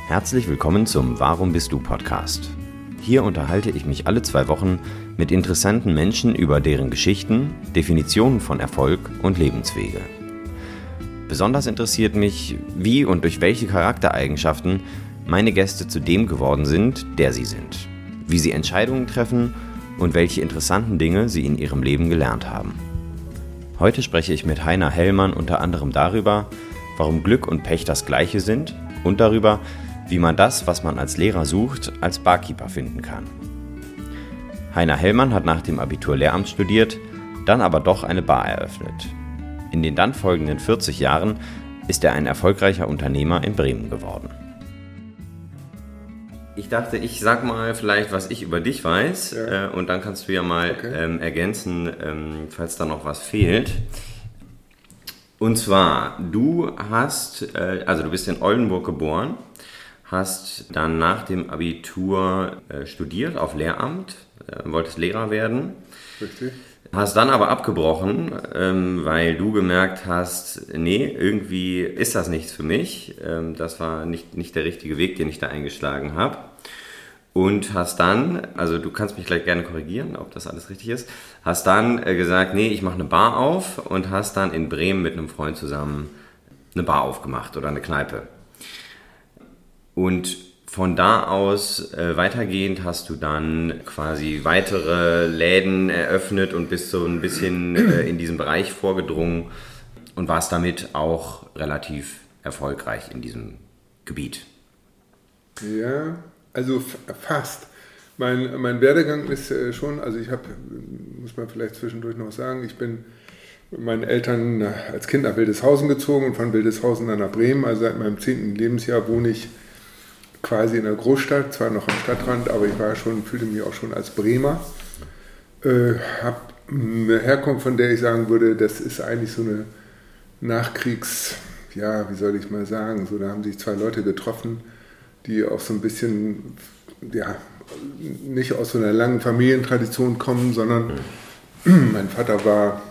Herzlich willkommen zum Warum bist du Podcast. Hier unterhalte ich mich alle 2 Wochen mit interessanten Menschen über deren Geschichten, Definitionen von Erfolg und Lebenswege. Besonders interessiert mich, wie und durch welche Charaktereigenschaften meine Gäste zu dem geworden sind, der sie sind, wie sie Entscheidungen treffen und welche interessanten Dinge sie in ihrem Leben gelernt haben. Heute spreche ich mit Heiner Hellmann unter anderem darüber, warum Glück und Pech das Gleiche sind und darüber, wie man das, was man als Lehrer sucht, als Barkeeper finden kann. Heiner Hellmann hat nach dem Abitur Lehramt studiert, dann aber doch eine Bar eröffnet. In den dann folgenden 40 Jahren ist er ein erfolgreicher Unternehmer in Bremen geworden. Ich dachte, ich sag mal vielleicht, was ich über dich weiß, und dann kannst du ja mal ergänzen, falls da noch was fehlt. Und zwar, du bist in Oldenburg geboren, hast dann nach dem Abitur studiert auf Lehramt, wolltest Lehrer werden. Richtig. Hast dann aber abgebrochen, weil du gemerkt hast, nee, irgendwie ist das nichts für mich. Das war nicht der richtige Weg, den ich da eingeschlagen habe. Und hast dann, also du kannst mich gleich gerne korrigieren, ob das alles richtig ist, hast dann gesagt, nee, ich mache eine Bar auf und hast dann in Bremen mit einem Freund zusammen eine Bar aufgemacht oder eine Kneipe. Und von da aus weitergehend hast du dann quasi weitere Läden eröffnet und bist so ein bisschen in diesen Bereich vorgedrungen und warst damit auch relativ erfolgreich in diesem Gebiet. Ja, also fast. Mein Werdegang ist schon, also muss man vielleicht zwischendurch noch sagen, ich bin mit meinen Eltern als Kind nach Wildeshausen gezogen und von Wildeshausen dann nach Bremen. Also seit meinem 10. Lebensjahr wohne ich quasi in der Großstadt, zwar noch am Stadtrand, aber ich fühlte mich auch schon als Bremer. Habe eine Herkunft, von der ich sagen würde, das ist eigentlich so eine wie soll ich mal sagen, so, da haben sich 2 Leute getroffen, die auch so ein bisschen, nicht aus so einer langen Familientradition kommen, sondern mein Vater war,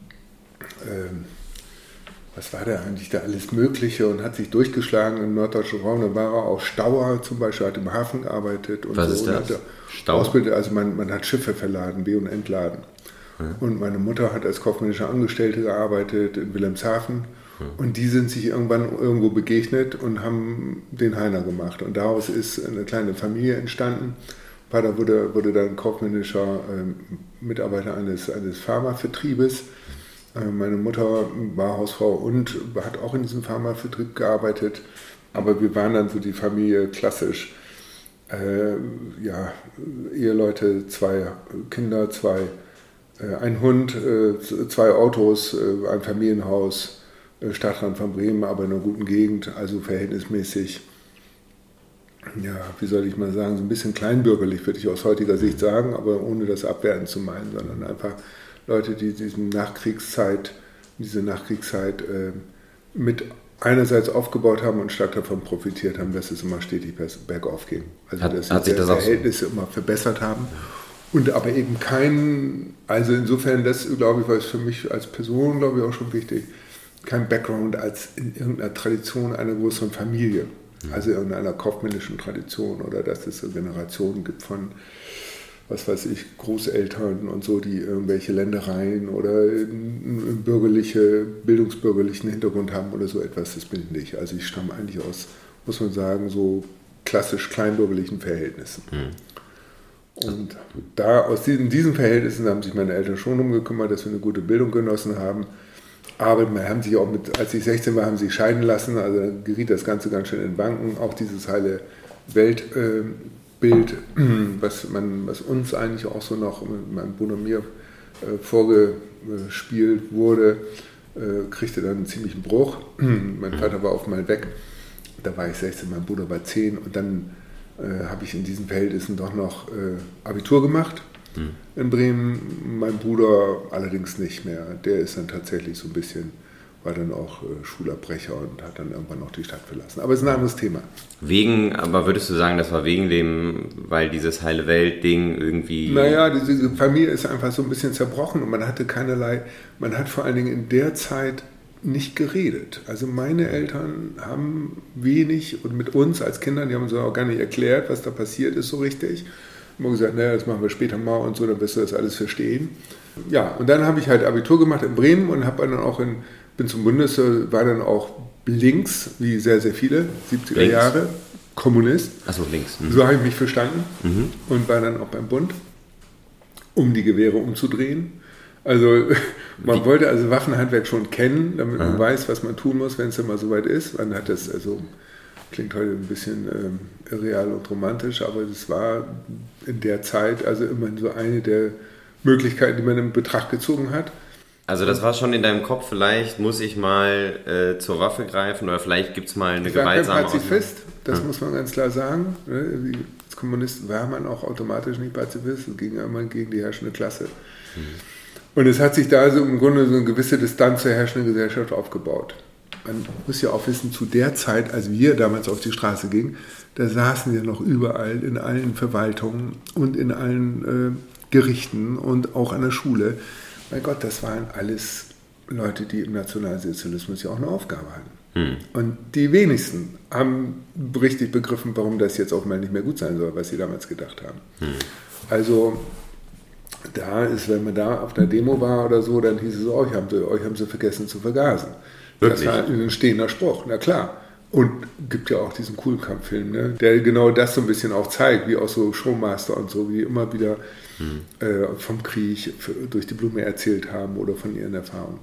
was war der eigentlich da alles Mögliche und hat sich durchgeschlagen im norddeutschen Raum. Dann war er auch Stauer zum Beispiel, hat im Hafen gearbeitet. Und was so. ist das? Also man hat Schiffe verladen, Be- und Entladen. Und meine Mutter hat als kaufmännische Angestellte gearbeitet in Wilhelmshaven. Und die sind sich irgendwann irgendwo begegnet und haben den Heiner gemacht. Und daraus ist eine kleine Familie entstanden. Vater wurde dann kaufmännischer Mitarbeiter eines Pharmavertriebes. Meine Mutter war Hausfrau und hat auch in diesem Pharmavertrieb gearbeitet. Aber wir waren dann so die Familie klassisch. Eheleute, 2 Kinder, ein Hund, 2 Autos, ein Familienhaus, Stadtrand von Bremen, aber in einer guten Gegend, also verhältnismäßig, wie soll ich mal sagen, so ein bisschen kleinbürgerlich, würde ich aus heutiger Sicht sagen, aber ohne das abwertend zu meinen, sondern einfach Leute, die diese Nachkriegszeit mit einerseits aufgebaut haben und stark davon profitiert haben, dass es immer stetig bergauf ging. Also dass sich die Verhältnisse immer verbessert haben. Und aber eben also insofern, das glaube ich, war es für mich als Person, glaube ich, auch schon wichtig, kein Background als in irgendeiner Tradition einer größeren Familie, also in einer kaufmännischen Tradition oder dass es so Generationen gibt von, was weiß ich, Großeltern und so, die irgendwelche Ländereien oder einen bildungsbürgerlichen Hintergrund haben oder so etwas, das bin ich nicht. Also ich stamme eigentlich aus, muss man sagen, so klassisch kleinbürgerlichen Verhältnissen. Und in diesen Verhältnissen haben sich meine Eltern schon umgekümmert, dass wir eine gute Bildung genossen haben. Aber haben sich auch als ich 16 war, haben sie scheiden lassen, also dann geriet das Ganze ganz schön in Wanken. Auch dieses heile Weltbild, was uns eigentlich auch so noch mit meinem Bruder und mir vorgespielt wurde, kriegte dann einen ziemlichen Bruch. Mein Vater war auf einmal weg, da war ich 16, mein Bruder war 10 und dann habe ich in diesen Verhältnissen doch noch Abitur gemacht. In Bremen, mein Bruder allerdings nicht mehr. Der ist dann tatsächlich so ein bisschen, war dann auch Schulabbrecher und hat dann irgendwann noch die Stadt verlassen. Aber es ist ein anderes Thema. Aber würdest du sagen, das war weil dieses heile Welt-Ding irgendwie... Naja, diese Familie ist einfach so ein bisschen zerbrochen und man hat vor allen Dingen in der Zeit nicht geredet. Also meine Eltern haben wenig und mit uns als Kindern, die haben uns auch gar nicht erklärt, was da passiert ist so richtig. Immer gesagt, naja, das machen wir später mal und so, dann wirst du das alles verstehen. Ja, und dann habe ich halt Abitur gemacht in Bremen und habe dann auch bin zum Bundeswehr, war dann auch links, wie sehr, sehr viele, 70er links. Jahre, Kommunist. Achso, links. Mhm. So habe ich mich verstanden und war dann auch beim Bund, um die Gewehre umzudrehen. Also man wollte also Waffenhandwerk schon kennen, damit man weiß, was man tun muss, wenn es dann mal soweit ist. Man hat das, also klingt heute ein bisschen irreal und romantisch, aber das war in der Zeit also immerhin so eine der Möglichkeiten, die man in Betracht gezogen hat. Also das war schon in deinem Kopf, vielleicht muss ich mal zur Waffe greifen oder vielleicht gibt es mal eine gewaltsame... Ich war kein Pazifist, das muss man ganz klar sagen. Als Kommunist war man auch automatisch nicht Pazifist, es ging immer gegen die herrschende Klasse. Und es hat sich da also im Grunde so eine gewisse Distanz zur herrschenden Gesellschaft aufgebaut. Man muss ja auch wissen, zu der Zeit, als wir damals auf die Straße gingen, da saßen wir noch überall in allen Verwaltungen und in allen Gerichten und auch an der Schule. Mein Gott, das waren alles Leute, die im Nationalsozialismus ja auch eine Aufgabe hatten. Und die wenigsten haben richtig begriffen, warum das jetzt auch mal nicht mehr gut sein soll, was sie damals gedacht haben. Also da ist, wenn man da auf einer Demo war oder so, dann hieß es, euch haben sie vergessen zu vergasen. Wirklich? Das war ein stehender Spruch, na klar. Und gibt ja auch diesen Kugelkampffilm, ne, der genau das so ein bisschen auch zeigt, wie auch so Showmaster und so, wie immer wieder vom Krieg durch die Blume erzählt haben oder von ihren Erfahrungen.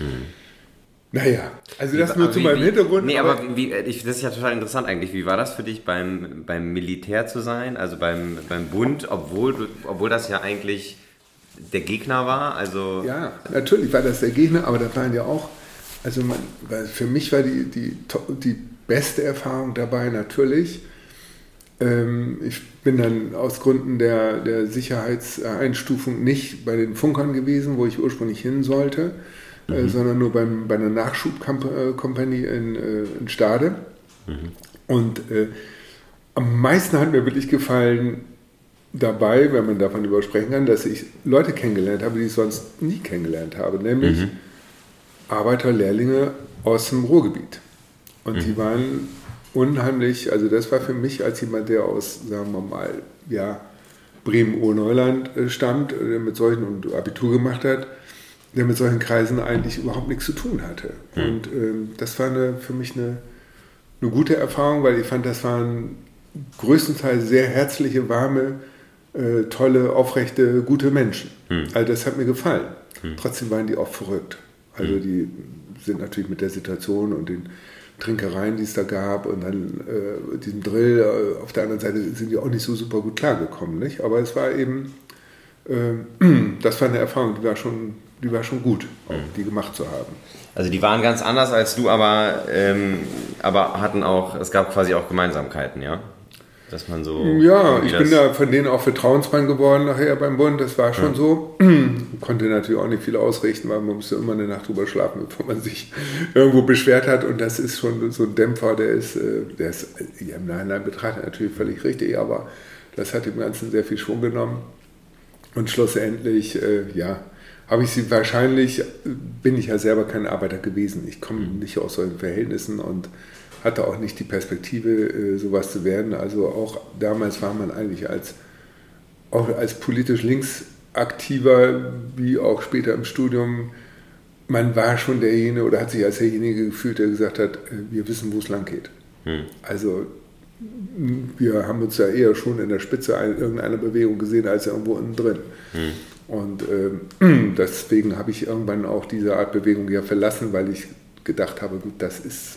Naja, also das nur zu meinem Hintergrund. Nee, aber das ist ja total interessant eigentlich. Wie war das für dich, beim Militär zu sein, also beim Bund, obwohl das ja eigentlich der Gegner war? Also ja, natürlich war das der Gegner, aber da waren ja auch, also für mich war die beste Erfahrung dabei natürlich. Ich bin dann aus Gründen der Sicherheitseinstufung nicht bei den Funkern gewesen, wo ich ursprünglich hin sollte, sondern nur bei einer Nachschubkompanie in Stade. Und am meisten hat mir wirklich gefallen dabei, wenn man davon übersprechen kann, dass ich Leute kennengelernt habe, die ich sonst nie kennengelernt habe, nämlich Arbeiterlehrlinge aus dem Ruhrgebiet. Und die waren unheimlich, also das war für mich als jemand, der aus, sagen wir mal, ja, Bremen-Ohr-Neuland stammt, der mit solchen und Abitur gemacht hat, der mit solchen Kreisen eigentlich überhaupt nichts zu tun hatte. Und das war für mich eine gute Erfahrung, weil ich fand, das waren größtenteils sehr herzliche, warme, tolle, aufrechte, gute Menschen. Also das hat mir gefallen. Trotzdem waren die auch verrückt. Also die sind natürlich mit der Situation und den Trinkereien, die es da gab und dann diesem Drill, auf der anderen Seite sind die auch nicht so super gut klargekommen, nicht? Aber es war eben, das war eine Erfahrung, die war schon gut, auch die gemacht zu haben. Also die waren ganz anders als du, aber hatten auch, es gab quasi auch Gemeinsamkeiten, ja? Dass man so... Ja, ich bin da von denen auch Vertrauensmann geworden nachher beim Bund, das war schon so. Konnte natürlich auch nicht viel ausrichten, weil man musste immer eine Nacht drüber schlafen, bevor man sich irgendwo beschwert hat. Und das ist schon so ein Dämpfer, der ist ja, im Nachhinein betrachtet natürlich völlig richtig, aber das hat dem Ganzen sehr viel Schwung genommen. Und schlussendlich, habe ich sie wahrscheinlich, bin ich ja selber kein Arbeiter gewesen. Ich komme nicht aus solchen Verhältnissen und hatte auch nicht die Perspektive, sowas zu werden. Also auch damals war man eigentlich auch als politisch linksaktiver, wie auch später im Studium, man war schon derjenige oder hat sich als derjenige gefühlt, der gesagt hat, wir wissen, wo es lang geht. Also wir haben uns ja eher schon in der Spitze irgendeiner Bewegung gesehen, als irgendwo innen drin. Und deswegen habe ich irgendwann auch diese Art Bewegung ja verlassen, weil ich gedacht habe, gut, es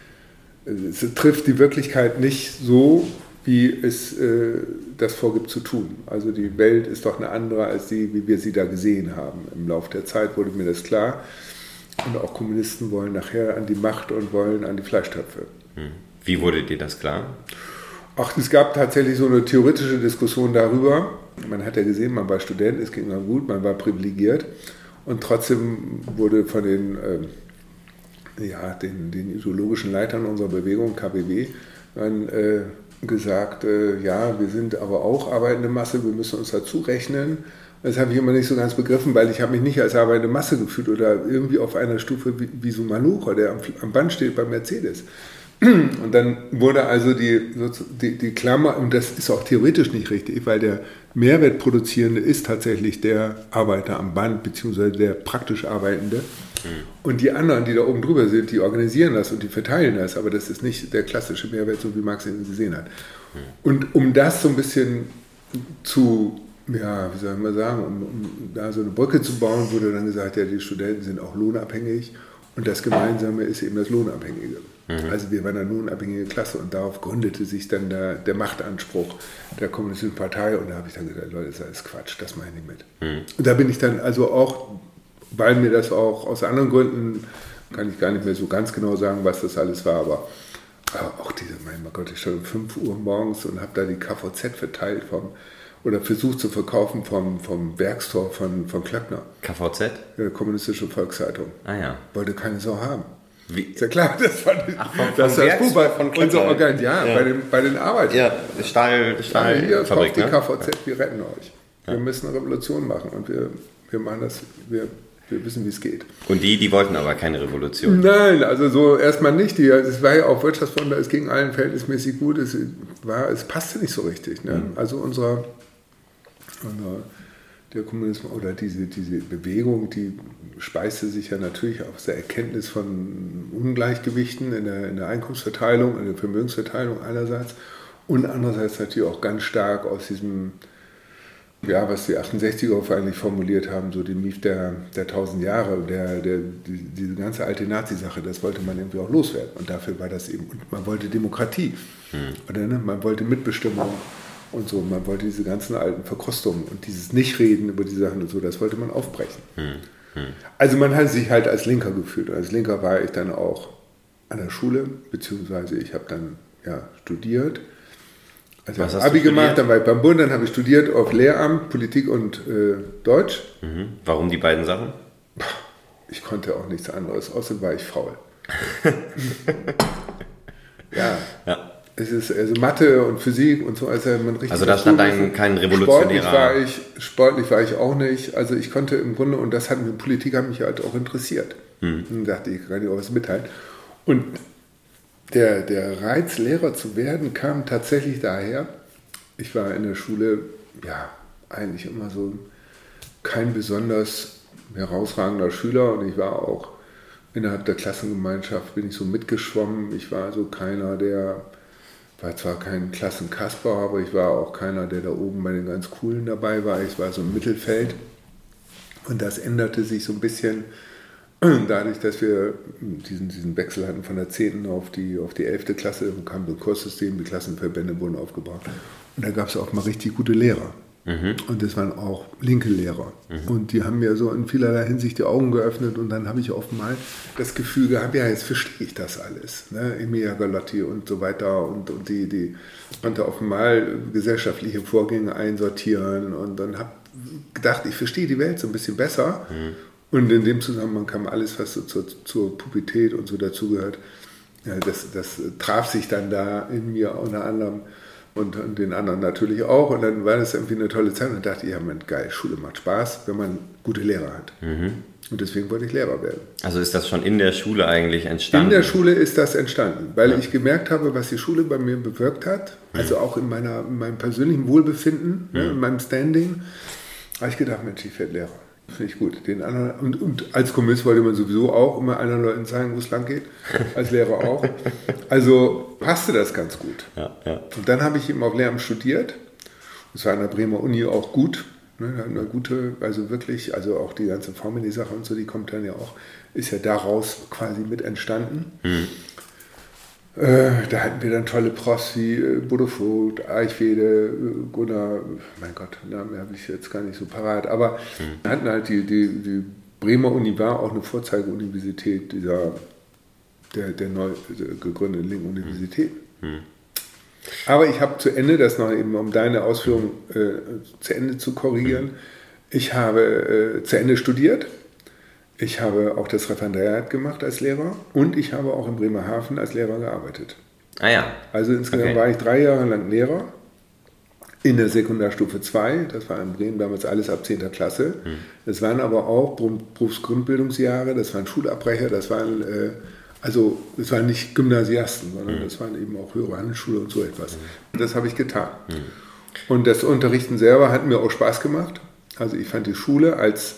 trifft die Wirklichkeit nicht so, wie es das vorgibt zu tun. Also die Welt ist doch eine andere als die, wie wir sie da gesehen haben. Im Laufe der Zeit wurde mir das klar. Und auch Kommunisten wollen nachher an die Macht und wollen an die Fleischtöpfe. Wie wurde dir das klar? Ach, es gab tatsächlich so eine theoretische Diskussion darüber. Man hat ja gesehen, man war Student, es ging dann gut, man war privilegiert. Und trotzdem wurde von den ideologischen Leitern unserer Bewegung, KBW, dann gesagt, wir sind aber auch arbeitende Masse, wir müssen uns dazu rechnen Das habe ich immer nicht so ganz begriffen, weil ich habe mich nicht als arbeitende Masse gefühlt oder irgendwie auf einer Stufe wie so ein Malucher, der am Band steht bei Mercedes. Und dann wurde also die Klammer, und das ist auch theoretisch nicht richtig, weil der Mehrwertproduzierende ist tatsächlich der Arbeiter am Band, beziehungsweise der praktisch Arbeitende. Und die anderen, die da oben drüber sind, die organisieren das und die verteilen das, aber das ist nicht der klassische Mehrwert, so wie Marx ihn gesehen hat. Und um das so ein bisschen zu, ja, wie soll man sagen, um da so eine Brücke zu bauen, wurde dann gesagt, ja, die Studenten sind auch lohnabhängig und das Gemeinsame ist eben das Lohnabhängige. Also wir waren eine lohnabhängige Klasse und darauf gründete sich dann der Machtanspruch der Kommunistischen Partei und da habe ich dann gesagt, Leute, das ist alles Quatsch, das meine ich mit. Und da bin ich dann also auch, weil mir das auch aus anderen Gründen, kann ich gar nicht mehr so ganz genau sagen, was das alles war, aber auch diese, mein Gott, ich stand um 5 Uhr morgens und habe da die KVZ verteilt oder versucht zu verkaufen vom Werkstor von Klöckner. KVZ? Kommunistische Volkszeitung. Ah ja. Wollte keine Sau haben. Wie? Ist ja klar, das war das Buch von unser Organ, ja. Bei den Arbeitern. Ja, Stahlfabrik, hier kauft die ne? KVZ, wir retten euch. Wir müssen eine Revolution machen und wir machen das, wir wissen, wie es geht. Und die wollten aber keine Revolution? Nein, also so erstmal nicht. Es war ja auch Wirtschaftswunder, es ging allen verhältnismäßig gut, es passte nicht so richtig. Ne? Also der Kommunismus oder diese Bewegung, die speiste sich ja natürlich aus der Erkenntnis von Ungleichgewichten in der Einkommensverteilung, in der Vermögensverteilung einerseits und andererseits natürlich auch ganz stark aus diesem, ja, was die 68er eigentlich formuliert haben, so den Mief der 1000 Jahre, diese ganze alte Nazi-Sache, das wollte man irgendwie auch loswerden. Und dafür war das eben, und man wollte Demokratie, oder, ne? Man wollte Mitbestimmung und so, man wollte diese ganzen alten Verkrustungen und dieses Nichtreden über die Sachen und so, das wollte man aufbrechen. Also man hat sich halt als Linker gefühlt. Und als Linker war ich dann auch an der Schule, beziehungsweise ich habe dann studiert. Also ich habe Abi gemacht, dann war ich beim Bund, dann habe ich studiert auf Lehramt, Politik und Deutsch. Warum die beiden Sachen? Ich konnte auch nichts anderes, außerdem war ich faul. ja. Es ist also Mathe und Physik und so, also man richtig. Also da stand kein revolutionärer. Sportlich war ich auch nicht. Also ich konnte im Grunde, und das hat mich, Politik hat mich halt auch interessiert. Und dachte, ich kann dir auch was mitteilen. Und der Reiz, Lehrer zu werden, kam tatsächlich daher. Ich war in der Schule, ja, eigentlich immer so kein besonders herausragender Schüler und ich war auch innerhalb der Klassengemeinschaft, bin ich so mitgeschwommen. Ich war also keiner, war zwar kein Klassenkasper, aber ich war auch keiner, der da oben bei den ganz Coolen dabei war. Ich war so im Mittelfeld und das änderte sich so ein bisschen dadurch, dass wir diesen Wechsel hatten von der 10. auf die 11. Klasse. Dann kam so ein Kurssystem, die Klassenverbände wurden aufgebaut und da gab es auch mal richtig gute Lehrer. Und das waren auch linke Lehrer. Und die haben mir so in vielerlei Hinsicht die Augen geöffnet und dann habe ich oft mal das Gefühl gehabt, ja, jetzt verstehe ich das alles. Ne? Emilia Galotti und so weiter und die konnte auf einmal gesellschaftliche Vorgänge einsortieren und dann habe gedacht, ich verstehe die Welt so ein bisschen besser. Und in dem Zusammenhang kam alles, was so zur Pubertät und so dazugehört. Ja, das traf sich dann da in mir unter anderem. Und den anderen natürlich auch. Und dann war das irgendwie eine tolle Zeit. Und dann dachte ich, ja, man, geil, Schule macht Spaß, wenn man gute Lehrer hat. Und deswegen wollte ich Lehrer werden. Also ist das schon in der Schule eigentlich entstanden? In der Schule ist das entstanden, weil ich gemerkt habe, was die Schule bei mir bewirkt hat. Also auch in meinem persönlichen Wohlbefinden, in meinem Standing. Da habe ich gedacht, Mensch, ich werde Lehrer. Finde ich gut. Den anderen, und als Kommunist wollte man sowieso auch immer anderen Leuten zeigen, wo es lang geht. Als Lehrer auch. Also passte das ganz gut. Ja. Und dann habe ich eben auf Lehramt studiert. Das war an der Bremer Uni auch gut. Eine gute, also wirklich, also auch die ganze Formel-Sache und so, die kommt dann ja auch, ist ja daraus quasi mit entstanden. Da hatten wir dann tolle Profs wie Bodo Vogt, Eichwede, Gunnar, mein Gott, Namen habe ich jetzt gar nicht so parat, aber wir hatten halt die Bremer Uni war auch eine Vorzeigeuniversität der neu gegründeten linken Universität. Aber ich habe zu Ende, das noch eben um deine Ausführung zu Ende zu korrigieren, ich habe zu Ende studiert. Ich habe auch das Referendariat gemacht als Lehrer und ich habe auch in Bremerhaven als Lehrer gearbeitet. Ah ja. Also insgesamt war ich 3 Jahre lang Lehrer in der Sekundarstufe 2, das war in Bremen damals alles ab 10. Klasse. Das waren aber auch Berufsgrundbildungsjahre, das waren Schulabbrecher, das waren nicht Gymnasiasten, sondern das waren eben auch höhere Handelsschule und so etwas. Das habe ich getan. Und das Unterrichten selber hat mir auch Spaß gemacht. Also ich fand die Schule das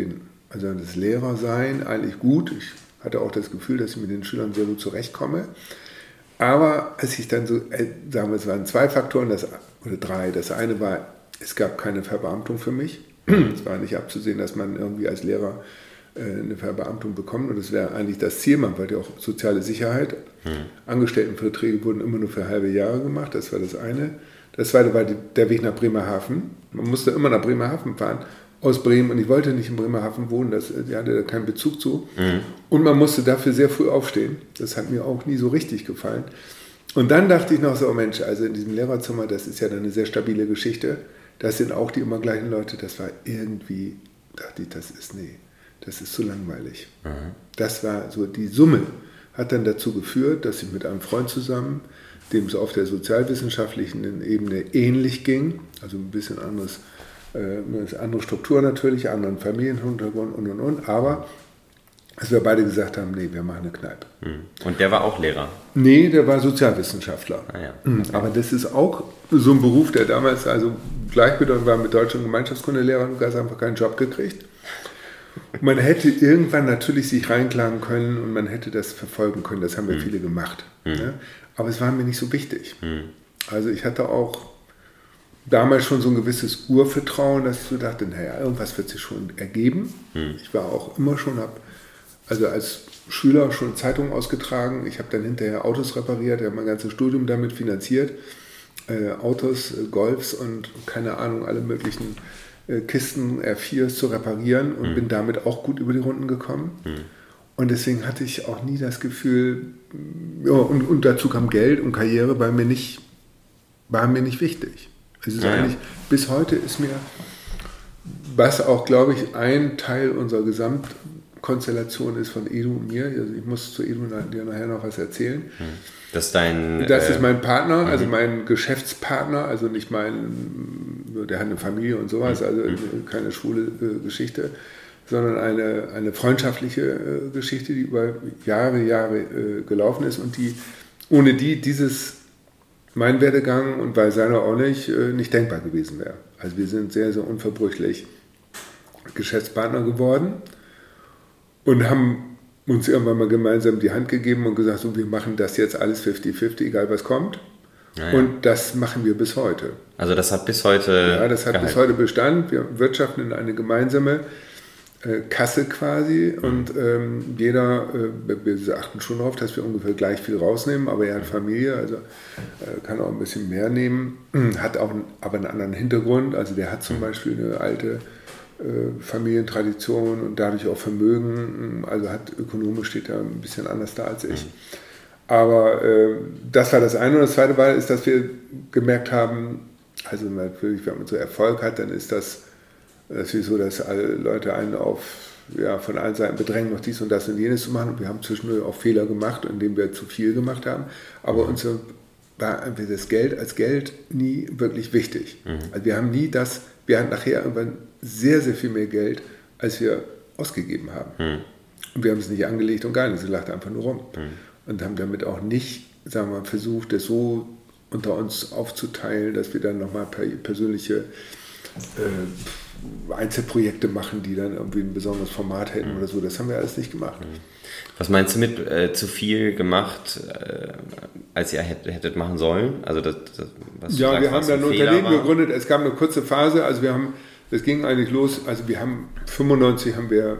Lehrersein eigentlich gut. Ich hatte auch das Gefühl, dass ich mit den Schülern sehr gut zurechtkomme. Aber als ich dann es waren 2 Faktoren, oder 3. Das eine war, es gab keine Verbeamtung für mich. Es war nicht abzusehen, dass man irgendwie als Lehrer eine Verbeamtung bekommt. Und das wäre eigentlich das Ziel. Man wollte ja auch soziale Sicherheit. Angestelltenverträge wurden immer nur für halbe Jahre gemacht. Das war das eine. Das zweite war der Weg nach Bremerhaven. Man musste immer nach Bremerhaven fahren, aus Bremen. Und ich wollte nicht in Bremerhaven wohnen. Ich hatte da keinen Bezug zu. Und man musste dafür sehr früh aufstehen. Das hat mir auch nie so richtig gefallen. Und dann dachte ich noch so, Mensch, also in diesem Lehrerzimmer, das ist ja dann eine sehr stabile Geschichte. Das sind auch die immer gleichen Leute. Das war irgendwie, dachte ich, das ist zu langweilig. Das war so, die Summe hat dann dazu geführt, dass ich mit einem Freund zusammen, dem es auf der sozialwissenschaftlichen Ebene ähnlich ging, also ein bisschen andere Struktur natürlich, anderen Familienhintergrund und, aber dass wir beide gesagt haben, nee, wir machen eine Kneipe. Und der war auch Lehrer? Nee, der war Sozialwissenschaftler. Ah, ja. Aber das ist auch so ein Beruf, der damals gleichbedeutend war mit Deutsch- und Gemeinschaftskundelehrer. Du hast einfach keinen Job gekriegt. Man hätte irgendwann natürlich sich reinklagen können und man hätte das verfolgen können. Das haben wir viele gemacht. Ne? Aber es war mir nicht so wichtig. Also ich hatte auch damals schon so ein gewisses Urvertrauen, dass ich so dachte, naja, irgendwas wird sich schon ergeben. Ich war auch immer schon, als Schüler schon Zeitungen ausgetragen. Ich habe dann hinterher Autos repariert, ich habe mein ganzes Studium damit finanziert. Autos, Golfs und keine Ahnung, alle möglichen Kisten R4s zu reparieren und bin damit auch gut über die Runden gekommen. Und deswegen hatte ich auch nie das Gefühl, und dazu kam Geld und Karriere, war mir nicht wichtig. Es ist eigentlich, bis heute ist mir, was auch, glaube ich, ein Teil unserer Gesamtkonstellation ist von Edu und mir, also ich muss zu Edu dir nachher noch was erzählen. Das ist mein Partner, also mein Geschäftspartner, also nicht der hat eine Familie und sowas, also keine schwule Geschichte, sondern eine freundschaftliche Geschichte, die über Jahre gelaufen ist und ohne mein Werdegang und bei seiner auch nicht denkbar gewesen wäre. Also wir sind sehr, sehr unverbrüchlich Geschäftspartner geworden und haben uns irgendwann mal gemeinsam die Hand gegeben und gesagt, so, wir machen das jetzt alles 50-50, egal was kommt. Ja. Und das machen wir bis heute. Also das hat bis heute bis heute Bestand. Wir wirtschaften in eine gemeinsame Kasse quasi und wir achten schon darauf, dass wir ungefähr gleich viel rausnehmen, aber er hat Familie, also kann auch ein bisschen mehr nehmen, hat auch aber einen anderen Hintergrund, also der hat zum Beispiel eine alte Familientradition und dadurch auch Vermögen, also steht er ein bisschen anders da als ich. Aber das war das eine. Und das zweite war, dass wir gemerkt haben, also natürlich, wenn man so Erfolg hat, dann ist das natürlich so, dass alle Leute einen von allen Seiten bedrängen, noch dies und das und jenes zu machen. Und wir haben zwischendurch auch Fehler gemacht, indem wir zu viel gemacht haben. Aber uns war das Geld als Geld nie wirklich wichtig. Also wir hatten nachher irgendwann sehr, sehr viel mehr Geld, als wir ausgegeben haben. Und wir haben es nicht angelegt und gar nichts, wir lachten einfach nur rum. Und haben damit auch nicht, sagen wir mal, versucht, das so unter uns aufzuteilen, dass wir dann nochmal persönliche Einzelprojekte machen, die dann irgendwie ein besonderes Format hätten oder so. Das haben wir alles nicht gemacht. Was meinst du mit zu viel gemacht, als ihr hättet machen sollen? Also wir haben dann ein Unternehmen gegründet. Es gab eine kurze Phase. Also es ging eigentlich los. Also wir haben 95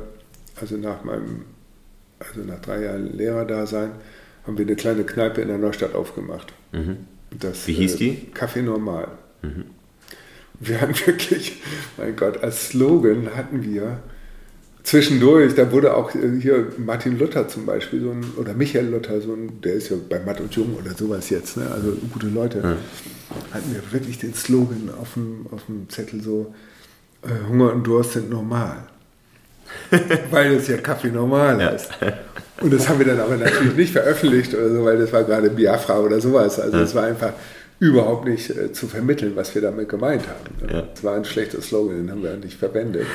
nach 3 Jahren Lehrerdasein, haben wir eine kleine Kneipe in der Neustadt aufgemacht. Wie hieß die? Café Normal. Wir hatten wirklich, mein Gott, als Slogan hatten wir zwischendurch, da wurde auch hier Martin Luther zum Beispiel, oder Michael Luther, der ist ja bei Matt und Jung oder sowas jetzt, ne? Also gute Leute, hatten wir wirklich den Slogan auf dem Zettel so, Hunger und Durst sind normal. Weil es ja Kaffee normal heißt. Und das haben wir dann aber natürlich nicht veröffentlicht oder so, weil das war gerade Biafra oder sowas. Also es war einfach überhaupt nicht zu vermitteln, was wir damit gemeint haben. Ja. Das war ein schlechter Slogan, den haben wir nicht verwendet.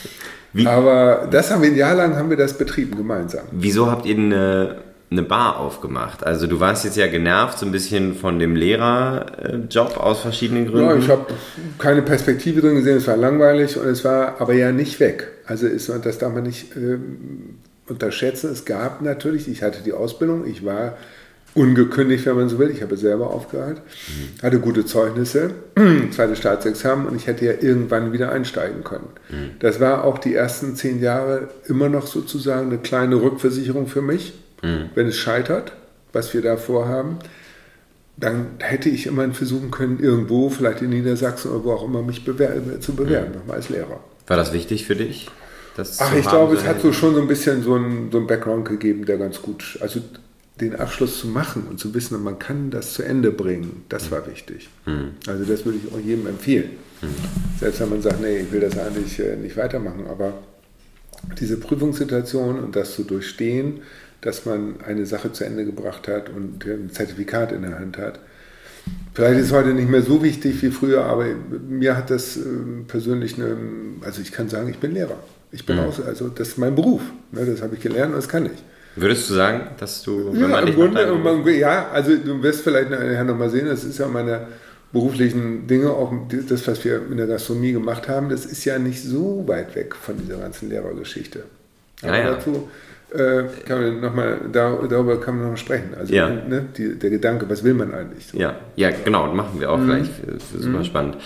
Aber das haben wir ein Jahr lang haben wir das betrieben, gemeinsam. Wieso habt ihr eine Bar aufgemacht? Also du warst jetzt ja genervt so ein bisschen von dem Lehrerjob aus verschiedenen Gründen. Ja, ich habe keine Perspektive drin gesehen, es war langweilig und es war aber ja nicht weg. Also das darf man nicht unterschätzen. Es gab natürlich, ich hatte die Ausbildung, ich war ungekündigt, wenn man so will. Ich habe selber aufgehört, hatte gute Zeugnisse, zweites Staatsexamen und ich hätte ja irgendwann wieder einsteigen können. Das war auch die ersten 10 Jahre immer noch sozusagen eine kleine Rückversicherung für mich. Wenn es scheitert, was wir da vorhaben, dann hätte ich immerhin versuchen können, irgendwo, vielleicht in Niedersachsen oder wo auch immer, mich zu bewerben, nochmal als Lehrer. War das wichtig für dich? Ich glaube, es hat so schon so ein bisschen so einen Background gegeben, der ganz gut, also den Abschluss zu machen und zu wissen, man kann das zu Ende bringen, das war wichtig. Also das würde ich auch jedem empfehlen. Selbst wenn man sagt, nee, ich will das eigentlich nicht weitermachen, aber diese Prüfungssituation und das zu durchstehen, dass man eine Sache zu Ende gebracht hat und ein Zertifikat in der Hand hat. Vielleicht ist es heute nicht mehr so wichtig wie früher, aber mir hat das persönlich also ich kann sagen, ich bin Lehrer. Ich bin also das ist mein Beruf. Das habe ich gelernt und das kann ich. Würdest du sagen, dass du... Ja, im Grunde, ja, also du wirst vielleicht nachher nochmal sehen, das ist ja meine beruflichen Dinge, auch das, was wir in der Gastronomie gemacht haben, das ist ja nicht so weit weg von dieser ganzen Lehrergeschichte. Aber dazu kann man darüber kann man noch mal sprechen. Also der Gedanke, was will man eigentlich? So. Ja, genau, machen wir auch gleich. Das ist super spannend.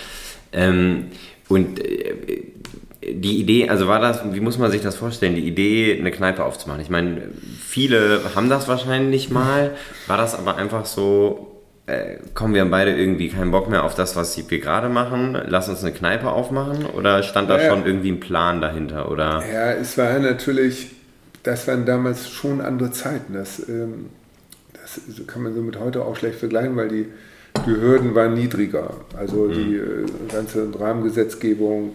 Und die Idee, also war das, wie muss man sich das vorstellen, die Idee, eine Kneipe aufzumachen? Ich meine, viele haben das wahrscheinlich mal. War das aber einfach so, komm, wir haben beide irgendwie keinen Bock mehr auf das, was wir gerade machen, lass uns eine Kneipe aufmachen? Oder stand da schon irgendwie ein Plan dahinter? Oder? Ja, es war natürlich, das waren damals schon andere Zeiten. Das kann man so mit heute auch schlecht vergleichen, weil die Hürden waren niedriger. Also die ganze Rahmengesetzgebung,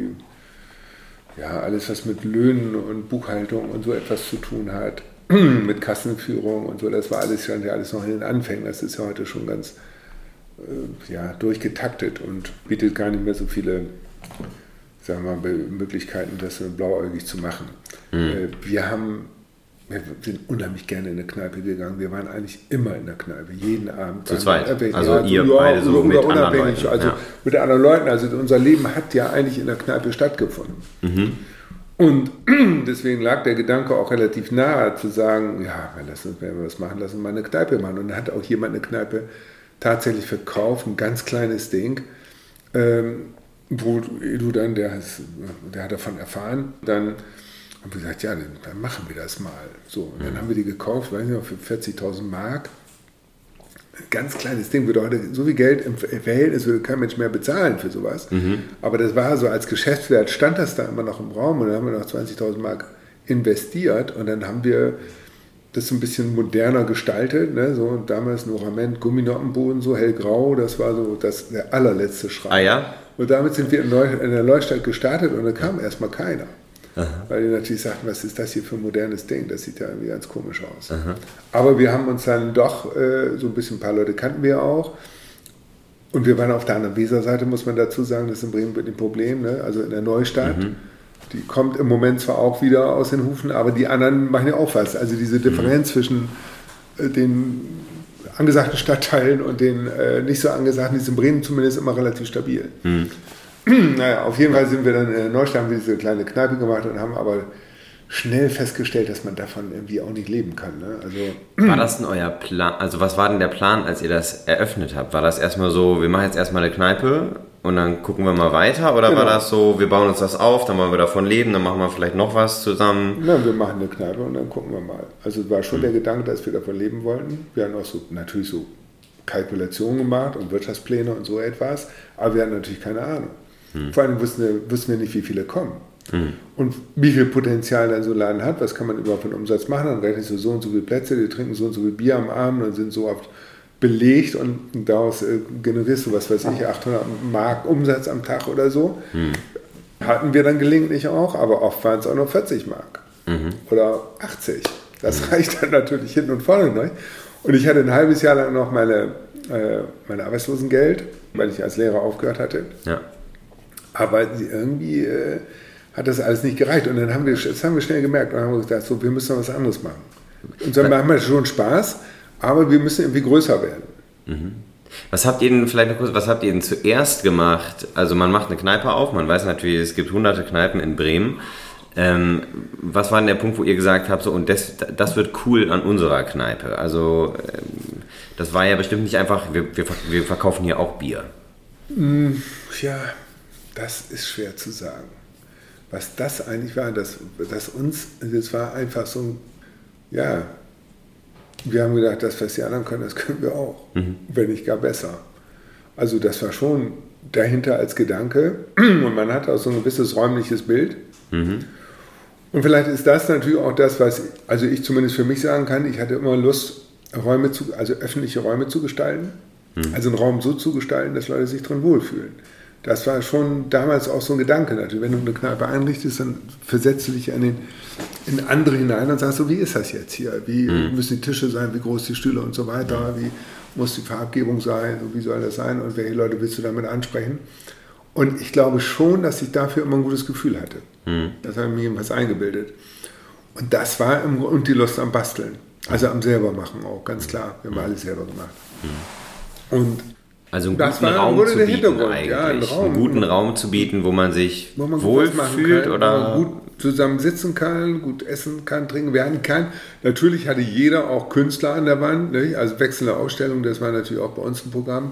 alles, was mit Löhnen und Buchhaltung und so etwas zu tun hat, mit Kassenführung und so, das war alles noch in den Anfängen. Das ist ja heute schon ganz durchgetaktet und bietet gar nicht mehr so viele, sagen wir mal, Möglichkeiten, das blauäugig zu machen. Wir sind unheimlich gerne in eine Kneipe gegangen. Wir waren eigentlich immer in der Kneipe, jeden Abend. Zu zweit? Also ihr beide so mit anderen Leuten? Also mit anderen Leuten. Also unser Leben hat ja eigentlich in der Kneipe stattgefunden. Und deswegen lag der Gedanke auch relativ nahe, zu sagen, wenn wir was machen, lassen wir mal eine Kneipe machen. Und dann hat auch jemand eine Kneipe tatsächlich verkauft, ein ganz kleines Ding, wo du dann, der hat davon erfahren, dann haben wir gesagt, dann machen wir das mal. So, und dann haben wir die gekauft, weiß nicht, für 40.000 Mark. Ein ganz kleines Ding, würde heute so viel Geld im Verhältnis würde kein Mensch mehr bezahlen für sowas. Aber das war so, als Geschäftswert stand das da immer noch im Raum und dann haben wir noch 20.000 Mark investiert und dann haben wir das so ein bisschen moderner gestaltet, ne? So, und damals ein Ornament, Gumminoppenboden, so hellgrau, das war so der allerletzte Schrank. Ah ja? Und damit sind wir in der Neustadt gestartet und da kam erstmal keiner. Weil die natürlich sagten, was ist das hier für ein modernes Ding? Das sieht ja irgendwie ganz komisch aus. Aber wir haben uns dann doch, so ein bisschen, ein paar Leute kannten wir auch. Und wir waren auf der anderen Weserseite, muss man dazu sagen, das ist in Bremen ein Problem, ne? Also in der Neustadt. Die kommt im Moment zwar auch wieder aus den Hufen, aber die anderen machen ja auch was. Also diese Differenz zwischen den angesagten Stadtteilen und den nicht so angesagten, die ist in Bremen zumindest immer relativ stabil. Naja, auf jeden Fall sind wir dann in Neustadt, haben wir diese kleine Kneipe gemacht und haben aber schnell festgestellt, dass man davon irgendwie auch nicht leben kann. Ne? Also, war das denn euer Plan? Also was war denn der Plan, als ihr das eröffnet habt? War das erstmal so, wir machen jetzt erstmal eine Kneipe und dann gucken wir mal weiter? Oder war das so, wir bauen uns das auf, dann wollen wir davon leben, dann machen wir vielleicht noch was zusammen? Nein, wir machen eine Kneipe und dann gucken wir mal. Also es war schon der Gedanke, dass wir davon leben wollten. Wir haben auch natürlich so Kalkulationen gemacht und Wirtschaftspläne und so etwas, aber wir hatten natürlich keine Ahnung. Vor allem wussten wir nicht, wie viele kommen. Und wie viel Potenzial dann so ein Laden hat, was kann man überhaupt für einen Umsatz machen, dann rechnest du so und so viele Plätze, die trinken so und so viel Bier am Abend und sind so oft belegt und daraus generierst du, was weiß ich, 800 Mark Umsatz am Tag oder so. Hatten wir dann gelegentlich auch, aber oft waren es auch nur 40 Mark oder 80. Das reicht dann natürlich hinten und vorne nicht. Und ich hatte ein halbes Jahr lang noch meine mein Arbeitslosengeld, weil ich als Lehrer aufgehört hatte. Ja. Aber irgendwie hat das alles nicht gereicht. Und dann haben wir schnell gemerkt und haben gesagt, so, wir müssen noch was anderes machen. Und dann haben wir schon Spaß, aber wir müssen irgendwie größer werden. Mhm. Was habt ihr denn zuerst gemacht? Also man macht eine Kneipe auf, man weiß natürlich, es gibt hunderte Kneipen in Bremen. Was war denn der Punkt, wo ihr gesagt habt, so, und das wird cool an unserer Kneipe? Also das war ja bestimmt nicht einfach, wir verkaufen hier auch Bier. Ja, das ist schwer zu sagen. Was das eigentlich war, das war einfach so, ja, wir haben gedacht, das, was die anderen können, das können wir auch, wenn nicht gar besser. Also das war schon dahinter als Gedanke und man hat auch so ein gewisses räumliches Bild. Mhm. Und vielleicht ist das natürlich auch das, was ich zumindest für mich sagen kann, ich hatte immer Lust, öffentliche Räume zu gestalten, also einen Raum so zu gestalten, dass Leute sich drin wohlfühlen. Das war schon damals auch so ein Gedanke natürlich. Wenn du eine Kneipe einrichtest, dann versetzt du dich in andere hinein und sagst so, wie ist das jetzt hier? Wie müssen die Tische sein, wie groß die Stühle und so weiter, wie muss die Farbgebung sein, wie soll das sein und welche Leute willst du damit ansprechen? Und ich glaube schon, dass ich dafür immer ein gutes Gefühl hatte. Das habe ich mir jedenfalls eingebildet. Und das war und die Lust am Basteln. Also am selbermachen auch, ganz klar. Wir haben alles selber gemacht. Und also einen guten Raum zu bieten eigentlich. Ja, einen guten Raum zu bieten, wo man sich wohlfühlt oder gut zusammen sitzen kann, gut essen kann, trinken. Natürlich hatte jeder auch Künstler an der Wand, nicht? Also wechselnde Ausstellungen, das war natürlich auch bei uns ein Programm.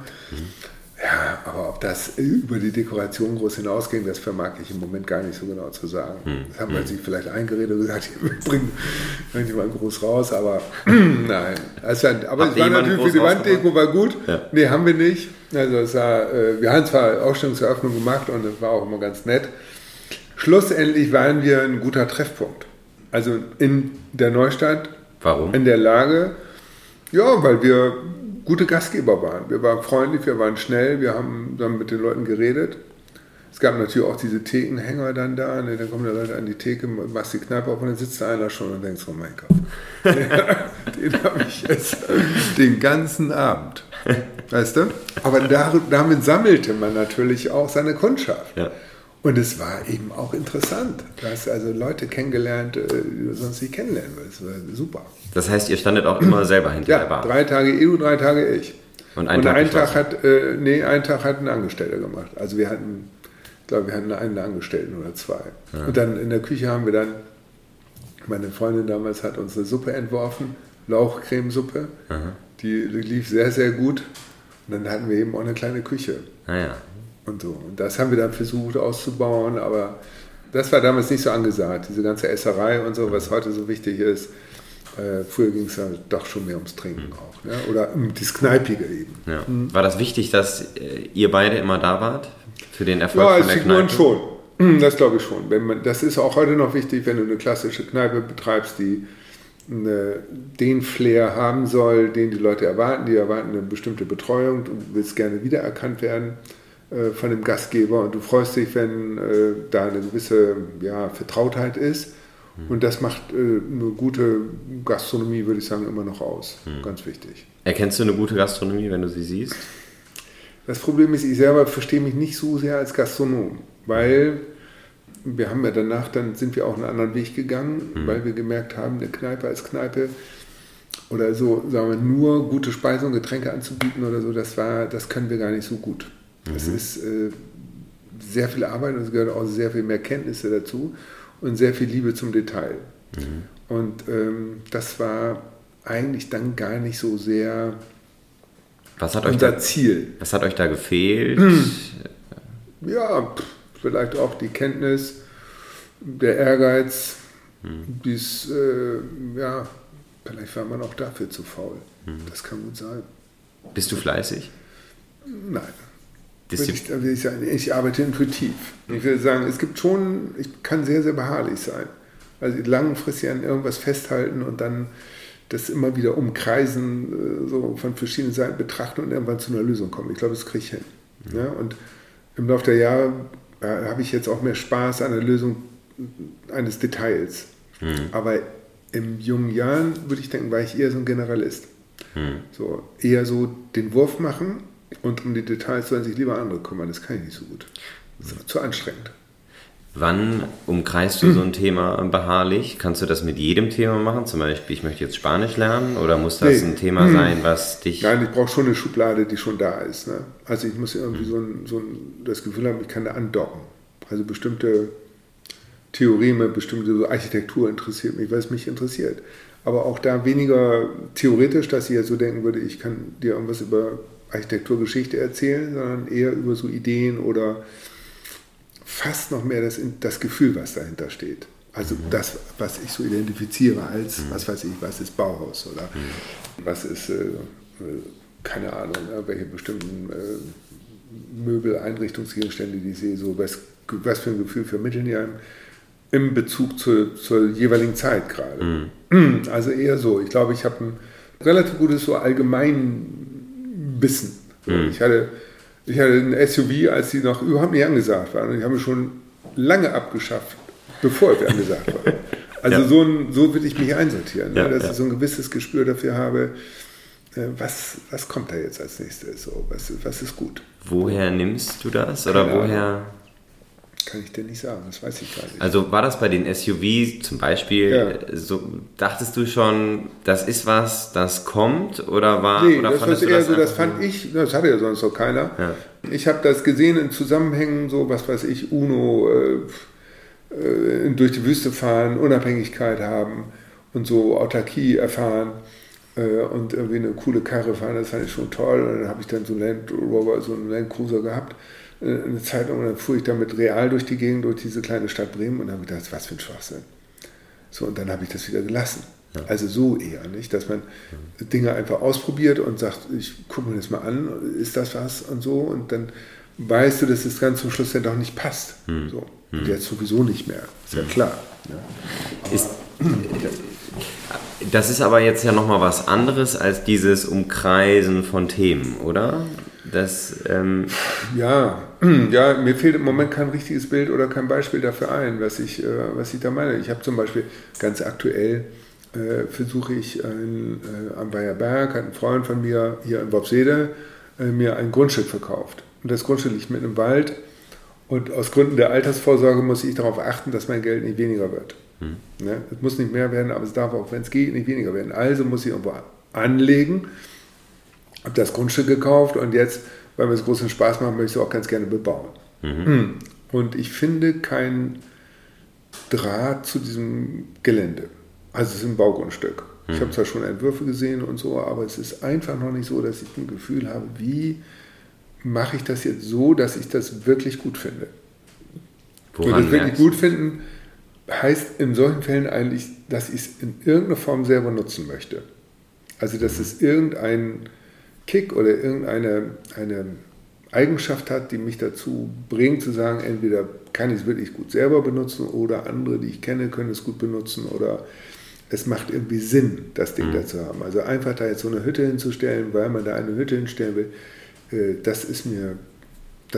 Ja, aber ob das über die Dekoration groß hinausging, das vermag ich im Moment gar nicht so genau zu sagen. Das haben wir sich vielleicht eingeredet und gesagt, wir bringen irgendjemand groß raus, aber nein. Aber es war natürlich für die Wanddeko war gut. Ja. Nee, haben wir nicht. Also wir haben zwar Ausstellungseröffnung gemacht und das war auch immer ganz nett. Schlussendlich waren wir ein guter Treffpunkt. Also in der Neustadt. Warum? In der Lage, ja, weil wir gute Gastgeber waren. Wir waren freundlich, wir waren schnell, wir haben dann mit den Leuten geredet. Es gab natürlich auch diese Thekenhänger dann da, ne? Dann kommen die Leute an die Theke, machst die Kneipe auf und dann sitzt da einer schon und denkst, oh mein Gott, den habe ich jetzt den ganzen Abend. Weißt du? Aber damit sammelte man natürlich auch seine Kundschaft. Ja. Und es war eben auch interessant. Du hast also Leute kennengelernt, die du sonst nicht kennenlernen willst. Das war super. Das heißt, ihr standet auch immer selber hinter der Bar? 3 Tage Edu, 3 Tage ich. Und einen Tag hat ein Angestellter gemacht. Also wir hatten einen Angestellten oder 2. Ja. Und dann in der Küche haben wir dann, meine Freundin damals hat uns eine Suppe entworfen, Lauchcremesuppe. Die lief sehr, sehr gut. Und dann hatten wir eben auch eine kleine Küche. Ja. Und so. Und das haben wir dann versucht auszubauen, aber das war damals nicht so angesagt, diese ganze Esserei und so, was heute so wichtig ist. Früher ging es ja doch schon mehr ums Trinken auch, ne? Oder um das Kneipige eben. Ja. War das wichtig, dass ihr beide immer da wart für den Erfolg von der Kneipe? Ja, als Figuren schon. Das glaube ich schon. Das ist auch heute noch wichtig, wenn du eine klassische Kneipe betreibst, die den Flair haben soll, den die Leute erwarten. Die erwarten eine bestimmte Betreuung, du willst gerne wiedererkannt werden von dem Gastgeber und du freust dich, wenn da eine gewisse Vertrautheit ist. Und das macht eine gute Gastronomie, würde ich sagen, immer noch aus. Ganz wichtig. Erkennst du eine gute Gastronomie, wenn du sie siehst? Das Problem ist, ich selber verstehe mich nicht so sehr als Gastronom, weil wir haben ja danach, dann sind wir auch einen anderen Weg gegangen, weil wir gemerkt haben, eine Kneipe als Kneipe oder so, sagen wir, nur gute Speisen und Getränke anzubieten oder so, das können wir gar nicht so gut. Das ist sehr viel Arbeit und es gehört auch sehr viel mehr Kenntnisse dazu und sehr viel Liebe zum Detail. Und das war eigentlich dann gar nicht so sehr unser Ziel. Was hat euch da gefehlt? Ja, vielleicht auch die Kenntnis, der Ehrgeiz, vielleicht war man auch dafür zu faul. Das kann gut sein. Bist du fleißig? Nein. Ich arbeite intuitiv. Ich würde sagen, ich kann sehr, sehr beharrlich sein. Also langfristig an irgendwas festhalten und dann das immer wieder umkreisen, so von verschiedenen Seiten betrachten und irgendwann zu einer Lösung kommen. Ich glaube, das kriege ich hin. Ja, und im Laufe der Jahre habe ich jetzt auch mehr Spaß an der Lösung eines Details. Aber in jungen Jahren, würde ich denken, war ich eher so ein Generalist. So, eher so den Wurf machen und um die Details sollen sich lieber andere kümmern. Das kann ich nicht so gut. Das ist zu anstrengend. Wann umkreist du so ein Thema beharrlich? Kannst du das mit jedem Thema machen? Zum Beispiel, ich möchte jetzt Spanisch lernen, oder muss das ein Thema sein, was dich... Nein, ich brauche schon eine Schublade, die schon da ist. Ne? Also ich muss irgendwie das Gefühl haben, ich kann da andocken. Also bestimmte Theoreme, bestimmte so Architektur interessiert mich, weil es mich interessiert. Aber auch da weniger theoretisch, dass ich jetzt so denken würde, ich kann dir irgendwas über Architekturgeschichte erzählen, sondern eher über so Ideen oder fast noch mehr das Gefühl, was dahinter steht. Also das, was ich so identifiziere als, was weiß ich, was ist Bauhaus oder was ist, keine Ahnung, welche bestimmten Möbel, Einrichtungsgegenstände, die ich sehe, so was für ein Gefühl vermitteln die einem im Bezug zur jeweiligen Zeit gerade. Also eher so. Ich glaube, ich habe ein relativ gutes so Allgemeinwissen. Ich hatte ein SUV, als die noch überhaupt nicht angesagt waren. Und ich habe mich schon lange abgeschafft, bevor wir angesagt waren. Also so würde ich mich einsortieren, dass ich so ein gewisses Gespür dafür habe, was kommt da jetzt als nächstes, so, was ist gut. Woher nimmst du das? Oder woher? Kann ich dir nicht sagen, das weiß ich gar nicht. Also war das bei den SUVs zum Beispiel, so dachtest du schon, das ist was, das kommt? Oder das war eher so, das fand ich, das hatte ja sonst noch keiner. Ja. Ich habe das gesehen in Zusammenhängen, so was weiß ich, UNO, durch die Wüste fahren, Unabhängigkeit haben und so Autarkie erfahren und irgendwie eine coole Karre fahren, das fand ich schon toll. Und dann habe ich dann so einen Land Rover, so einen Land Cruiser gehabt, eine Zeit lang, und dann fuhr ich damit real durch die Gegend, durch diese kleine Stadt Bremen, und dann habe ich gedacht, was für ein Schwachsinn. So, und dann habe ich das wieder gelassen. Ja. Also so eher, nicht, dass man Dinge einfach ausprobiert und sagt, ich gucke mir das mal an, ist das was und so, und dann weißt du, dass das ganz zum Schluss ja doch nicht passt. So. Und jetzt sowieso nicht mehr, ist ja klar. Ja. Das ist aber jetzt ja nochmal was anderes als dieses Umkreisen von Themen, oder? Ja, mir fehlt im Moment kein richtiges Bild oder kein Beispiel dafür ein, was ich da meine. Ich habe zum Beispiel ganz aktuell, versuche ich am Weiherberg, hat ein Freund von mir hier in Worpswede mir ein Grundstück verkauft. Und das Grundstück liegt mitten im Wald, und aus Gründen der Altersvorsorge muss ich darauf achten, dass mein Geld nicht weniger wird. Ne? Es muss nicht mehr werden, aber es darf auch, wenn es geht, nicht weniger werden. Also muss ich irgendwo anlegen. Habe das Grundstück gekauft, und jetzt, weil mir es großen Spaß macht, möchte ich es auch ganz gerne bebauen. Und ich finde keinen Draht zu diesem Gelände. Also es ist ein Baugrundstück. Ich habe zwar schon Entwürfe gesehen und so, aber es ist einfach noch nicht so, dass ich ein Gefühl habe, wie mache ich das jetzt so, dass ich das wirklich gut finde. Und das wirklich gut finden heißt in solchen Fällen eigentlich, dass ich es in irgendeiner Form selber nutzen möchte. Also dass es irgendein Kick oder irgendeine Eigenschaft hat, die mich dazu bringt zu sagen, entweder kann ich es wirklich gut selber benutzen oder andere, die ich kenne, können es gut benutzen, oder es macht irgendwie Sinn, das Ding da zu haben. Also einfach da jetzt so eine Hütte hinzustellen, weil man da eine Hütte hinstellen will, das ist mir, da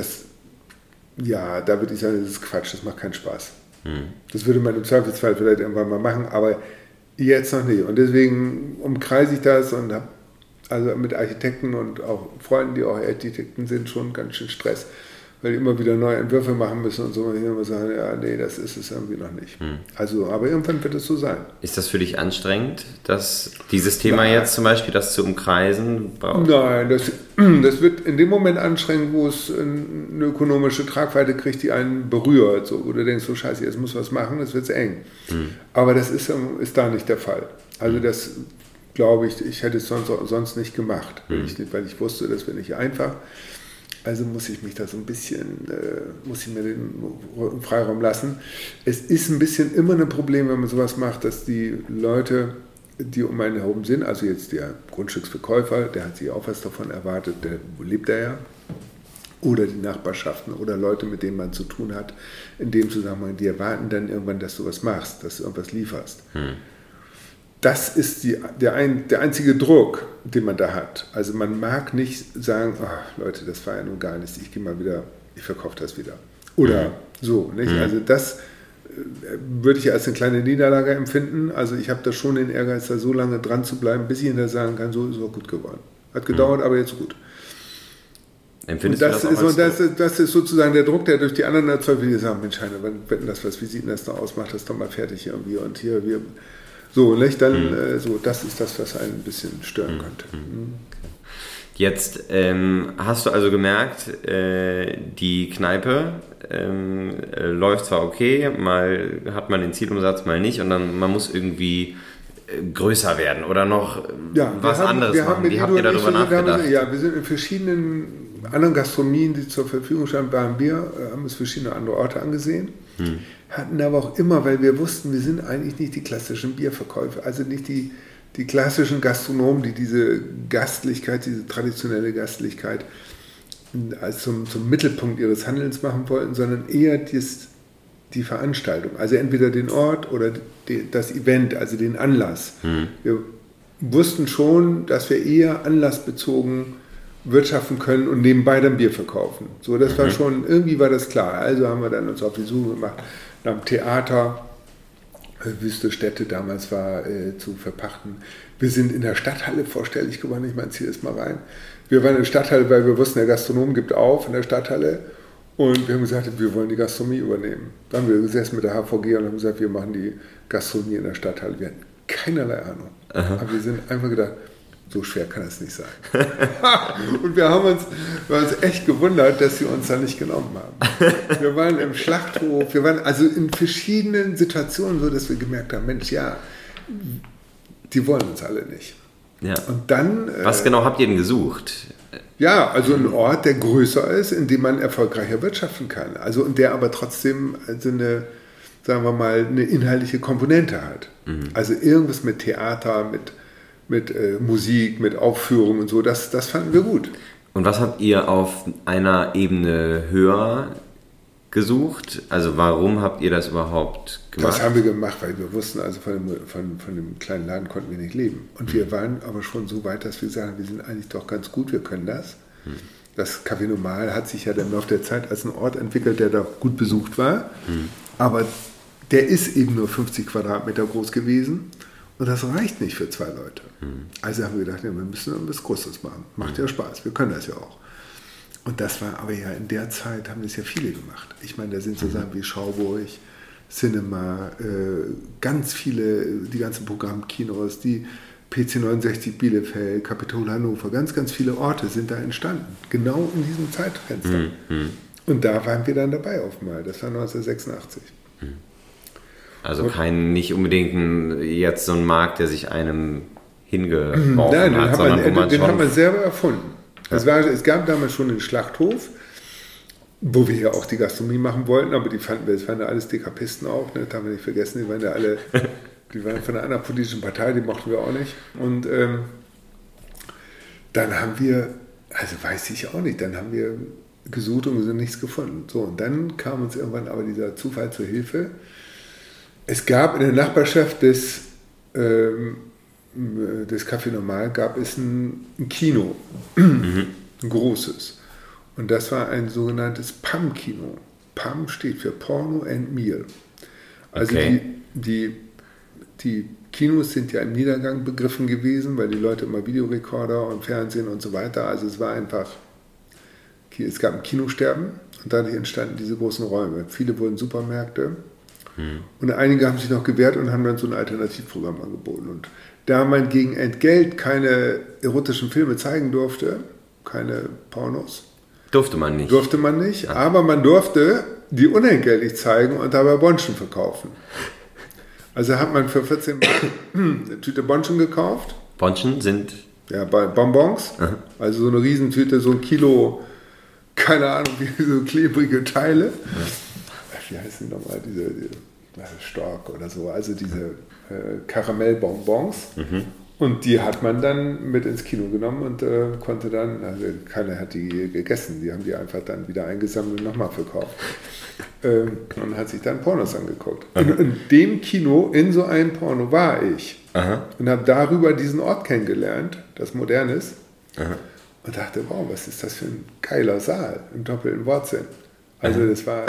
würde ich sagen, das ist Quatsch, das macht keinen Spaß. Das würde man im Zweifelsfall vielleicht irgendwann mal machen, aber jetzt noch nicht. Und deswegen umkreise ich das und habe also mit Architekten und auch Freunden, die auch Architekten sind, schon ganz schön Stress, weil die immer wieder neue Entwürfe machen müssen und so, und immer sagen, ja, nee, das ist es irgendwie noch nicht. Also, aber irgendwann wird es so sein. Ist das für dich anstrengend, dieses Thema jetzt zum Beispiel, das zu umkreisen? Nein, das wird in dem Moment anstrengend, wo es eine ökonomische Tragweite kriegt, die einen berührt, so, wo du denkst, so scheiße, jetzt muss was machen, das wird eng. Aber das ist da nicht der Fall. Also das glaube ich hätte es sonst nicht gemacht, weil ich wusste, das wird nicht einfach. Also muss ich mich da so ein bisschen, muss ich mir den Freiraum lassen. Es ist ein bisschen immer ein Problem, wenn man sowas macht, dass die Leute, die um einen herum sind, also jetzt der Grundstücksverkäufer, der hat sich auch was davon erwartet, wo lebt er ja? Oder die Nachbarschaften oder Leute, mit denen man zu tun hat, in dem Zusammenhang, die erwarten dann irgendwann, dass du was machst, dass du irgendwas lieferst. Das ist der einzige Druck, den man da hat. Also man mag nicht sagen, oh, Leute, das war ja nun gar nichts, ich verkaufe das wieder. Oder so. Nicht? Also das würde ich als eine kleine Niederlage empfinden. Also ich habe da schon den Ehrgeiz, da so lange dran zu bleiben, bis ich hinterher sagen kann, so ist es auch gut geworden. Hat gedauert, aber jetzt gut. Empfindest du das auch als das ist sozusagen der Druck, der durch die anderen erzeugt wird, die sagen, Mensch Heiner, wenn das was, wie sieht denn das da aus, macht das doch mal fertig irgendwie und hier, wir... So, dann, so, das ist das, was einen ein bisschen stören könnte. Jetzt hast du also gemerkt, die Kneipe läuft zwar okay, mal hat man den Zielumsatz, mal nicht und dann man muss irgendwie größer werden oder noch was anderes machen. Wie habt ihr darüber nachgedacht? Wir sind in verschiedenen anderen Gastronomien, die zur Verfügung standen, haben uns verschiedene andere Orte angesehen. Hatten aber auch immer, weil wir wussten, wir sind eigentlich nicht die klassischen Bierverkäufer, also nicht die klassischen Gastronomen, die diese Gastlichkeit, diese traditionelle Gastlichkeit als zum Mittelpunkt ihres Handelns machen wollten, sondern eher die Veranstaltung, also entweder den Ort oder das Event, also den Anlass. Wir wussten schon, dass wir eher anlassbezogen wirtschaften können und nebenbei dann Bier verkaufen. So, das war schon, irgendwie war das klar. Also haben wir dann uns auf die Suche gemacht nach dem Theater, Wüste Städte damals war zu verpachten. Wir sind in der Stadthalle vorstellig geworden, ich meine, zieh das mal rein. Wir waren in der Stadthalle, weil wir wussten, der Gastronom gibt auf in der Stadthalle und wir haben gesagt, wir wollen die Gastronomie übernehmen. Dann haben wir gesessen mit der HVG und haben gesagt, wir machen die Gastronomie in der Stadthalle. Wir hatten keinerlei Ahnung. Aber wir sind einfach gedacht, so schwer kann es nicht sein. Und wir haben uns echt gewundert, dass sie uns da nicht genommen haben. Wir waren im Schlachthof, wir waren also in verschiedenen Situationen so, dass wir gemerkt haben, Mensch, ja, die wollen uns alle nicht. Ja. Und dann... Was genau habt ihr denn gesucht? Ja, also ein Ort, der größer ist, in dem man erfolgreicher wirtschaften kann. Also und der aber trotzdem eine, sagen wir mal, eine inhaltliche Komponente hat. Also irgendwas mit Theater, mit Musik, mit Aufführung und so, das fanden wir gut. Und was habt ihr auf einer Ebene höher gesucht? Also warum habt ihr das überhaupt gemacht? Das haben wir gemacht, weil wir wussten, also von dem kleinen Laden konnten wir nicht leben. Und wir waren aber schon so weit, dass wir sagen, wir sind eigentlich doch ganz gut, wir können das. Das Café Normal hat sich ja dann im Laufe der Zeit als ein Ort entwickelt, der da gut besucht war. Aber der ist eben nur 50 Quadratmeter groß gewesen. Und das reicht nicht für 2 Leute. Also haben wir gedacht, ja, wir müssen was Großes machen. Macht ja Spaß, wir können das ja auch. Und das war aber ja in der Zeit, haben das ja viele gemacht. Ich meine, da sind so Sachen wie Schauburg, Cinema, ganz viele, die ganzen Programmkinos, die PC69 Bielefeld, Kapitol Hannover, ganz, ganz viele Orte sind da entstanden. Genau in diesem Zeitfenster. Und da waren wir dann dabei auf mal. Das war 1986. Also nicht unbedingt jetzt so ein Markt, der sich einem hingeworfen hat, sondern den haben wir selber erfunden. Ja. Es gab damals schon den Schlachthof, wo wir ja auch die Gastronomie machen wollten, aber die fanden wir, das waren ja alles Dekapisten auch, ne? Das haben wir nicht vergessen, die waren ja alle, die waren von einer anderen politischen Partei, die mochten wir auch nicht. Und dann haben wir, also weiß ich auch nicht, dann haben wir gesucht und wir sind nichts gefunden. So, und dann kam uns irgendwann aber dieser Zufall zur Hilfe. Es gab in der Nachbarschaft des Café Normal gab es ein Kino, ein großes. Und das war ein sogenanntes PAM-Kino. PAM steht für Porno and Meal. Also die Kinos sind ja im Niedergang begriffen gewesen, weil die Leute immer Videorekorder und Fernsehen und so weiter. Also es war einfach, es gab ein Kinosterben und dadurch entstanden diese großen Räume. Viele wurden Supermärkte. Und einige haben sich noch gewehrt und haben dann so ein Alternativprogramm angeboten. Und da man gegen Entgelt keine erotischen Filme zeigen durfte, keine Pornos. Durfte man nicht, aber man durfte die unentgeltlich zeigen und dabei Bonschen verkaufen. Also hat man für 14 Mark eine Tüte Bonschen gekauft. Bonschen sind? Ja, Bonbons. Also so eine Riesentüte, so ein Kilo, keine Ahnung, wie so klebrige Teile. Wie heißen die nochmal, diese Stork oder so, also diese Karamellbonbons. Und die hat man dann mit ins Kino genommen und konnte dann, also keiner hat die gegessen, die haben die einfach dann wieder eingesammelt und nochmal verkauft. Und hat sich dann Pornos angeguckt. In dem Kino, in so einem Porno war ich. Und habe darüber diesen Ort kennengelernt, das modern ist. Und dachte, wow, was ist das für ein geiler Saal, im doppelten Wortsinn. Also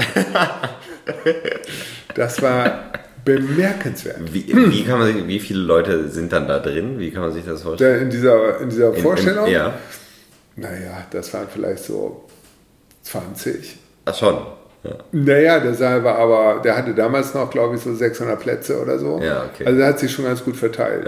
das war bemerkenswert. Wie viele Leute sind dann da drin? Wie kann man sich das vorstellen? In dieser Vorstellung? Ja. Naja, das waren vielleicht so 20. Ach schon. Ja. Naja, der Saal war aber, der hatte damals noch, glaube ich, so 600 Plätze oder so. Ja, okay. Also der hat sich schon ganz gut verteilt.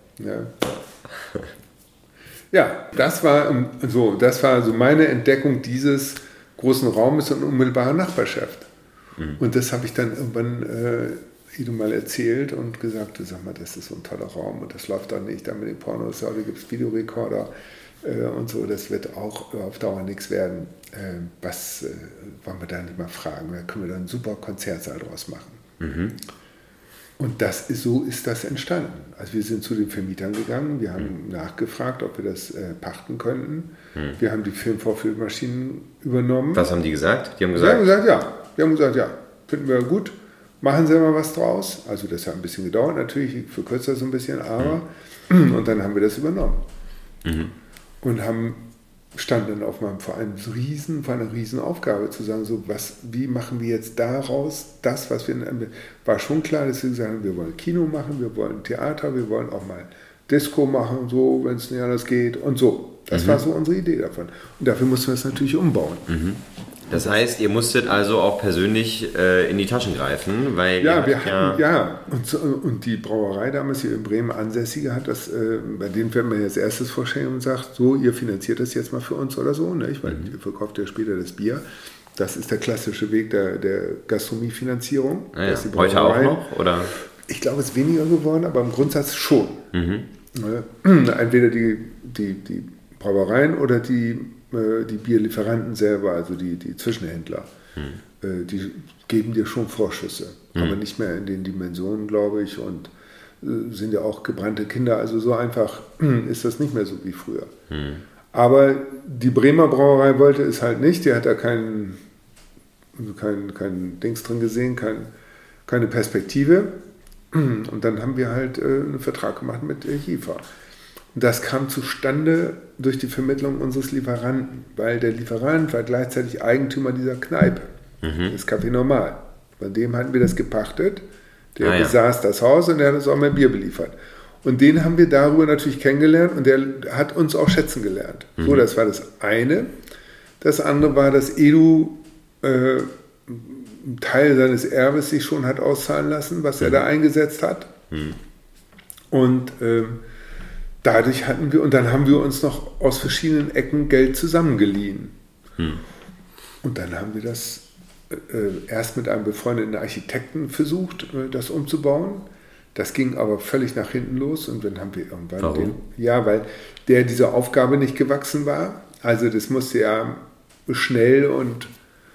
Ja, das war so meine Entdeckung dieses großen Raumes in unmittelbarer Nachbarschaft. Und das habe ich dann irgendwann Ido mal erzählt und gesagt, sag mal, das ist so ein toller Raum und das läuft doch nicht, da mit den Pornos, da gibt es Videorekorder und so, das wird auch auf Dauer nichts werden. Was wollen wir da nicht mal fragen? Da können wir dann einen super Konzertsaal draus machen. Und so ist das entstanden. Also wir sind zu den Vermietern gegangen, wir haben nachgefragt, ob wir das pachten könnten. Wir haben die Filmvorführmaschinen übernommen. Was haben die gesagt? Die haben gesagt, ja, finden wir gut, machen Sie mal was draus. Also das hat ein bisschen gedauert, natürlich, verkürzt das so ein bisschen, aber und dann haben wir das übernommen. Und standen dann vor einer riesen Aufgabe zu sagen, so wie machen wir jetzt daraus das, was wir, war schon klar, dass wir gesagt haben, wir wollen Kino machen, wir wollen Theater, wir wollen auch mal Disco machen, so, wenn es nicht anders geht und so. Das war so unsere Idee davon. Und dafür mussten wir es natürlich umbauen. Das heißt, ihr musstet also auch persönlich in die Taschen greifen, weil und die Brauerei damals hier in Bremen ansässige hat das, bei denen fährt man ja als erstes vorstellen und sagt, so, ihr finanziert das jetzt mal für uns oder so, ne? Weil ihr verkauft ja später das Bier. Das ist der klassische Weg der Gastronomiefinanzierung. Heute auch noch? Oder? Ich glaube, es ist weniger geworden, aber im Grundsatz schon. Entweder die Brauereien oder die Bierlieferanten selber, also die Zwischenhändler, die geben dir schon Vorschüsse, aber nicht mehr in den Dimensionen, glaube ich, und sind ja auch gebrannte Kinder, also so einfach ist das nicht mehr so wie früher. Aber die Bremer Brauerei wollte es halt nicht, die hat da kein Dings drin gesehen, keine Perspektive, und dann haben wir halt einen Vertrag gemacht mit Hiefer. Das kam zustande durch die Vermittlung unseres Lieferanten, weil der Lieferant war gleichzeitig Eigentümer dieser Kneipe, das Café Normal. Von dem hatten wir das gepachtet, der besaß das Haus und der hat uns auch mal Bier beliefert. Und den haben wir darüber natürlich kennengelernt und der hat uns auch schätzen gelernt. So, das war das eine. Das andere war, dass Edu einen Teil seines Erbes sich schon hat auszahlen lassen, was er da eingesetzt hat. Und dadurch dann haben wir uns noch aus verschiedenen Ecken Geld zusammengeliehen. Und dann haben wir das erst mit einem befreundeten Architekten versucht, das umzubauen. Das ging aber völlig nach hinten los und dann haben wir irgendwann weil der dieser Aufgabe nicht gewachsen war. Also das musste ja schnell und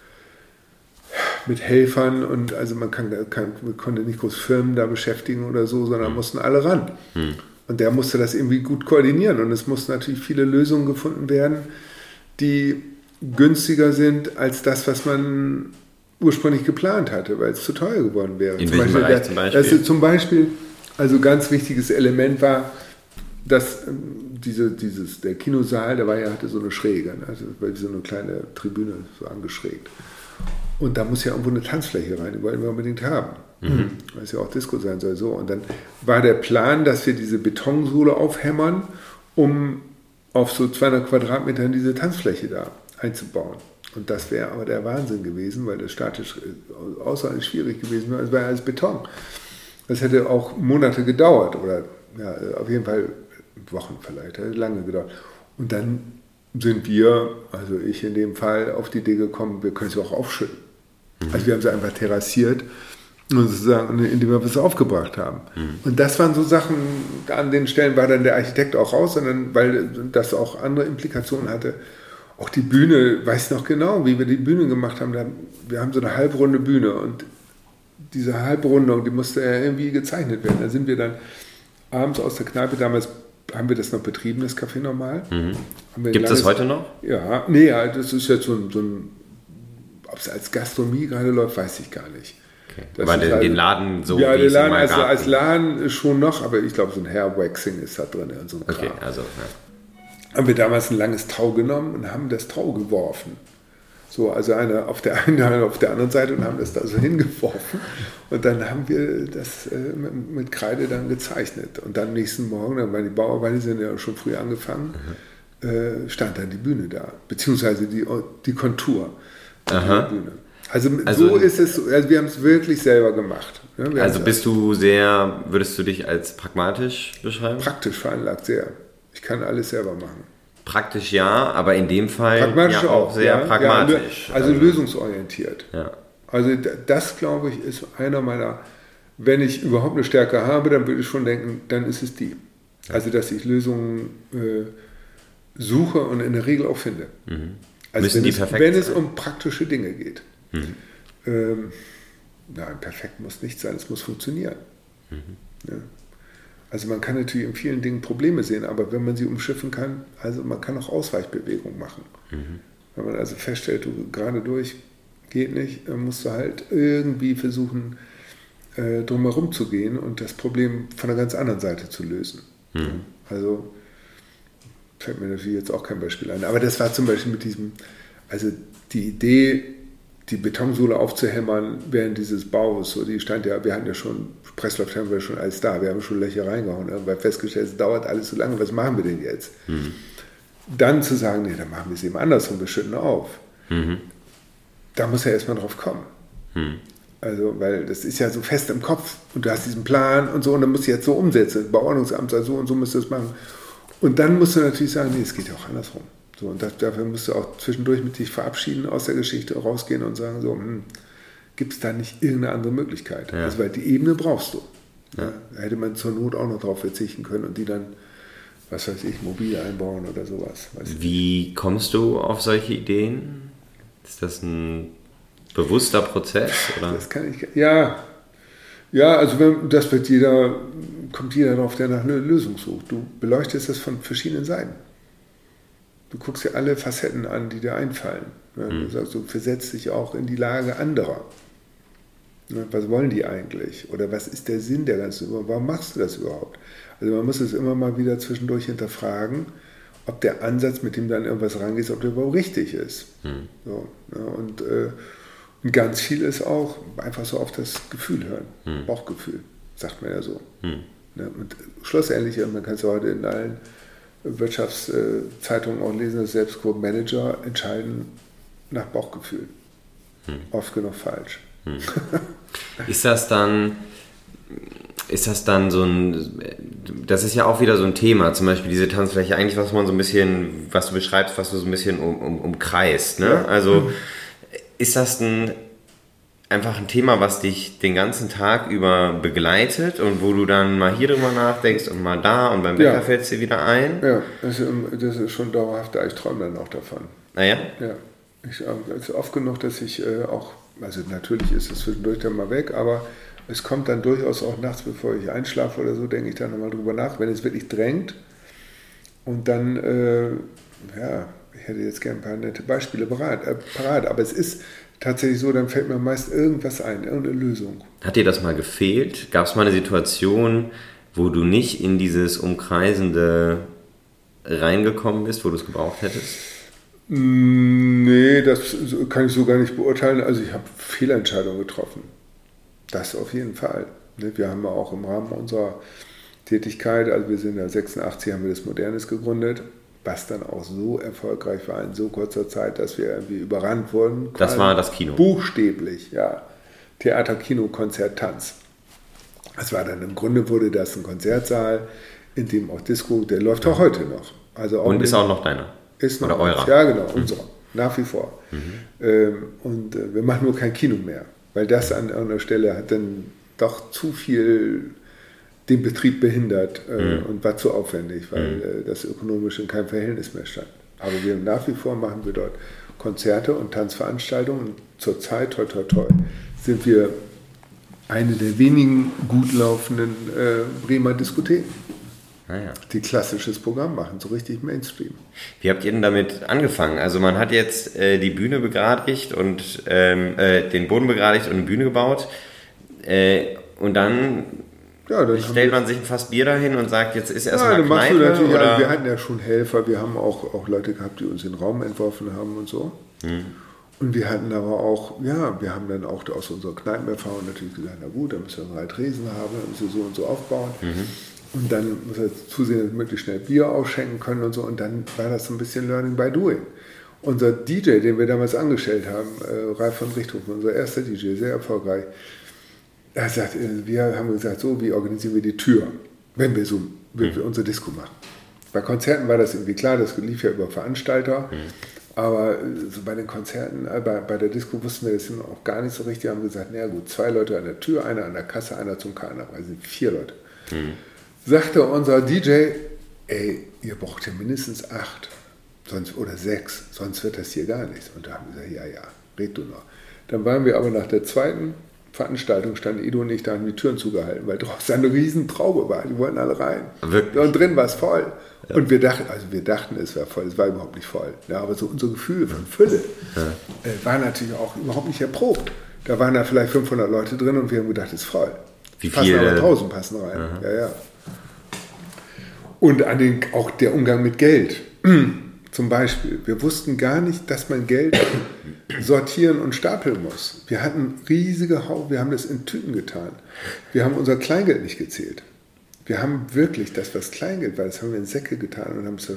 mit Helfern und also man konnte nicht groß Firmen da beschäftigen oder so, sondern mussten alle ran. Und der musste das irgendwie gut koordinieren. Und es mussten natürlich viele Lösungen gefunden werden, die günstiger sind als das, was man ursprünglich geplant hatte, weil es zu teuer geworden wäre. In welchem Bereich zum Beispiel? Das ist zum Beispiel, also ganz wichtiges Element war, dass der Kinosaal, hatte so eine Schräge, also weil so eine kleine Tribüne so angeschrägt. Und da muss ja irgendwo eine Tanzfläche rein, die wollten wir unbedingt haben. Weil es ja auch Disco sein soll. So. Und dann war der Plan, dass wir diese Betonsohle aufhämmern, um auf so 200 Quadratmetern diese Tanzfläche da einzubauen. Und das wäre aber der Wahnsinn gewesen, weil das statisch außerordentlich schwierig gewesen wäre. Es war ja alles Beton. Das hätte auch Monate gedauert oder auf jeden Fall Wochen vielleicht, hätte lange gedauert. Und dann sind wir, also ich in dem Fall, auf die Idee gekommen, wir können sie auch aufschütten. Also wir haben sie einfach terrassiert, sozusagen, indem wir was aufgebracht haben. Und das waren so Sachen, an den Stellen war dann der Architekt auch raus, sondern weil das auch andere Implikationen hatte. Auch die Bühne, weiß noch genau, wie wir die Bühne gemacht haben. Wir haben so eine halbrunde Bühne und diese Halbrundung, die musste ja irgendwie gezeichnet werden. Da sind wir dann abends aus der Kneipe, damals haben wir das noch betrieben, das Café Normal. Gibt es das heute noch? Ja, das ist jetzt so ein, ob es als Gastronomie gerade läuft, weiß ich gar nicht. Okay. Aber den Laden so ja, wie es Laden mal gab. Als Laden schon noch, aber ich glaube, so ein Hairwaxing ist da drin und so ein Kram. Also, haben wir damals ein langes Tau genommen und haben das Tau geworfen. So, also einer auf der einen, einer auf der anderen Seite und haben das da so hingeworfen. Und dann haben wir das mit Kreide dann gezeichnet. Und dann nächsten Morgen, dann waren die Bauarbeiter, die sind ja schon früh angefangen, stand dann die Bühne da, beziehungsweise die Kontur der Bühne. Also so ist es, also wir haben es wirklich selber gemacht. Ne? Also würdest du dich als pragmatisch beschreiben? Praktisch veranlagt, sehr. Ich kann alles selber machen. Praktisch ja, aber in dem Fall pragmatisch ja auch sehr pragmatisch. Ja, also lösungsorientiert. Ja. Also das, glaube ich, ist einer meiner, wenn ich überhaupt eine Stärke habe, dann würde ich schon denken, dann ist es die. Also dass ich Lösungen suche und in der Regel auch finde. Mhm. Also wenn es um praktische Dinge geht. Mhm. Nein, perfekt muss nicht sein, es muss funktionieren. Mhm. Ja. Also man kann natürlich in vielen Dingen Probleme sehen, aber wenn man sie umschiffen kann, also man kann auch Ausweichbewegungen machen. Mhm. Wenn man also feststellt, du gerade durch, geht nicht, dann musst du halt irgendwie versuchen, drumherum zu gehen und das Problem von einer ganz anderen Seite zu lösen. Mhm. Also fällt mir natürlich jetzt auch kein Beispiel ein, aber das war zum Beispiel mit diesem, also die Idee, die Betonsohle aufzuhämmern während dieses Baus, so die stand ja, wir hatten ja schon, Pressluft haben wir schon alles da, wir haben schon Löcher reingehauen, weil festgestellt, es dauert alles so lange, was machen wir denn jetzt? Mhm. Dann zu sagen, nee, dann machen wir es eben andersrum, wir schütten auf. Mhm. Da muss er erstmal drauf kommen. Mhm. Also, weil das ist ja so fest im Kopf und du hast diesen Plan und so und dann musst du jetzt so umsetzen, Bauordnungsamt sagt so und so musst du das machen. Und dann musst du natürlich sagen, nee, es geht ja auch andersrum. So, und dafür musst du auch zwischendurch mit dich verabschieden, aus der Geschichte rausgehen und sagen, so, gibt es da nicht irgendeine andere Möglichkeit? Ja. Also, weil die Ebene brauchst du. Ja. Ja, da hätte man zur Not auch noch drauf verzichten können und die dann, was weiß ich, mobil einbauen oder sowas. Wie kommst du auf solche Ideen? Ist das ein bewusster Prozess? Oder? Das kann ich, ja, also kommt jeder darauf, der nach einer Lösung sucht. Du beleuchtest das von verschiedenen Seiten. Du guckst dir alle Facetten an, die dir einfallen. Du sagst, du versetzt dich auch in die Lage anderer. Was wollen die eigentlich? Oder was ist der Sinn der ganzen Übung? Warum machst du das überhaupt? Also man muss es immer mal wieder zwischendurch hinterfragen, ob der Ansatz, mit dem dann irgendwas rangehst, ob der überhaupt richtig ist. So, und ganz viel ist auch einfach so auf das Gefühl hören. Bauchgefühl, sagt man ja so. Und schlussendlich, man kann es ja heute in allen Wirtschaftszeitungen auch lesen, dass selbst Manager entscheiden nach Bauchgefühl. Oft genug falsch. Ist das dann so das ist ja auch wieder so ein Thema, zum Beispiel diese Tanzfläche, eigentlich was man so ein bisschen, was du beschreibst, was du so ein bisschen umkreist, ne? Ja. Also ist das einfach ein Thema, was dich den ganzen Tag über begleitet und wo du dann mal hier drüber nachdenkst und mal da und beim Bäcker fällt es dir wieder ein? Ja, das ist schon dauerhaft, ich träume dann auch davon. Ah ja? Ja, es ist oft genug, dass ich auch, also natürlich ist es zwischendurch dann mal weg, aber es kommt dann durchaus auch nachts, bevor ich einschlafe oder so, denke ich dann nochmal drüber nach, wenn es wirklich drängt. Und dann, ich hätte jetzt gerne ein paar nette Beispiele parat, aber es ist tatsächlich so, dann fällt mir meist irgendwas ein, irgendeine Lösung. Hat dir das mal gefehlt? Gab es mal eine Situation, wo du nicht in dieses Umkreisende reingekommen bist, wo du es gebraucht hättest? Nee, das kann ich so gar nicht beurteilen. Also ich habe Fehlentscheidungen getroffen. Das auf jeden Fall. Wir haben ja auch im Rahmen unserer Tätigkeit, also wir sind ja 86, haben wir das Modernes gegründet, was dann auch so erfolgreich war in so kurzer Zeit, dass wir irgendwie überrannt wurden. Das war das Kino? Buchstäblich, ja. Theater, Kino, Konzert, Tanz. Das war dann im Grunde, wurde das ein Konzertsaal, in dem auch Disco, der läuft auch heute noch. Also auch und ist auch noch deiner? Ist noch oder eurer? Ja, genau, unserer. Nach wie vor. Und wir machen nur kein Kino mehr, weil das an einer Stelle hat dann doch zu viel den Betrieb behindert und war zu aufwendig, weil das ökonomisch in keinem Verhältnis mehr stand. Aber nach wie vor machen wir dort Konzerte und Tanzveranstaltungen. Und zurzeit, toi toi toi, sind wir eine der wenigen gut laufenden Bremer Diskotheken. Die klassisches Programm machen, so richtig Mainstream. Wie habt ihr denn damit angefangen? Also man hat jetzt die Bühne begradigt und den Boden begradigt und eine Bühne gebaut und dann stellt man sich ein Fass Bier dahin und sagt, jetzt ist erstmal Kneipe? Oder? Also wir hatten ja schon Helfer, wir haben auch Leute gehabt, die uns den Raum entworfen haben und so. Und wir hatten aber auch, wir haben dann auch aus unserer Kneipenerfahrung natürlich gesagt, na gut, dann müssen wir 3 Tresen haben, dann müssen wir so und so aufbauen. Und dann muss er zusehen, dass wir möglichst schnell Bier ausschenken können und so. Und dann war das so ein bisschen Learning by Doing. Unser DJ, den wir damals angestellt haben, Ralf von Richthofen, unser erster DJ, sehr erfolgreich, wir haben gesagt, so, wie organisieren wir die Tür, wenn wir unsere Disco machen. Bei Konzerten war das irgendwie klar, das lief ja über Veranstalter. Aber so bei den Konzerten, bei der Disco wussten wir das auch gar nicht so richtig. Wir haben gesagt, na gut, 2 Leute an der Tür, einer an der Kasse, einer zum Karneval, also 4 Leute. Sagte unser DJ, ey, ihr braucht ja mindestens 8 oder 6, sonst wird das hier gar nichts. Und da haben wir gesagt, ja, red du noch. Dann waren wir aber nach der zweiten Veranstaltung, standen Edo und ich, da haben die Türen zugehalten, weil draußen eine riesen Traube war, die wollten alle rein. Wirklich? Und drin war es voll. Ja. Und wir dachten, es wäre voll, es war überhaupt nicht voll. Ja, aber so unser Gefühl von Fülle war natürlich auch überhaupt nicht erprobt. Da waren da vielleicht 500 Leute drin und wir haben gedacht, es ist voll. Wie viel? Aber 1000 passen rein. Ja. Und auch der Umgang mit Geld. Zum Beispiel, wir wussten gar nicht, dass man Geld sortieren und stapeln muss. Wir hatten riesige wir haben das in Tüten getan. Wir haben unser Kleingeld nicht gezählt. Wir haben wirklich das, was Kleingeld war, das haben wir in Säcke getan und haben es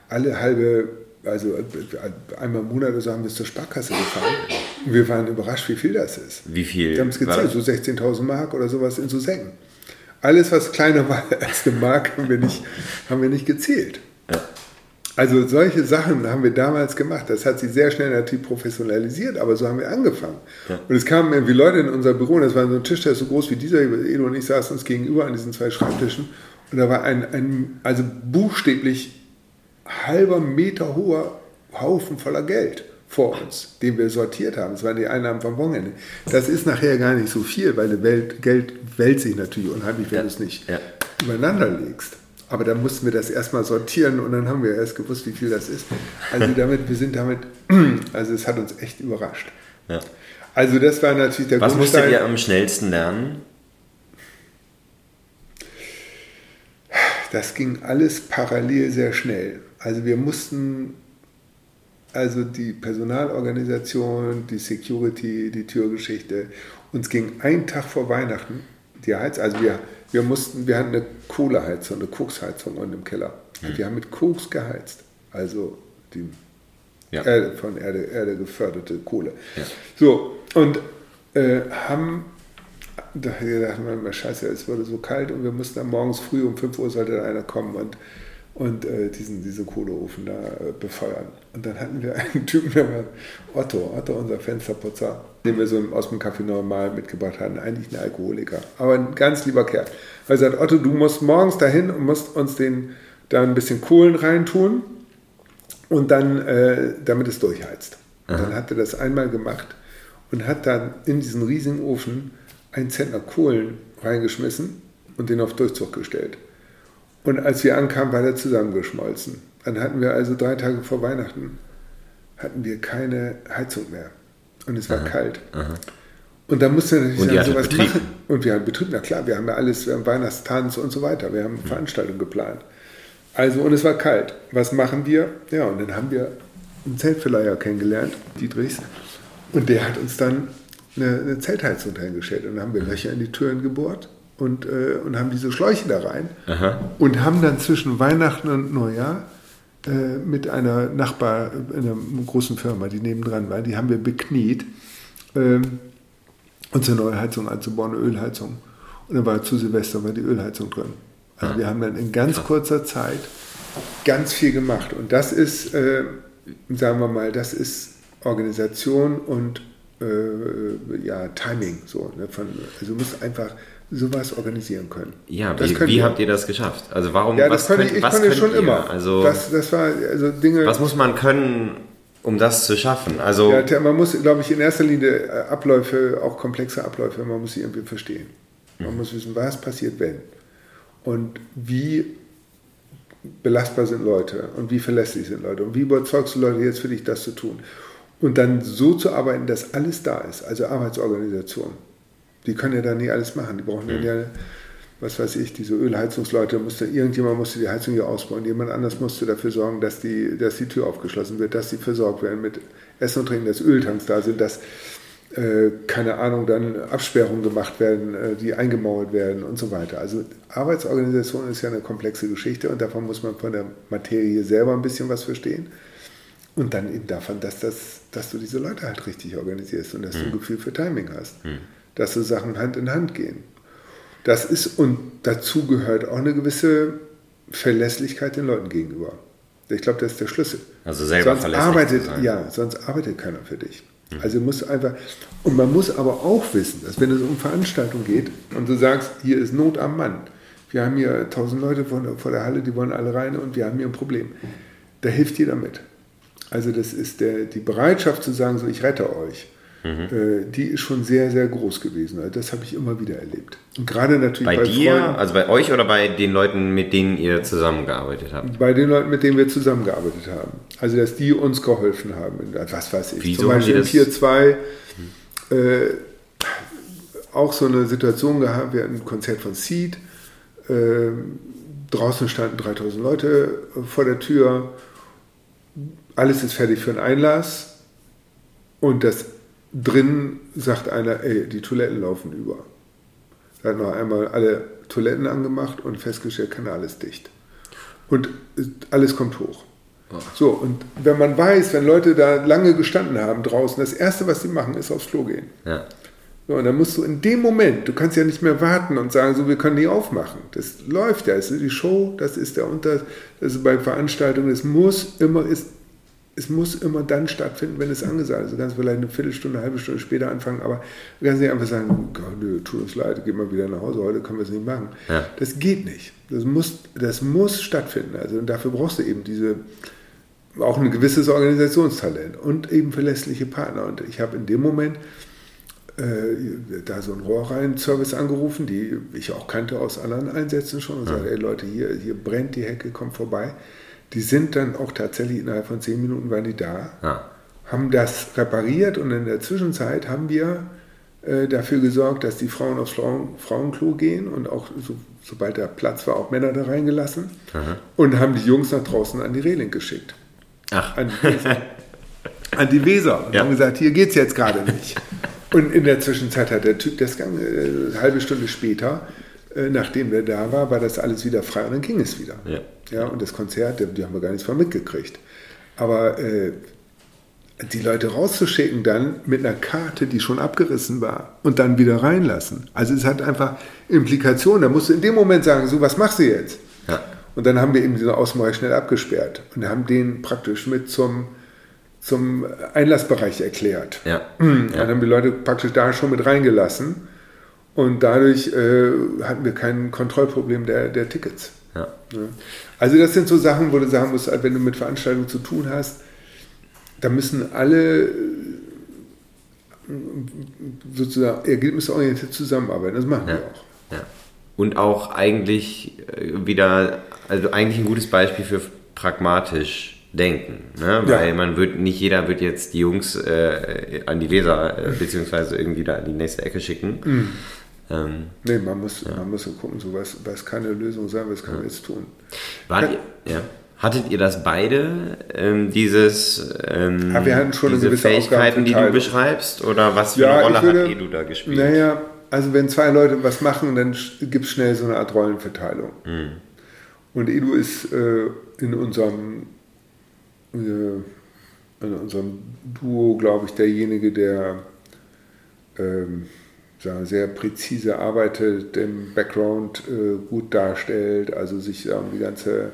einmal im Monat oder so haben wir es zur Sparkasse gefahren. Und wir waren überrascht, wie viel das ist. Wie viel? Wir haben es gezählt, so 16.000 Mark oder sowas in so Säcken. Alles, was kleiner war als eine Mark, haben wir nicht gezählt. Ja. Also solche Sachen haben wir damals gemacht. Das hat sich sehr schnell natürlich professionalisiert, aber so haben wir angefangen. Ja. Und es kamen irgendwie Leute in unser Büro, und das war so ein Tisch, der ist so groß wie dieser, Edo und ich saßen uns gegenüber an diesen 2 Schreibtischen, und da war ein buchstäblich halber Meter hoher Haufen voller Geld vor uns, den wir sortiert haben. Das waren die Einnahmen vom Wochenende. Das ist nachher gar nicht so viel, weil Geld wälzt sich natürlich unheimlich, wenn du es nicht übereinander legst. Aber dann mussten wir das erstmal sortieren und dann haben wir erst gewusst, wie viel das ist. Also es hat uns echt überrascht. Ja. Also das war natürlich der Grundstein. Was musstet ihr am schnellsten lernen? Das ging alles parallel sehr schnell. Also wir mussten die Personalorganisation, die Security, die Türgeschichte, uns ging einen Tag vor Weihnachten die Heizung, also wir hatten eine Kohleheizung, eine Koksheizung unten im Keller. Wir haben mit Koks geheizt, also die von Erde geförderte Kohle. Ja. So, und haben da dachten wir immer, scheiße, es wurde so kalt und wir mussten dann morgens früh um 5 Uhr sollte da einer kommen und diesen Kohleofen da befeuern. Und dann hatten wir einen Typen, der war Otto, unser Fensterputzer, den wir so aus dem Café Normal mitgebracht hatten, eigentlich ein Alkoholiker, aber ein ganz lieber Kerl. Er sagt, Otto, du musst morgens dahin und musst uns da ein bisschen Kohlen reintun und dann, damit es durchheizt. Und dann hat er das einmal gemacht und hat dann in diesen riesigen Ofen 1 Zentner Kohlen reingeschmissen und den auf Durchzug gestellt. Und als wir ankamen, war der zusammengeschmolzen. Dann hatten wir also 3 Tage vor Weihnachten hatten wir keine Heizung mehr. Und es war kalt. Aha. Und da mussten wir natürlich dann sowas machen. Und wir hatten Betrieb, na klar, wir haben ja alles, wir haben Weihnachtstanz und so weiter. Wir haben Veranstaltungen geplant. Also, und es war kalt. Was machen wir? Ja, und dann haben wir einen Zeltverleiher kennengelernt, Dietrichs. Und der hat uns dann eine Zeltheizung dahingestellt. Und dann haben wir Löcher in die Türen gebohrt. Und haben diese Schläuche da rein. Aha. Und haben dann zwischen Weihnachten und Neujahr mit einer einer großen Firma, die nebendran war, die haben wir bekniet, unsere neue Heizung einzubauen, eine Ölheizung. Und dann war zu Silvester die Ölheizung drin. Also wir haben dann in ganz kurzer Zeit ganz viel gemacht. Und das ist, sagen wir mal, das ist Organisation und Timing. So, ne, also du musst einfach sowas organisieren können. Ja, wie habt ihr das geschafft? Also warum? Ja, das konnte ich schon immer. Also das war also Dinge. Was muss man können, um das zu schaffen? Also ja, man muss, glaube ich, in erster Linie Abläufe, auch komplexe Abläufe, man muss sie irgendwie verstehen. Man muss wissen, was passiert, wenn und wie belastbar sind Leute und wie verlässlich sind Leute und wie überzeugst du Leute jetzt für dich, das zu tun und dann so zu arbeiten, dass alles da ist. Also Arbeitsorganisation. Die können ja da nie alles machen. Die brauchen dann ja, was weiß ich, diese Ölheizungsleute, irgendjemand musste die Heizung hier ausbauen, jemand anders musste dafür sorgen, dass die Tür aufgeschlossen wird, dass die versorgt werden mit Essen und Trinken, dass Öltanks da sind, dass keine Ahnung, dann Absperrungen gemacht werden, die eingemauert werden und so weiter. Also Arbeitsorganisation ist ja eine komplexe Geschichte und davon muss man von der Materie selber ein bisschen was verstehen. Und dann eben davon, dass du diese Leute halt richtig organisierst und dass du ein Gefühl für Timing hast. Dass so Sachen Hand in Hand gehen. Das ist, und dazu gehört auch eine gewisse Verlässlichkeit den Leuten gegenüber. Ich glaube, das ist der Schlüssel. Also selber verlässlich sein. Ja, sonst arbeitet keiner für dich. Also muss einfach, und man muss aber auch wissen, dass wenn es um Veranstaltungen geht und du sagst, hier ist Not am Mann, wir haben hier 1000 Leute vor der Halle, die wollen alle rein und wir haben hier ein Problem, da hilft jeder mit. Also das ist die Bereitschaft zu sagen, so ich rette euch, die ist schon sehr, sehr groß gewesen. Also das habe ich immer wieder erlebt. Und gerade natürlich bei dir, Freunden, also bei euch oder bei den Leuten, mit denen ihr zusammengearbeitet habt? Bei den Leuten, mit denen wir zusammengearbeitet haben. Also dass die uns geholfen haben. Was weiß ich. Wieso zum Beispiel in Pier 2 auch so eine Situation gehabt. Wir hatten ein Konzert von Seed. Draußen standen 3000 Leute vor der Tür. Alles ist fertig für einen Einlass. Und das drin sagt einer, ey, die Toiletten laufen über. Er hat noch einmal alle Toiletten angemacht und festgestellt, Kanal ist dicht. Und alles kommt hoch. Oh. So, und wenn man weiß, wenn Leute da lange gestanden haben draußen, das Erste, was sie machen, ist aufs Klo gehen. Ja. So, und dann musst du in dem Moment, du kannst ja nicht mehr warten und sagen, so, wir können die aufmachen. Das läuft ja, das ist die Show, das ist das ist bei Veranstaltungen, es muss immer dann stattfinden, wenn es angesagt ist. Du kannst vielleicht eine Viertelstunde, eine halbe Stunde später anfangen, aber du kannst nicht einfach sagen, oh, nö, tut uns leid, geh mal wieder nach Hause, heute können wir es nicht machen. Ja. Das geht nicht. Das muss stattfinden. Also, und dafür brauchst du eben auch ein gewisses Organisationstalent und eben verlässliche Partner. Und ich habe in dem Moment da so einen Rohrreihen-Service angerufen, die ich auch kannte aus anderen Einsätzen schon, und sagte, ey Leute, hier brennt die Hecke, kommt vorbei. Die sind dann auch tatsächlich innerhalb von 10 Minuten waren die da, haben das repariert und in der Zwischenzeit haben wir dafür gesorgt, dass die Frauen aufs Frauenklo gehen und auch, sobald der Platz war, auch Männer da reingelassen und haben die Jungs nach draußen an die Reling geschickt. Ach. An die Weser. Und haben gesagt, hier geht's jetzt gerade nicht. Und in der Zwischenzeit hat der Typ das gegangen, eine halbe Stunde später, nachdem der da war das alles wieder frei und dann ging es wieder. Ja, und das Konzert, die haben wir gar nichts von mitgekriegt. Aber die Leute rauszuschicken dann mit einer Karte, die schon abgerissen war und dann wieder reinlassen. Also es hat einfach Implikationen. Da musst du in dem Moment sagen, so, was machst du jetzt? Ja. Und dann haben wir eben diesen Außenbereich schnell abgesperrt und haben den praktisch mit zum Einlassbereich erklärt. Ja. Dann haben die Leute praktisch da schon mit reingelassen und dadurch hatten wir kein Kontrollproblem der Tickets. Ja. Also das sind so Sachen, wo du sagen musst, wenn du mit Veranstaltungen zu tun hast, da müssen alle sozusagen ergebnisorientiert zusammenarbeiten. Das machen wir auch. Ja. Und auch eigentlich eigentlich ein gutes Beispiel für pragmatisch denken. Ne? Weil nicht jeder wird jetzt die Jungs an die Weser beziehungsweise irgendwie da in die nächste Ecke schicken. Nee, man muss gucken, so was kann eine Lösung sein, was kann man jetzt tun. Hattet ihr das beide, wir hatten schon diese Fähigkeiten, die du beschreibst? Oder was für eine Rolle hat Edu da gespielt? Naja, also wenn 2 Leute was machen, dann gibt es schnell so eine Art Rollenverteilung. Und Edu ist in unserem Duo, glaube ich, derjenige, der sehr präzise arbeitet, den Background gut darstellt, also sich die ganze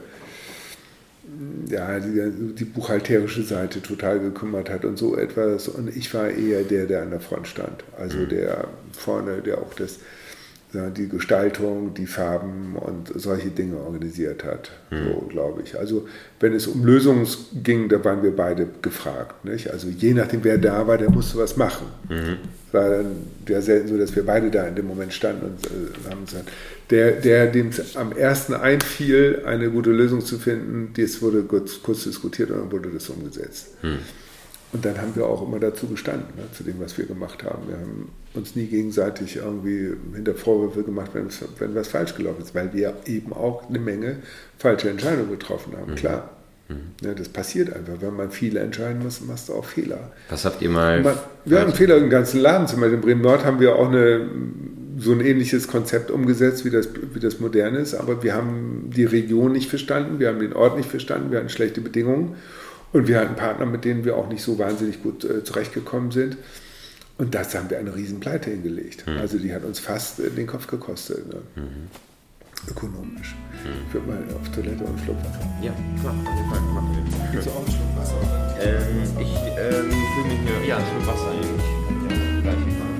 die buchhalterische Seite total gekümmert hat und so etwas. Und ich war eher der an der Front stand. Also der vorne, der auch die Gestaltung, die Farben und solche Dinge organisiert hat, so glaube ich. Also wenn es um Lösungen ging, da waren wir beide gefragt. Nicht? Also je nachdem, wer da war, der musste was machen. Es war dann ja selten so, dass wir beide da in dem Moment standen und haben gesagt, dem es am ersten einfiel, eine gute Lösung zu finden, das wurde kurz diskutiert und dann wurde das umgesetzt. Und dann haben wir auch immer dazu gestanden, zu dem, was wir gemacht haben. Wir haben uns nie gegenseitig irgendwie hinter Vorwürfe gemacht, wenn was falsch gelaufen ist, weil wir eben auch eine Menge falsche Entscheidungen getroffen haben, klar. Ja, das passiert einfach. Wenn man viele entscheiden muss, machst du auch Fehler. Was habt ihr mal... Wir haben Fehler im ganzen Laden. Zum Beispiel in Bremen-Nord haben wir auch so ein ähnliches Konzept umgesetzt, wie das modern ist. Aber wir haben die Region nicht verstanden, wir haben den Ort nicht verstanden, wir hatten schlechte Bedingungen. Und wir hatten Partner, mit denen wir auch nicht so wahnsinnig gut zurechtgekommen sind. Und das haben wir eine riesen Pleite hingelegt. Also die hat uns fast den Kopf gekostet. Ne? Ökonomisch. Ich würde mal auf Toilette und einen Schluck Wasser. Ja, klar. Willst du auch einen Schluck Wasser? Ich fühle mich hier... Ja, ein Schluck Wasser eigentlich. Ja, gleich mal.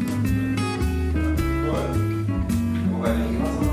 Wobei nicht Wasser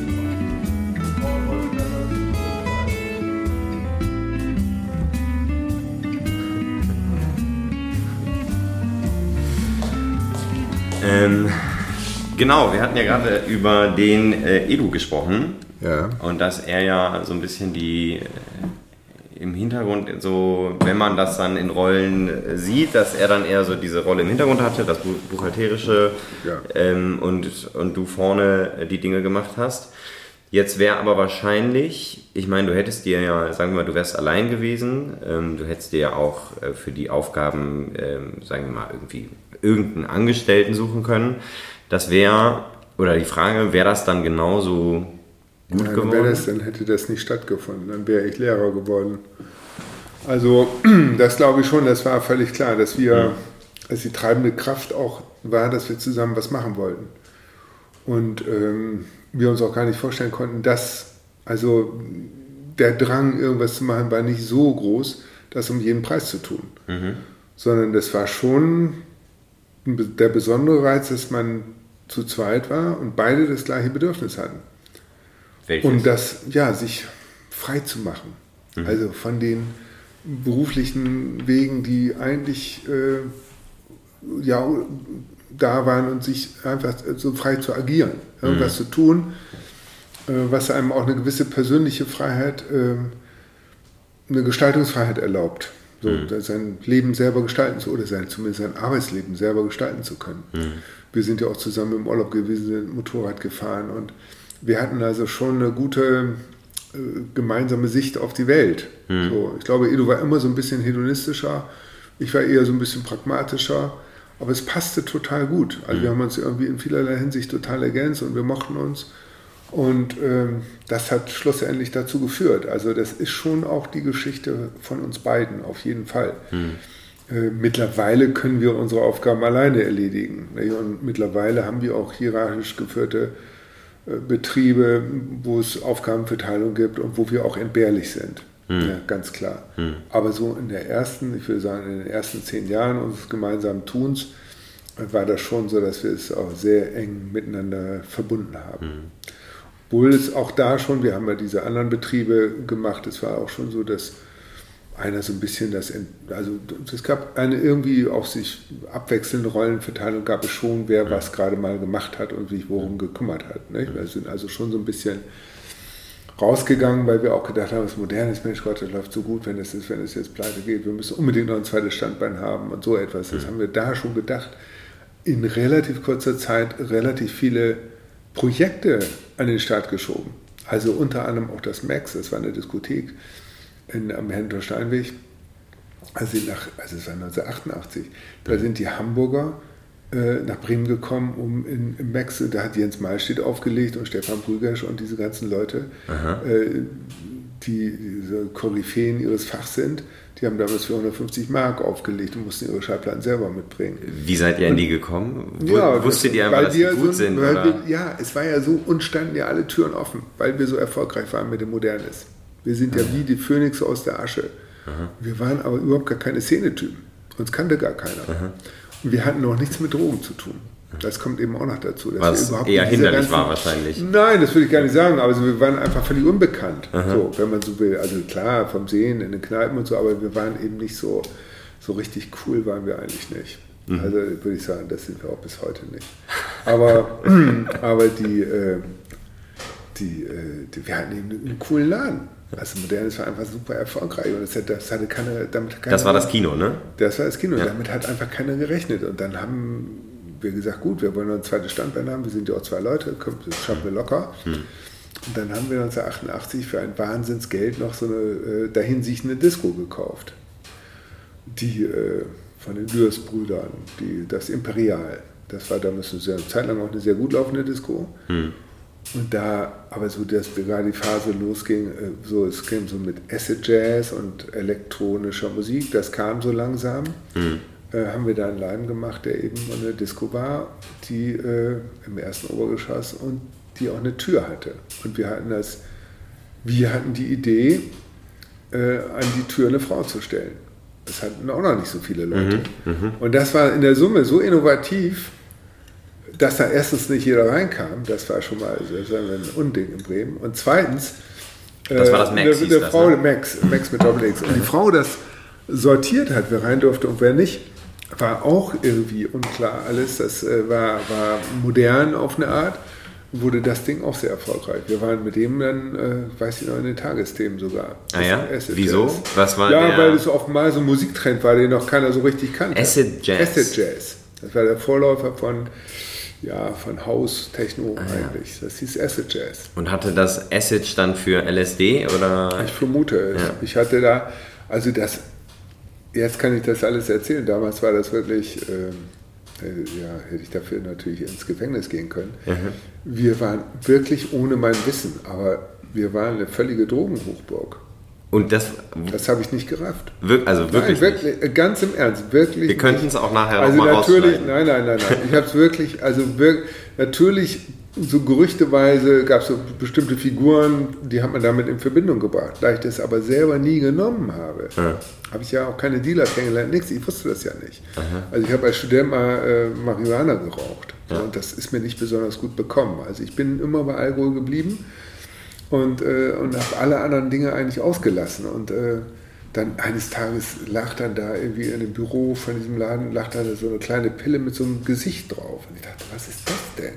Genau, wir hatten ja gerade über den Edu gesprochen. Ja. Und dass er ja so ein bisschen im Hintergrund, so, wenn man das dann in Rollen sieht, dass er dann eher so diese Rolle im Hintergrund hatte, das Buchhalterische, und du vorne die Dinge gemacht hast. Jetzt wäre aber wahrscheinlich, ich meine, du hättest dir ja, sagen wir mal, du wärst allein gewesen, du hättest dir ja auch für die Aufgaben, sagen wir mal, irgendwie irgendeinen Angestellten suchen können. Das wäre, oder die Frage, wäre das dann genauso gut geworden? Dann hätte das nicht stattgefunden, dann wäre ich Lehrer geworden. Also das glaube ich schon, das war völlig klar, dass wir, als die treibende Kraft auch war, dass wir zusammen was machen wollten. Und wir uns auch gar nicht vorstellen konnten, dass, also der Drang, irgendwas zu machen, war nicht so groß, das um jeden Preis zu tun. Sondern das war schon der besondere Reiz, dass man zu zweit war und beide das gleiche Bedürfnis hatten. Welches? Und das, ja, sich frei zu machen. Also von den beruflichen Wegen, die eigentlich da waren und sich einfach so frei zu agieren, irgendwas zu tun, was einem auch eine gewisse persönliche Freiheit, eine Gestaltungsfreiheit erlaubt. So, sein Leben selber gestalten zu, oder zumindest sein Arbeitsleben selber gestalten zu können. Wir sind ja auch zusammen im Urlaub gewesen, sind Motorrad gefahren und wir hatten also schon eine gute gemeinsame Sicht auf die Welt. So, ich glaube, Edu war immer so ein bisschen hedonistischer, ich war eher so ein bisschen pragmatischer, aber es passte total gut. Also wir haben uns irgendwie in vielerlei Hinsicht total ergänzt und wir mochten uns. Und das hat schlussendlich dazu geführt. Also das ist schon auch die Geschichte von uns beiden, auf jeden Fall. Mittlerweile können wir unsere Aufgaben alleine erledigen. Und mittlerweile haben wir auch hierarchisch geführte Betriebe, wo es Aufgabenverteilung gibt und wo wir auch entbehrlich sind. Ja, ganz klar. Aber so in den ersten 10 Jahren unseres gemeinsamen Tuns war das schon so, dass wir es auch sehr eng miteinander verbunden haben. Obwohl es auch da schon, wir haben ja diese anderen Betriebe gemacht, es war auch schon so, dass einer so ein bisschen es gab eine irgendwie auch sich abwechselnde Rollenverteilung, gab es schon, wer was gerade mal gemacht hat und sich worum gekümmert hat. Ne? Wir sind also schon so ein bisschen rausgegangen, weil wir auch gedacht haben, das modernes Mensch, Gott, das läuft so gut, wenn es jetzt pleite geht, wir müssen unbedingt noch ein zweites Standbein haben und so etwas. Das haben wir da schon gedacht. In relativ kurzer Zeit relativ viele Projekte an den Start geschoben. Also unter anderem auch das Max, das war eine Diskothek am Herrentor Steinweg. Also es war 1988. Da sind die Hamburger nach Bremen gekommen, um im Max, da hat Jens Malstedt aufgelegt und Stefan Brüggersch und diese ganzen Leute, die diese Koryphäen ihres Fachs sind, die haben damals für 150 Mark aufgelegt und mussten ihre Schallplatten selber mitbringen. Wie seid ihr an die gekommen? Wusstet ihr einfach, dass die gut sind? Es war ja so, uns standen ja alle Türen offen, weil wir so erfolgreich waren mit dem Modernes. Wir sind ja wie die Phönix aus der Asche. Wir waren aber überhaupt gar keine Szenetypen. Uns kannte gar keiner. Und wir hatten noch nichts mit Drogen zu tun. Das kommt eben auch noch dazu. Dass was wir überhaupt eher hinderlich war wahrscheinlich. Nein, das würde ich gar nicht sagen, aber wir waren einfach völlig unbekannt, so, wenn man so will. Also klar, vom Sehen in den Kneipen und so, aber wir waren eben nicht so richtig cool waren wir eigentlich nicht. Also würde ich sagen, das sind wir auch bis heute nicht. Aber wir hatten eben einen coolen Laden. Also Modernes war einfach super erfolgreich und das war das Kino, ne? Das war das Kino, damit hat einfach keiner gerechnet. Und dann haben wir gesagt, gut, wir wollen noch ein zweites Standbein haben, wir sind ja auch 2 Leute, das schaffen wir locker. Und dann haben wir 1988 für ein Wahnsinnsgeld noch so eine dahinsichtende Disco gekauft. Die von den Lührs-Brüdern, das Imperial. Das war damals eine Zeit lang auch eine sehr gut laufende Disco. Und da, aber so, dass gerade die Phase losging, es ging so mit Acid Jazz und elektronischer Musik, das kam so langsam. Haben wir da einen Laden gemacht, der eben eine Disco war, die im ersten Obergeschoss und die auch eine Tür hatte. Und wir hatten die Idee, an die Tür eine Frau zu stellen. Das hatten auch noch nicht so viele Leute. Und das war in der Summe so innovativ, dass da erstens nicht jeder reinkam. Das war schon mal ein Unding in Bremen. Und zweitens, das war das Max, eine Frau, ne? Max mit Doppel-X. Und die Frau das sortiert hat, wer rein durfte und wer nicht, war auch irgendwie unklar alles. Das war modern auf eine Art. Wurde das Ding auch sehr erfolgreich. Wir waren mit dem dann, weiß ich noch, in den Tagesthemen sogar. Ah ja? Wieso? Was war weil es oftmals so ein Musiktrend war, den noch keiner so richtig kannte. Acid Jazz. Acid Jazz. Das war der Vorläufer von House, Techno eigentlich. Das hieß Acid Jazz. Und hatte das Acid stand für LSD oder? Ich vermute es. Ja. Ich hatte da, jetzt kann ich das alles erzählen. Damals war das wirklich, hätte ich dafür natürlich ins Gefängnis gehen können. Wir waren wirklich ohne mein Wissen, aber wir waren eine völlige Drogenhochburg. Und das habe ich nicht gerafft. Also wirklich? Nein, wirklich, ganz im Ernst, wirklich. Wir könnten es auch nachher noch mal rausschneiden. Nein. Ich habe es wirklich, natürlich, so gerüchteweise gab es so bestimmte Figuren, die hat man damit in Verbindung gebracht. Da ich das aber selber nie genommen habe, habe ich ja auch keine Dealer kennengelernt, nichts. Ich wusste das ja nicht. Also ich habe als Student mal Marihuana geraucht. Und das ist mir nicht besonders gut bekommen. Also ich bin immer bei Alkohol geblieben. Und habe alle anderen Dinge eigentlich ausgelassen. Und dann eines Tages lag dann da irgendwie in dem Büro von diesem Laden, lag da so eine kleine Pille mit so einem Gesicht drauf. Und ich dachte, was ist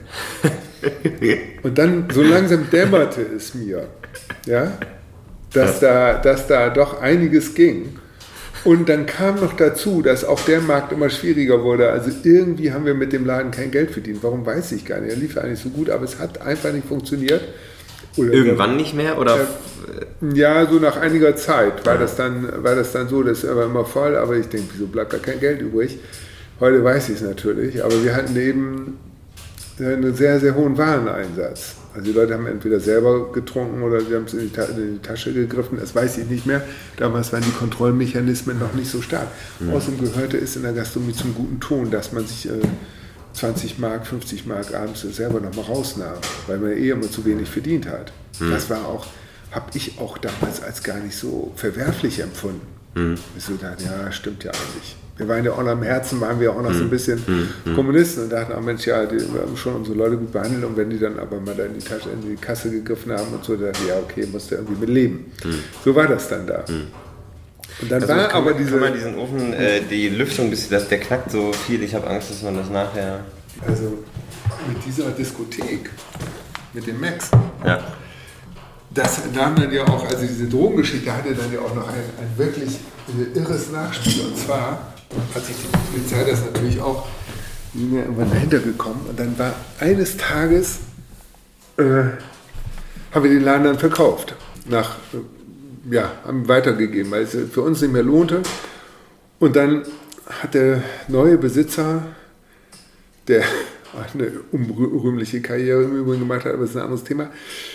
das denn? Und dann so langsam dämmerte es mir, ja, dass da doch einiges ging. Und dann kam noch dazu, dass auch der Markt immer schwieriger wurde. Also irgendwie haben wir mit dem Laden kein Geld verdient. Warum, weiß ich gar nicht. Er lief eigentlich so gut, aber es hat einfach nicht funktioniert. Oder irgendwann nicht mehr? Oder? Ja, so nach einiger Zeit war das dann so, das war immer voll, aber ich denke, wieso bleibt da kein Geld übrig? Heute weiß ich es natürlich, aber wir hatten eben einen sehr, sehr hohen Wareneinsatz. Also die Leute haben entweder selber getrunken oder sie haben es in die Tasche gegriffen, das weiß ich nicht mehr. Damals waren die Kontrollmechanismen noch nicht so stark. Außerdem gehörte es in der Gastronomie zum guten Ton, dass man sich 20 Mark, 50 Mark abends selber nochmal rausnahm, weil man immer zu wenig verdient hat. Das war auch, habe ich auch damals als gar nicht so verwerflich empfunden. Ich so dachte, ja, stimmt ja eigentlich. Wir waren ja auch noch im Herzen, waren wir auch noch so ein bisschen Kommunisten und dachten, Mensch, ja, wir haben schon unsere Leute gut behandelt und wenn die dann aber mal da in die Kasse gegriffen haben und so, dann dachte ich, ja, okay, musst du irgendwie mit leben. So war das dann da. Und dann war aber kann man diesen Ofen, die Lüftung, der knackt so viel, ich habe Angst, dass man das nachher... Also mit dieser Diskothek, mit dem Max, das nahm dann ja auch, also diese Drogengeschichte hatte dann ja auch noch ein wirklich irres Nachspiel. Und zwar hat sich die Polizei das natürlich auch irgendwann dahinter gekommen. Und dann war eines Tages, haben wir den Laden dann verkauft. Haben weitergegeben, weil es für uns nicht mehr lohnte. Und dann hat der neue Besitzer, der eine unrühmliche Karriere im Übrigen gemacht hat, aber das ist ein anderes Thema,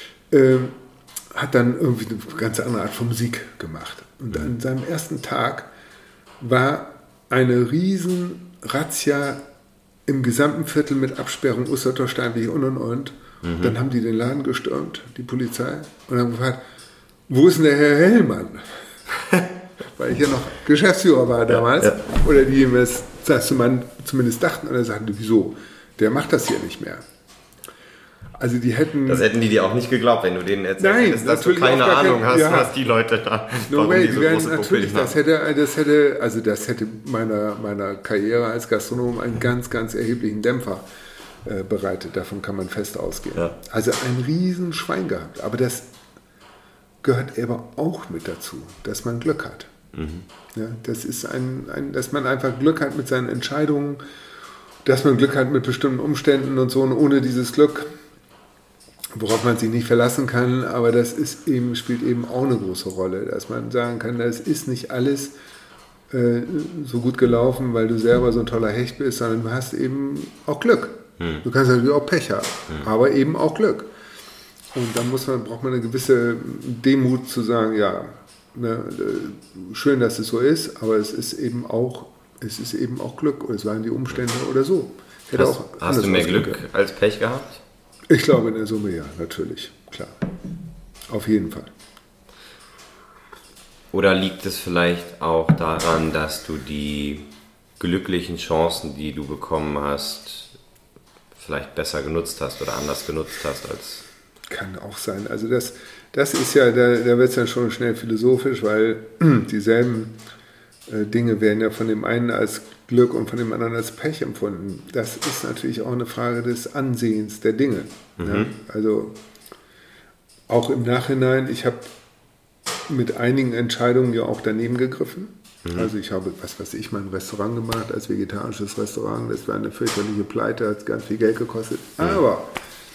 hat dann irgendwie eine ganz andere Art von Musik gemacht. Und an seinem ersten Tag war eine riesen Razzia im gesamten Viertel mit Absperrung, Ussertor, Steinweg und. Dann haben die den Laden gestürmt, die Polizei, und haben gefragt, wo ist denn der Herr Hellmann? Weil ich ja noch Geschäftsführer war damals. Oder die das zumindest dachten. Und dann sagten die, wieso? Der macht das hier nicht mehr. Also die hätten... Das hätten die dir auch nicht geglaubt, wenn du denen erzählt hättest, dass du keine Ahnung hast, was die Leute da... No way, die werden natürlich, das hätte meiner Karriere als Gastronom einen ganz, ganz erheblichen Dämpfer bereitet. Davon kann man fest ausgehen. Ja. Also ein riesen Schwein gehabt. Aber das gehört aber auch mit dazu, dass man Glück hat. Ja, das ist dass man einfach Glück hat mit seinen Entscheidungen, dass man Glück hat mit bestimmten Umständen und so. Und ohne dieses Glück worauf man sich nicht verlassen kann, aber das ist eben, spielt eben auch eine große Rolle, dass man sagen kann, das ist nicht alles so gut gelaufen, weil du selber so ein toller Hecht bist, sondern du hast eben auch Glück. Du kannst natürlich auch Pech haben, aber eben auch Glück. Und dann braucht man eine gewisse Demut zu sagen, ja, ne, schön, dass es so ist, aber es ist eben auch Glück, oder es waren die Umstände oder so. Hast du mehr Glück als Pech gehabt? Ich glaube in der Summe ja, natürlich, klar. Auf jeden Fall. Oder liegt es vielleicht auch daran, dass du die glücklichen Chancen, die du bekommen hast, vielleicht besser genutzt hast oder anders genutzt hast als... Kann auch sein. Also das ist ja, da wird es dann schon schnell philosophisch, weil dieselben Dinge werden ja von dem einen als Glück und von dem anderen als Pech empfunden. Das ist natürlich auch eine Frage des Ansehens der Dinge. Ja? Also auch im Nachhinein, ich habe mit einigen Entscheidungen ja auch daneben gegriffen. Also ich habe, mein Restaurant gemacht als vegetarisches Restaurant. Das war eine fürchterliche Pleite, hat ganz viel Geld gekostet. Aber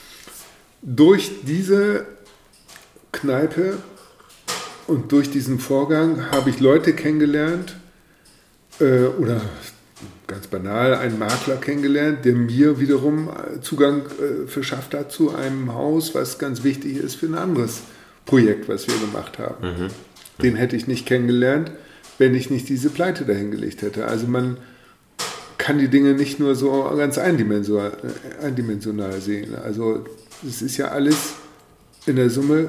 durch diese Kneipe und durch diesen Vorgang habe ich Leute kennengelernt oder ganz banal einen Makler kennengelernt, der mir wiederum Zugang verschafft hat zu einem Haus, was ganz wichtig ist für ein anderes Projekt, was wir gemacht haben. Den hätte ich nicht kennengelernt, wenn ich nicht diese Pleite dahingelegt hätte. Also man kann die Dinge nicht nur so ganz eindimensional sehen. Also es ist ja alles in der Summe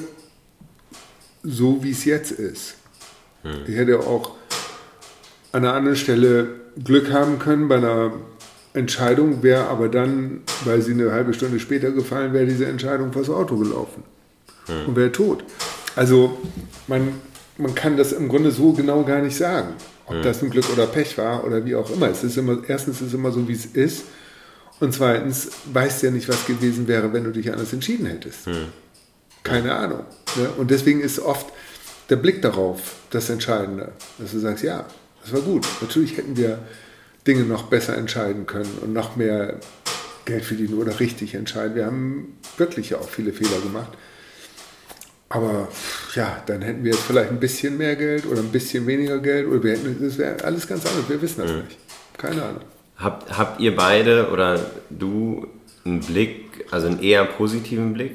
so, wie es jetzt ist. Ich hätte auch an einer anderen Stelle Glück haben können bei einer Entscheidung, wäre aber dann, weil sie eine halbe Stunde später gefallen wäre, diese Entscheidung vors Auto gelaufen und wäre tot. Also man kann das im Grunde so genau gar nicht sagen, ob das ein Glück oder Pech war oder wie auch immer. Erstens ist es immer so, wie es ist. Und zweitens weißt du ja nicht, was gewesen wäre, wenn du dich anders entschieden hättest. Keine Ahnung. Ne? Und deswegen ist oft der Blick darauf das Entscheidende. Dass du sagst, ja, das war gut. Natürlich hätten wir Dinge noch besser entscheiden können und noch mehr Geld verdienen oder richtig entscheiden. Wir haben wirklich ja auch viele Fehler gemacht. Aber ja, dann hätten wir jetzt vielleicht ein bisschen mehr Geld oder ein bisschen weniger Geld. Oder das wäre alles ganz anders. Wir wissen das nicht. Keine Ahnung. Habt ihr beide oder du einen Blick, also einen eher positiven Blick?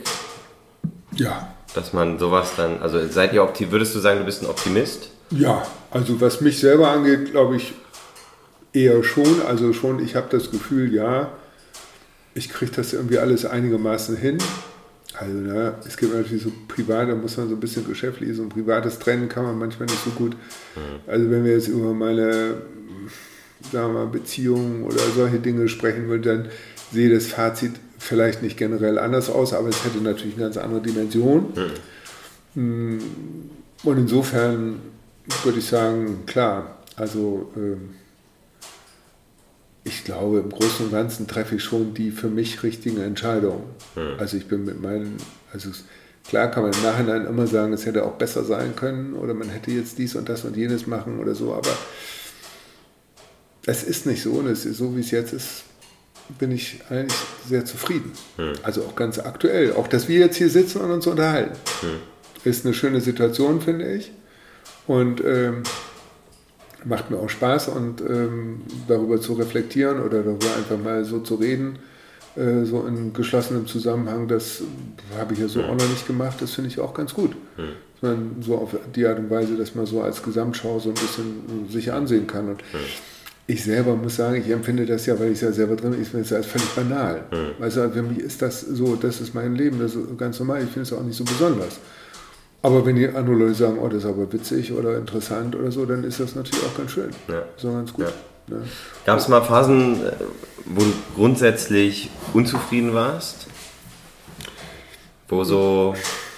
Ja. Dass man sowas dann, also würdest du sagen, du bist ein Optimist? Ja, also was mich selber angeht, glaube ich eher schon. Also schon, ich habe das Gefühl, ja, ich kriege das irgendwie alles einigermaßen hin. Also es gibt natürlich so privat, da muss man so ein bisschen geschäftlich, so ein privates trennen kann man manchmal nicht so gut. Also wenn wir jetzt über meine, sagen wir mal, Beziehungen oder solche Dinge sprechen würden, dann sehe das Fazit vielleicht nicht generell anders aus, aber es hätte natürlich eine ganz andere Dimension. Und insofern würde ich sagen, klar, also ich glaube, im Großen und Ganzen treffe ich schon die für mich richtigen Entscheidungen. Also ich bin klar kann man im Nachhinein immer sagen, es hätte auch besser sein können oder man hätte jetzt dies und das und jenes machen oder so, aber es ist nicht so und es ist so, wie es jetzt ist, bin ich eigentlich sehr zufrieden. Also auch ganz aktuell, auch dass wir jetzt hier sitzen und uns unterhalten. Ist eine schöne Situation, finde ich. Und macht mir auch Spaß und darüber zu reflektieren oder darüber einfach mal so zu reden, so in geschlossenem Zusammenhang, das habe ich ja so auch noch nicht gemacht, das finde ich auch ganz gut. Dass man so auf die Art und Weise, dass man so als Gesamtschau so ein bisschen sich ansehen kann. Und ich selber muss sagen, ich empfinde das ja, weil ich ja selber drin bin, ich finde das als völlig banal. Also für mich ist das so, das ist mein Leben, das ist ganz normal, ich finde es auch nicht so besonders. Aber wenn die andere Leute sagen, oh, das ist aber witzig oder interessant oder so, dann ist das natürlich auch ganz schön. Ja. So ganz gut. Ja. Gab es mal Phasen, wo du grundsätzlich unzufrieden warst? Wo so...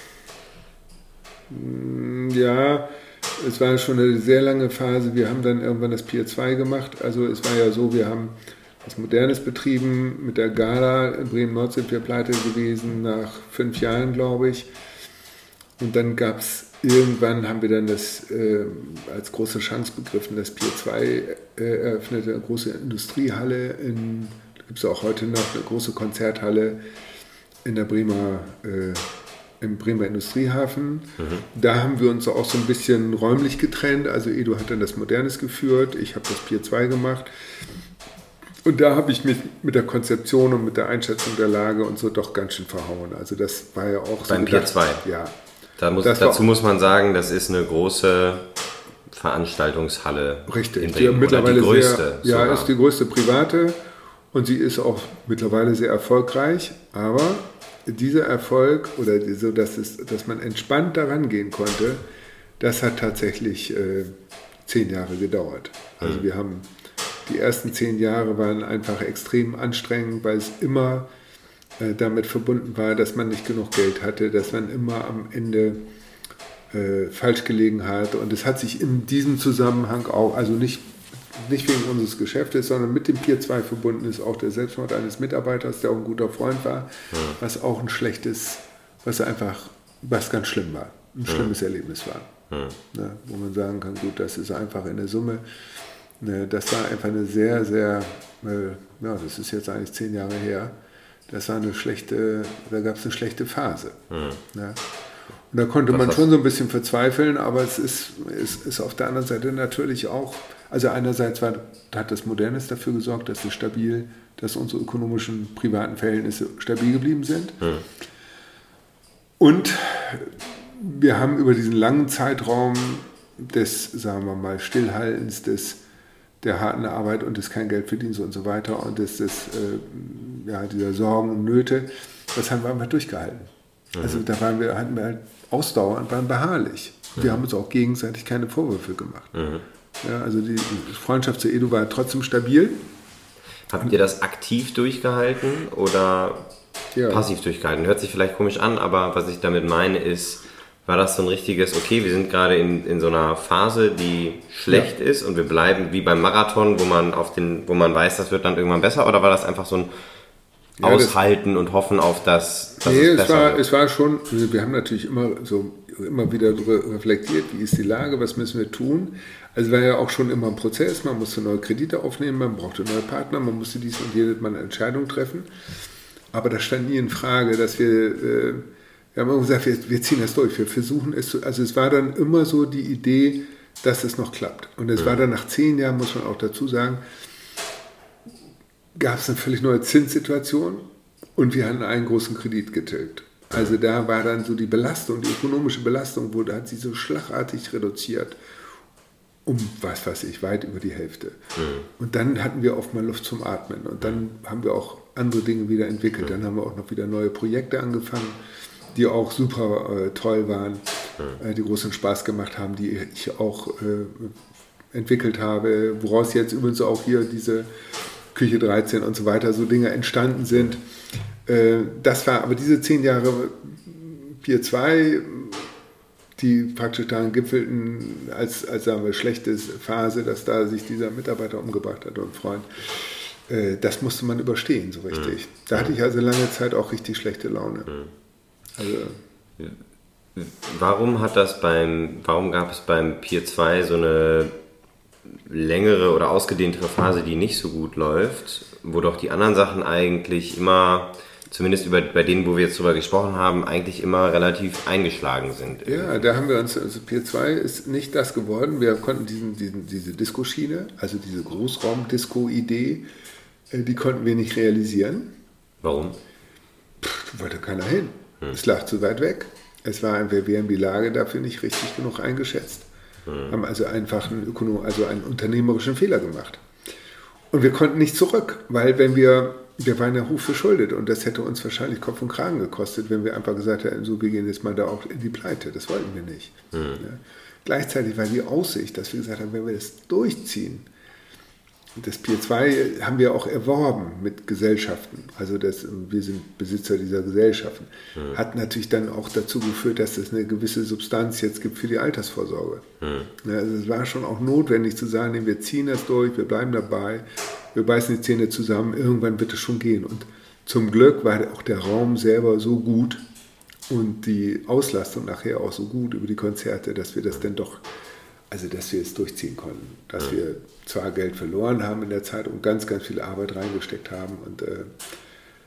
Ja, es war schon eine sehr lange Phase. Wir haben dann irgendwann das Pier 2 gemacht. Also es war ja so, wir haben was Modernes betrieben. Mit der Gala in Bremen-Nord sind wir pleite gewesen, nach 5 Jahren, glaube ich. Und dann gab es, irgendwann haben wir dann das als große Chance begriffen, das Pier 2 eröffnete, eine große Industriehalle, da gibt es auch heute noch eine große Konzerthalle in der im Bremer Industriehafen. Da haben wir uns auch so ein bisschen räumlich getrennt. Also Edu hat dann das Modernes geführt, ich habe das Pier 2 gemacht. Und da habe ich mich mit der Konzeption und mit der Einschätzung der Lage und so doch ganz schön verhauen. Also das war ja auch so. Beim Pier 2? Ja. Dazu muss man sagen, das ist eine große Veranstaltungshalle. Richtig, in Bremen, mittlerweile die größte. Ist die größte private und sie ist auch mittlerweile sehr erfolgreich. Aber dieser Erfolg oder so, dass man entspannt daran gehen konnte, das hat tatsächlich 10 Jahre gedauert. Also wir haben die ersten 10 Jahre waren einfach extrem anstrengend, weil es immer damit verbunden war, dass man nicht genug Geld hatte, dass man immer am Ende falsch gelegen hat. Und es hat sich in diesem Zusammenhang auch, also nicht wegen unseres Geschäftes, sondern mit dem Pier 2 verbunden ist auch der Selbstmord eines Mitarbeiters, der auch ein guter Freund war, was auch ein schlechtes, was ganz schlimm war, ein schlimmes Erlebnis war. Ne, wo man sagen kann, gut, das ist einfach in der Summe, ne, das war einfach eine sehr, sehr, das ist jetzt eigentlich 10 Jahre her, da gab es eine schlechte Phase. Ne. Und da konnte man schon so ein bisschen verzweifeln, aber es ist auf der anderen Seite natürlich auch, also einerseits hat das Modernes dafür gesorgt, dass unsere ökonomischen privaten Verhältnisse stabil geblieben sind. Und wir haben über diesen langen Zeitraum des, sagen wir mal, Stillhaltens, der harten Arbeit und des kein Geld verdienens und so weiter und dieser Sorgen und Nöte, das haben wir einfach durchgehalten. Also da hatten wir halt Ausdauer und waren beharrlich. Wir haben uns auch gegenseitig keine Vorwürfe gemacht. Ja, also die Freundschaft zu Edu war trotzdem stabil. Habt ihr das aktiv durchgehalten oder passiv durchgehalten? Hört sich vielleicht komisch an, aber was ich damit meine ist, war das so ein richtiges, okay, wir sind gerade in so einer Phase, die schlecht ist und wir bleiben wie beim Marathon, wo man weiß, das wird dann irgendwann besser, oder war das einfach so ein Aushalten und hoffen auf das, dass es besser wird? Es war schon, wir haben natürlich immer wieder reflektiert, wie ist die Lage, was müssen wir tun. Also war ja auch schon immer ein Prozess, man musste neue Kredite aufnehmen, man brauchte neue Partner, man musste dies und jedes Mal eine Entscheidung treffen. Aber das stand nie in Frage, dass wir haben immer gesagt, wir ziehen das durch, wir versuchen es, also es war dann immer so die Idee, dass es noch klappt. Und es war dann nach 10 Jahren, muss man auch dazu sagen, gab es eine völlig neue Zinssituation und wir hatten einen großen Kredit getilgt. Also da war dann so die Belastung, die ökonomische Belastung, hat sie so schlagartig reduziert, um, weit über die Hälfte. Und dann hatten wir oft mal Luft zum Atmen und dann haben wir auch andere Dinge wieder entwickelt. Dann haben wir auch noch wieder neue Projekte angefangen, die auch super toll waren, die großen Spaß gemacht haben, die ich auch entwickelt habe, woraus jetzt übrigens auch hier diese Küche 13 und so weiter, so Dinge entstanden sind. Das war aber diese 10 Jahre Pier 2, die praktisch daran gipfelten, als sagen wir, schlechte Phase, dass da sich dieser Mitarbeiter umgebracht hat und Freund. Das musste man überstehen, so richtig. Da hatte ich also lange Zeit auch richtig schlechte Laune. Also, warum gab es beim Pier 2 so eine längere oder ausgedehntere Phase, die nicht so gut läuft, wo doch die anderen Sachen eigentlich immer, zumindest bei denen, wo wir jetzt drüber gesprochen haben, eigentlich immer relativ eingeschlagen sind? Ja, da haben wir uns, also Pier 2 ist nicht das geworden. Wir konnten diese Disco-Schiene, also diese Großraum-Disco-Idee, die konnten wir nicht realisieren. Warum? Wollte keiner hin. Es lag zu weit weg. Wir haben die Lage dafür nicht richtig genug eingeschätzt. Haben also einfach einen unternehmerischen Fehler gemacht. Und wir konnten nicht zurück, weil wir waren ja hoch verschuldet und das hätte uns wahrscheinlich Kopf und Kragen gekostet, wenn wir einfach gesagt hätten, so, wir gehen jetzt mal da auch in die Pleite. Das wollten wir nicht. Ja. Gleichzeitig war die Aussicht, dass wir gesagt haben, wenn wir das durchziehen, das Pier 2 haben wir auch erworben mit Gesellschaften, also wir sind Besitzer dieser Gesellschaften, hat natürlich dann auch dazu geführt, dass es eine gewisse Substanz jetzt gibt für die Altersvorsorge. Ja, also es war schon auch notwendig zu sagen, wir ziehen das durch, wir bleiben dabei, wir beißen die Zähne zusammen, irgendwann wird es schon gehen. Und zum Glück war auch der Raum selber so gut und die Auslastung nachher auch so gut über die Konzerte, dass wir das dann doch, also dass wir es durchziehen konnten, dass wir zwar Geld verloren haben in der Zeit und ganz, ganz viel Arbeit reingesteckt haben und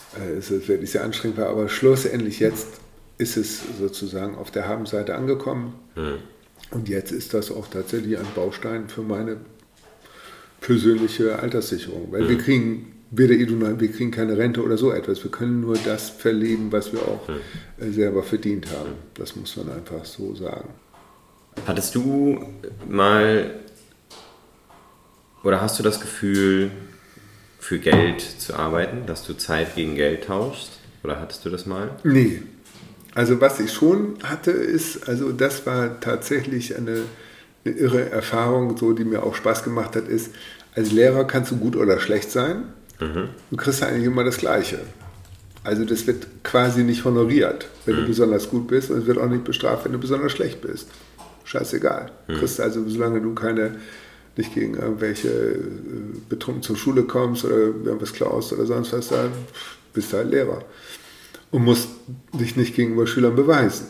es wirklich sehr anstrengend war. Aber schlussendlich jetzt ist es sozusagen auf der Habenseite angekommen. Und jetzt ist das auch tatsächlich ein Baustein für meine persönliche Alterssicherung. Weil wir kriegen weder wir kriegen keine Rente oder so etwas. Wir können nur das verleben, was wir auch selber verdient haben. Das muss man einfach so sagen. Hattest du mal oder hast du das Gefühl, für Geld zu arbeiten, dass du Zeit gegen Geld tauschst? Oder hattest du das mal? Nee. Also was ich schon hatte, ist, also das war tatsächlich eine irre Erfahrung, so, die mir auch Spaß gemacht hat, ist, als Lehrer kannst du gut oder schlecht sein. Du kriegst eigentlich immer das Gleiche. Also das wird quasi nicht honoriert, wenn du besonders gut bist, und es wird auch nicht bestraft, wenn du besonders schlecht bist. Scheißegal. Du kriegst also, solange du nicht gegen irgendwelche betrunken zur Schule kommst oder irgendwas klaust oder sonst was, da bist du halt Lehrer. Und musst dich nicht gegenüber Schülern beweisen.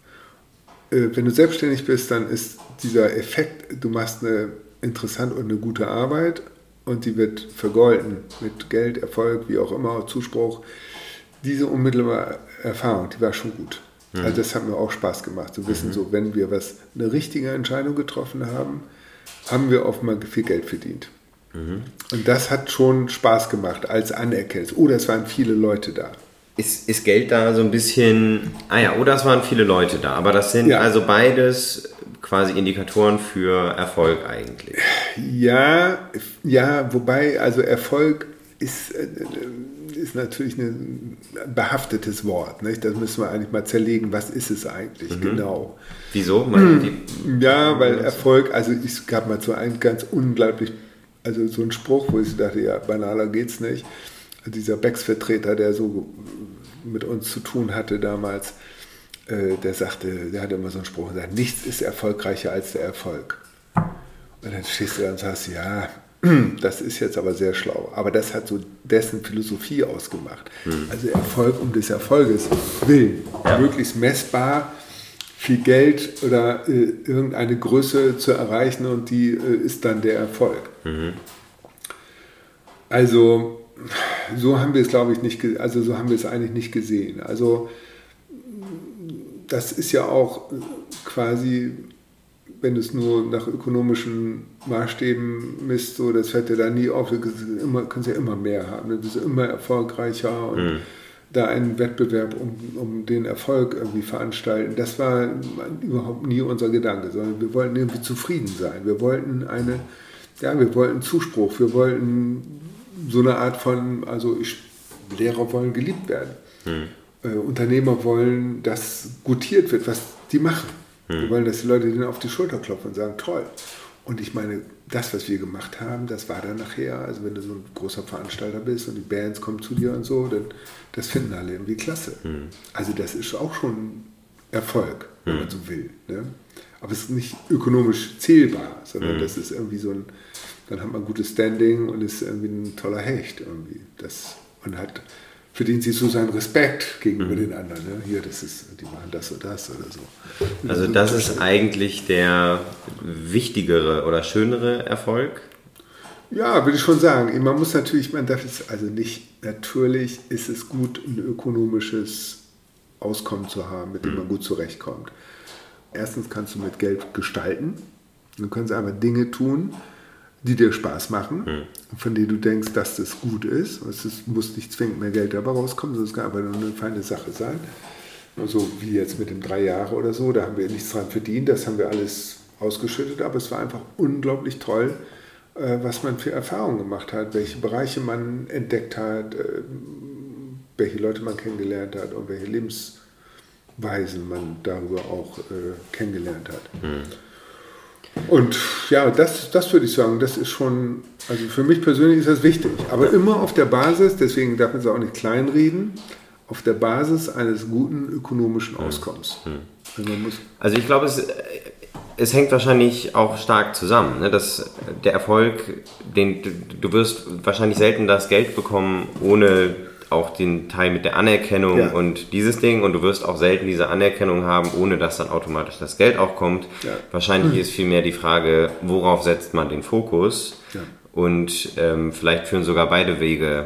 Wenn du selbstständig bist, dann ist dieser Effekt, du machst eine interessante und eine gute Arbeit und die wird vergolden mit Geld, Erfolg, wie auch immer, Zuspruch. Diese unmittelbare Erfahrung, die war schon gut. Also das hat mir auch Spaß gemacht, zu wissen, so, wenn wir eine richtige Entscheidung getroffen haben, haben wir offenbar viel Geld verdient. Und das hat schon Spaß gemacht als Anerkennung. Oh, das waren viele Leute da. Ist Geld da so ein bisschen, oder es waren viele Leute da, aber das sind also beides quasi Indikatoren für Erfolg eigentlich. Ja, wobei, also Erfolg ist natürlich ein behaftetes Wort. Nicht? Das müssen wir eigentlich mal zerlegen. Was ist es eigentlich genau? Wieso? Weil Erfolg, also es gab mal so einen ganz unglaublich, also so einen Spruch, wo ich dachte, ja, banaler geht's nicht. Dieser Becks-Vertreter, der so mit uns zu tun hatte damals, der hatte immer so einen Spruch und sagt, nichts ist erfolgreicher als der Erfolg. Und dann stehst du da und sagst, ja, das ist jetzt aber sehr schlau. Aber das hat so dessen Philosophie ausgemacht. Also Erfolg um des Erfolges willen. Möglichst messbar, viel Geld oder irgendeine Größe zu erreichen, und die ist dann der Erfolg. Also so haben wir es, glaube ich, nicht, also so haben wir es eigentlich nicht gesehen. Also das ist ja auch quasi, wenn du es nur nach ökonomischen Maßstäben misst, so, das hört ja da nie auf, du kannst ja immer mehr haben, du bist immer erfolgreicher und da einen Wettbewerb um den Erfolg irgendwie veranstalten. Das war überhaupt nie unser Gedanke, sondern wir wollten irgendwie zufrieden sein. Wir wollten wir wollten Zuspruch, wir wollten so eine Art von, Lehrer wollen geliebt werden. Unternehmer wollen, dass gutiert wird, was die machen. Wir wollen, dass die Leute denen auf die Schulter klopfen und sagen, toll. Und ich meine, das, was wir gemacht haben, das war dann nachher, also wenn du so ein großer Veranstalter bist und die Bands kommen zu dir und so, dann das finden alle irgendwie klasse. Also das ist auch schon Erfolg, wenn man so will. Ne? Aber es ist nicht ökonomisch zählbar, sondern das ist irgendwie dann hat man ein gutes Standing und ist irgendwie ein toller Hecht irgendwie. Verdient sich so seinen Respekt gegenüber den anderen. Ne? Hier, die machen das oder das oder so. Also das ist eigentlich der wichtigere oder schönere Erfolg? Ja, würde ich schon sagen. Man muss natürlich, natürlich ist es gut, ein ökonomisches Auskommen zu haben, mit dem man gut zurechtkommt. Erstens kannst du mit Geld gestalten. Du kannst einfach Dinge tun, die dir Spaß machen, von denen du denkst, dass das gut ist. Es muss nicht zwingend mehr Geld dabei rauskommen, sondern es kann aber nur eine feine Sache sein. So wie jetzt mit dem 3 Jahre oder so, da haben wir nichts dran verdient, das haben wir alles ausgeschüttet, aber es war einfach unglaublich toll, was man für Erfahrungen gemacht hat, welche Bereiche man entdeckt hat, welche Leute man kennengelernt hat und welche Lebensweisen man darüber auch kennengelernt hat. Und ja, das würde ich sagen, das ist schon, also für mich persönlich ist das wichtig, aber immer auf der Basis, deswegen darf man es auch nicht kleinreden, auf der Basis eines guten ökonomischen Auskommens. Also ich glaube, es hängt wahrscheinlich auch stark zusammen, ne? Dass der Erfolg, du wirst wahrscheinlich selten das Geld bekommen, ohne auch den Teil mit der Anerkennung und dieses Ding, und du wirst auch selten diese Anerkennung haben, ohne dass dann automatisch das Geld auch kommt. Wahrscheinlich ist vielmehr die Frage, worauf setzt man den Fokus, und vielleicht führen sogar beide Wege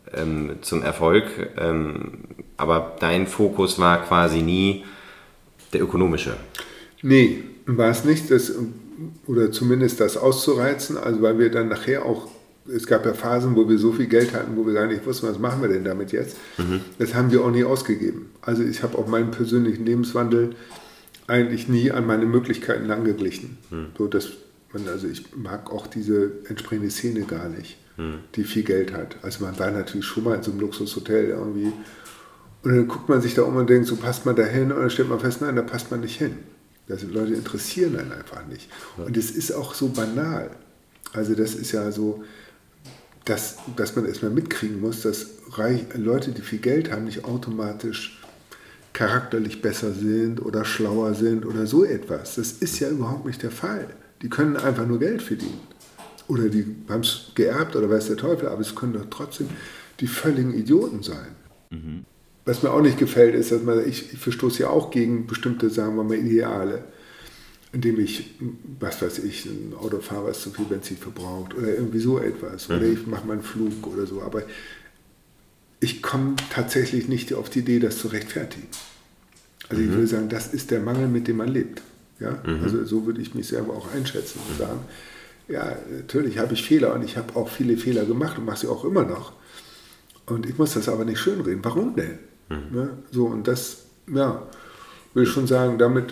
zum Erfolg, aber dein Fokus war quasi nie der ökonomische. Nee, war es nicht, oder zumindest das auszureizen, also weil wir dann nachher auch, es gab ja Phasen, wo wir so viel Geld hatten, wo wir gar nicht wussten, was machen wir denn damit jetzt. Das haben wir auch nie ausgegeben. Also ich habe auch meinen persönlichen Lebenswandel eigentlich nie an meine Möglichkeiten angeglichen. So, also ich mag auch diese entsprechende Szene gar nicht, die viel Geld hat. Also man war natürlich schon mal in so einem Luxushotel irgendwie und dann guckt man sich da um und denkt, so passt man da hin, und dann stellt man fest, nein, da passt man nicht hin. Also Leute interessieren einen einfach nicht. Und es ist auch so banal. Also das ist ja so, dass man erstmal mitkriegen muss, dass Leute, die viel Geld haben, nicht automatisch charakterlich besser sind oder schlauer sind oder so etwas. Das ist ja überhaupt nicht der Fall. Die können einfach nur Geld verdienen. Oder die haben es geerbt oder weiß der Teufel, aber es können doch trotzdem die völligen Idioten sein. Was mir auch nicht gefällt, ist, dass ich verstoße ja auch gegen bestimmte, sagen wir mal, Ideale, indem ich, was weiß ich, ein Auto fahre, was zu viel Benzin verbraucht oder irgendwie so etwas. Oder ich mache mal einen Flug oder so. Aber ich komme tatsächlich nicht auf die Idee, das zu rechtfertigen. Also ich würde sagen, das ist der Mangel, mit dem man lebt. Ja? Also so würde ich mich selber auch einschätzen und sagen, ja, natürlich habe ich Fehler und ich habe auch viele Fehler gemacht und mache sie auch immer noch. Und ich muss das aber nicht schönreden. Warum denn? Ja, so, und das, ja, will ich schon sagen, damit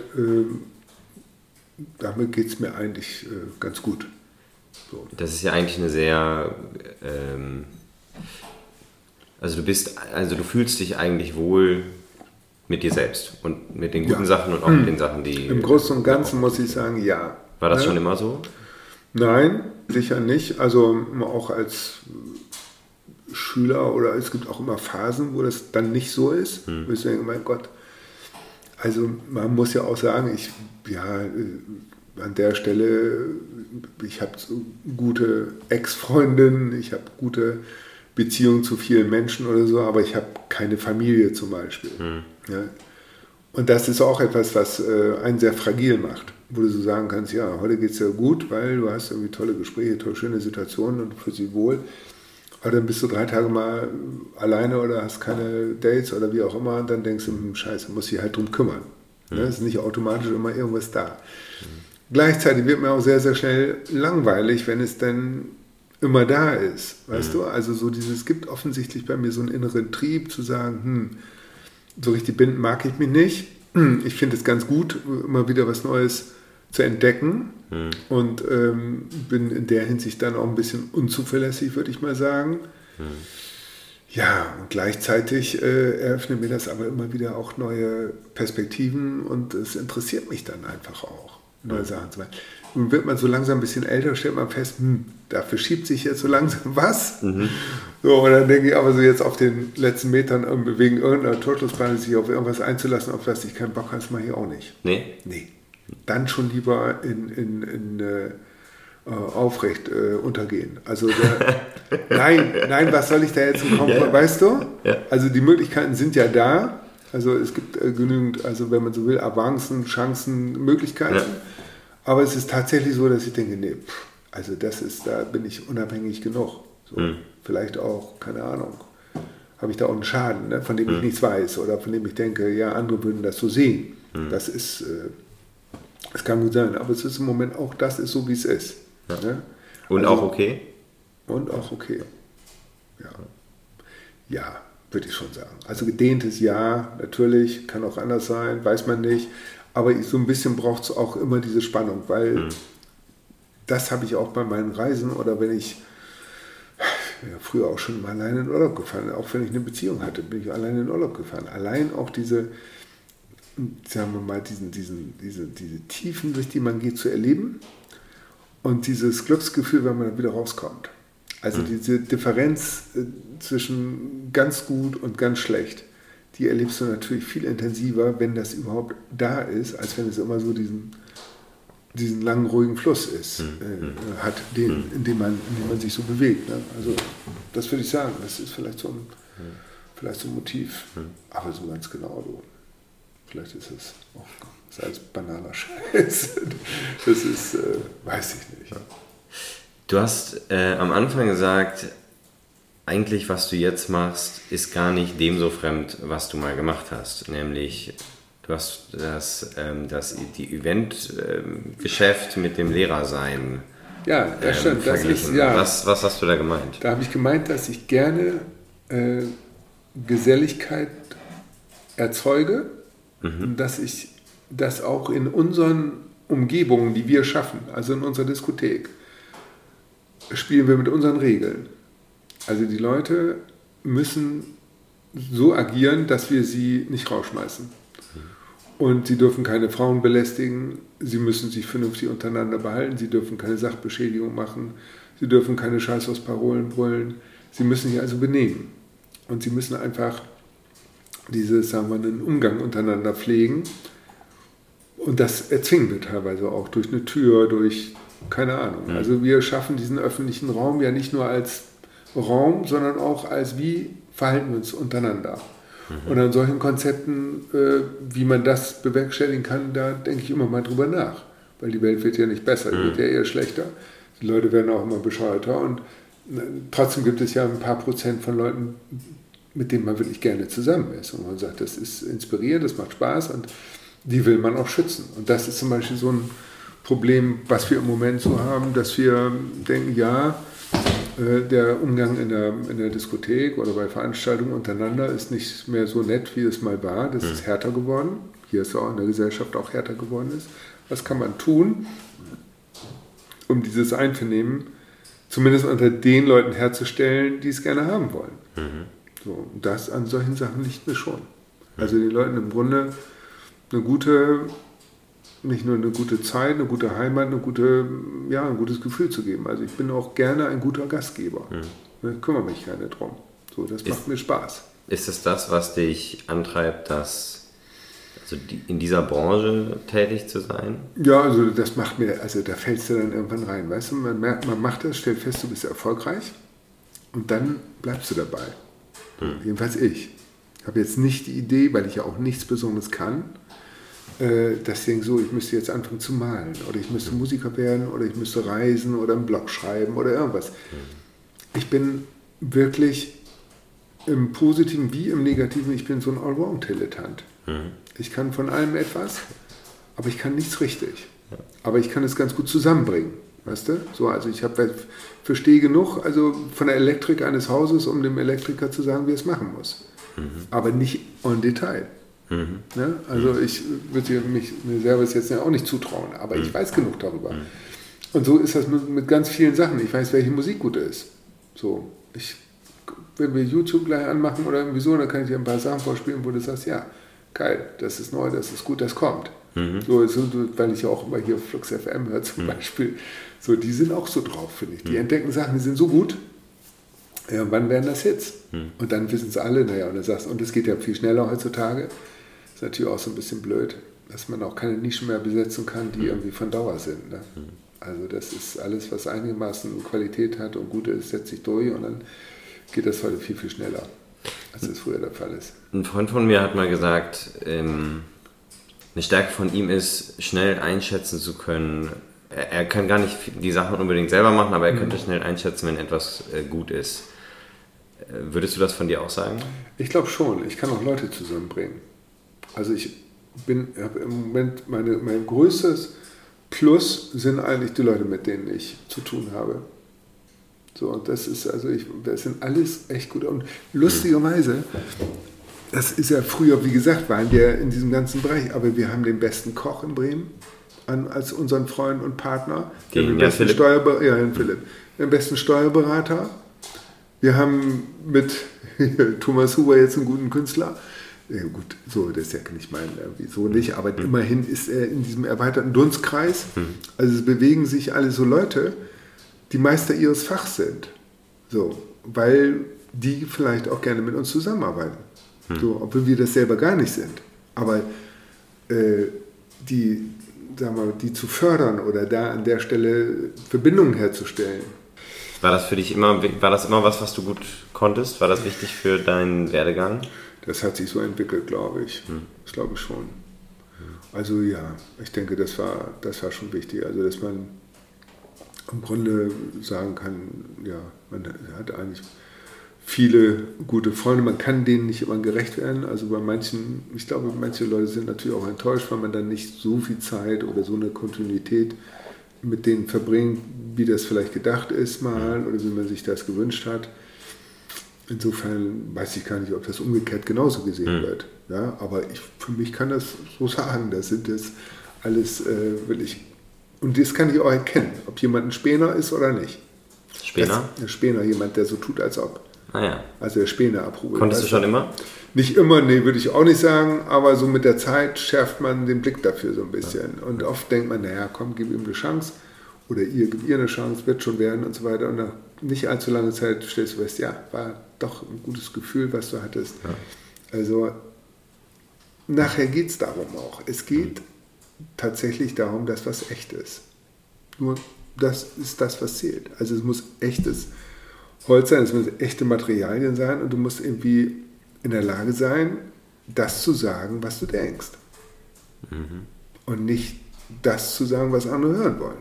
geht es mir eigentlich ganz gut. So. Das ist ja eigentlich eine sehr, also du fühlst dich eigentlich wohl mit dir selbst und mit den guten Sachen und auch mit den Sachen, die... Im Großen und Ganzen muss ich sagen, ja. War das schon immer so? Nein, sicher nicht. Also auch als Schüler oder es gibt auch immer Phasen, wo das dann nicht so ist. Wo ich denke, mein Gott, also man muss ja auch sagen, an der Stelle, ich habe so gute Ex-Freundinnen, ich habe gute Beziehungen zu vielen Menschen oder so, aber ich habe keine Familie zum Beispiel. Ja. Und das ist auch etwas, was einen sehr fragil macht, wo du so sagen kannst, ja, heute geht es dir gut, weil du hast irgendwie tolle Gespräche, tolle, schöne Situationen und fühlst dich wohl. Aber dann bist du 3 Tage mal alleine oder hast keine Dates oder wie auch immer und dann denkst du, scheiße, muss dich halt drum kümmern. Es ist nicht automatisch immer irgendwas da. Gleichzeitig wird mir auch sehr, sehr schnell langweilig, wenn es dann immer da ist. Weißt du? Also so es gibt offensichtlich bei mir so einen inneren Trieb zu sagen, so richtig binden mag ich mich nicht. Ich finde es ganz gut, immer wieder was Neues zu entdecken und bin in der Hinsicht dann auch ein bisschen unzuverlässig, würde ich mal sagen. Ja, und gleichzeitig eröffnet mir das aber immer wieder auch neue Perspektiven und es interessiert mich dann einfach auch, neue Sachen zu machen. Nun wird man so langsam ein bisschen älter, stellt man fest, da verschiebt sich jetzt so langsam was. So, und dann denke ich aber so jetzt auf den letzten Metern wegen irgendeiner Torschlussbahn sich auf irgendwas einzulassen, auf das ich keinen Bock habe, das mache ich auch nicht. Nee? Nee. Dann schon lieber aufrecht untergehen. Also nein, was soll ich da jetzt kommen, weißt du? Ja. Also die Möglichkeiten sind ja da. Also es gibt genügend, also wenn man so will, Avancen, Chancen, Möglichkeiten. Ja. Aber es ist tatsächlich so, dass ich denke, nee, also da bin ich unabhängig genug. So, vielleicht auch, keine Ahnung, habe ich da auch einen Schaden, ne, von dem ich nichts weiß oder von dem ich denke, ja, andere würden das so sehen. Das ist, es kann gut sein, aber es ist im Moment auch, das ist so, wie es ist. Ja. Ne? Und also, auch okay? Und auch okay, ja. Ja, würde ich schon sagen. Also gedehntes Ja, natürlich, kann auch anders sein, weiß man nicht. Aber so ein bisschen braucht es auch immer diese Spannung, weil das habe ich auch bei meinen Reisen oder wenn ich früher auch schon mal alleine in Urlaub gefahren, auch wenn ich eine Beziehung hatte, bin ich alleine in Urlaub gefahren. Allein auch diese, sagen wir mal, diese Tiefen, durch die man geht, zu erleben und dieses Glücksgefühl, wenn man dann wieder rauskommt. Also diese Differenz zwischen ganz gut und ganz schlecht, die erlebst du natürlich viel intensiver, wenn das überhaupt da ist, als wenn es immer so diesen langen, ruhigen Fluss ist, hat, in dem man sich so bewegt. Ne? Also das würde ich sagen, das ist vielleicht so ein Motiv, aber so ganz genau so. Vielleicht ist es auch als banaler Scheiß. Das ist, weiß ich nicht. Du hast am Anfang gesagt, eigentlich, was du jetzt machst, ist gar nicht dem so fremd, was du mal gemacht hast. Nämlich, du hast die Eventgeschäft mit dem Lehrersein verglichen. Was hast du da gemeint? Da habe ich gemeint, dass ich gerne Geselligkeit erzeuge und dass ich das auch in unseren Umgebungen, die wir schaffen, also in unserer Diskothek, spielen wir mit unseren Regeln. Also die Leute müssen so agieren, dass wir sie nicht rausschmeißen. Und sie dürfen keine Frauen belästigen, sie müssen sich vernünftig untereinander behalten, sie dürfen keine Sachbeschädigung machen, sie dürfen keine Scheißhausparolen brüllen, sie müssen sich also benehmen. Und sie müssen einfach einen Umgang untereinander pflegen. Und das erzwingen wir teilweise auch durch eine Tür, durch, keine Ahnung. Also wir schaffen diesen öffentlichen Raum ja nicht nur als Raum, sondern auch als, wie verhalten wir uns untereinander. Und an solchen Konzepten, wie man das bewerkstelligen kann, da denke ich immer mal drüber nach. Weil die Welt wird ja nicht besser, die wird ja eher schlechter. Die Leute werden auch immer bescheuerter. Und trotzdem gibt es ja ein paar Prozent von Leuten, mit denen man wirklich gerne zusammen ist. Und man sagt, das ist inspirierend, das macht Spaß und die will man auch schützen. Und das ist zum Beispiel so ein Problem, was wir im Moment so haben, dass wir denken, ja, der Umgang in der Diskothek oder bei Veranstaltungen untereinander ist nicht mehr so nett, wie es mal war. Das ist härter geworden. Hier ist es auch in der Gesellschaft auch härter geworden ist. Was kann man tun, um dieses Einvernehmen zumindest unter den Leuten herzustellen, die es gerne haben wollen? So, und das an solchen Sachen liegt mir schon. Also den Leuten im Grunde nicht nur eine gute Zeit, eine gute Heimat, ein gutes Gefühl zu geben. Also ich bin auch gerne ein guter Gastgeber. Ich kümmere mich gerne drum. So, das macht mir Spaß. Ist es das, was dich antreibt, in dieser Branche tätig zu sein? Ja, also das macht mir, also da fällst du dann irgendwann rein. Weißt du, man macht das, stellt fest, du bist erfolgreich und dann bleibst du dabei. Jedenfalls ich. Ich habe jetzt nicht die Idee, weil ich ja auch nichts Besonderes kann, dass ich denke, so, ich müsste jetzt anfangen zu malen oder ich müsste Musiker werden oder ich müsste reisen oder einen Blog schreiben oder irgendwas. Ich bin wirklich im Positiven wie im Negativen, ich bin so ein Allround-Dilettant. Ich kann von allem etwas, aber ich kann nichts richtig. Aber ich kann es ganz gut zusammenbringen. Weißt du? So, also ich verstehe genug von der Elektrik eines Hauses, um dem Elektriker zu sagen, wie er es machen muss. Aber nicht en Detail. Ja? Also ich würde mir selber jetzt auch nicht zutrauen, aber ich weiß genug darüber. Und so ist das mit ganz vielen Sachen. Ich weiß, welche Musik gut ist. So, wenn wir YouTube gleich anmachen oder irgendwie so, dann kann ich dir ein paar Sachen vorspielen, wo du sagst, ja, geil, das ist neu, das ist gut, das kommt. So, weil ich ja auch immer hier Flux FM höre zum Beispiel. So, die sind auch so drauf, finde ich. Die entdecken Sachen, die sind so gut. Ja, und wann werden das Hits? Und dann wissen es alle, und dann sagst, und es geht ja viel schneller heutzutage. Ist natürlich auch so ein bisschen blöd, dass man auch keine Nischen mehr besetzen kann, die irgendwie von Dauer sind. Ne? Also das ist alles, was einigermaßen Qualität hat und gut ist, setzt sich durch und dann geht das heute viel, viel schneller, als es früher der Fall ist. Ein Freund von mir hat mal gesagt, eine Stärke von ihm ist, schnell einschätzen zu können. Er kann gar nicht die Sachen unbedingt selber machen, aber er könnte schnell einschätzen, wenn etwas gut ist. Würdest du das von dir auch sagen? Ich glaube schon. Ich kann auch Leute zusammenbringen. Also habe im Moment mein größtes Plus sind eigentlich die Leute, mit denen ich zu tun habe. So, und das ist, das sind alles echt gut. Und lustigerweise, das ist ja früher, wie gesagt, waren wir in diesem ganzen Bereich, aber wir haben den besten Koch in Bremen als unseren Freund und Partner. Den besten Philipp. Den besten Steuerberater. Wir haben mit Thomas Huber jetzt einen guten Künstler. Ja, gut, so, das ist ja nicht so nicht, aber immerhin ist er in diesem erweiterten Dunstkreis. Also es bewegen sich alle so Leute, die Meister ihres Fachs sind. So, weil die vielleicht auch gerne mit uns zusammenarbeiten. So, obwohl wir das selber gar nicht sind. Aber die zu fördern oder da an der Stelle Verbindungen herzustellen. War das für dich immer was du gut konntest? War das wichtig für deinen Werdegang? Das hat sich so entwickelt, glaube ich. Das glaube ich schon. Also ja, ich denke, das war schon wichtig. Also dass man im Grunde sagen kann, ja, man hat eigentlich viele gute Freunde. Man kann denen nicht immer gerecht werden. Also bei manchen, ich glaube, manche Leute sind natürlich auch enttäuscht, weil man dann nicht so viel Zeit oder so eine Kontinuität mit denen verbringt, wie das vielleicht gedacht ist mal oder wie man sich das gewünscht hat. Insofern weiß ich gar nicht, ob das umgekehrt genauso gesehen wird. Ja, aber für mich kann das so sagen. Das sind jetzt alles wirklich. Und das kann ich auch erkennen, ob jemand ein Späner ist oder nicht. Späner? Ein Späner, jemand, der so tut, als ob. Ah ja. Also der Späner-Abruf. Konntest du schon immer? Nicht immer, nee, würde ich auch nicht sagen, aber so mit der Zeit schärft man den Blick dafür so ein bisschen. Ja. Und oft denkt man, naja, komm, gib ihm eine Chance oder gib ihr eine Chance, wird schon werden und so weiter. Und nach nicht allzu langer Zeit stellst du fest, ja, war doch ein gutes Gefühl, was du hattest. Ja. Also nachher geht es darum auch. Es geht tatsächlich darum, dass was echt ist. Nur das ist das, was zählt. Also es muss echtes Holz sein, es müssen echte Materialien sein und du musst irgendwie in der Lage sein, das zu sagen, was du denkst. Und nicht das zu sagen, was andere hören wollen.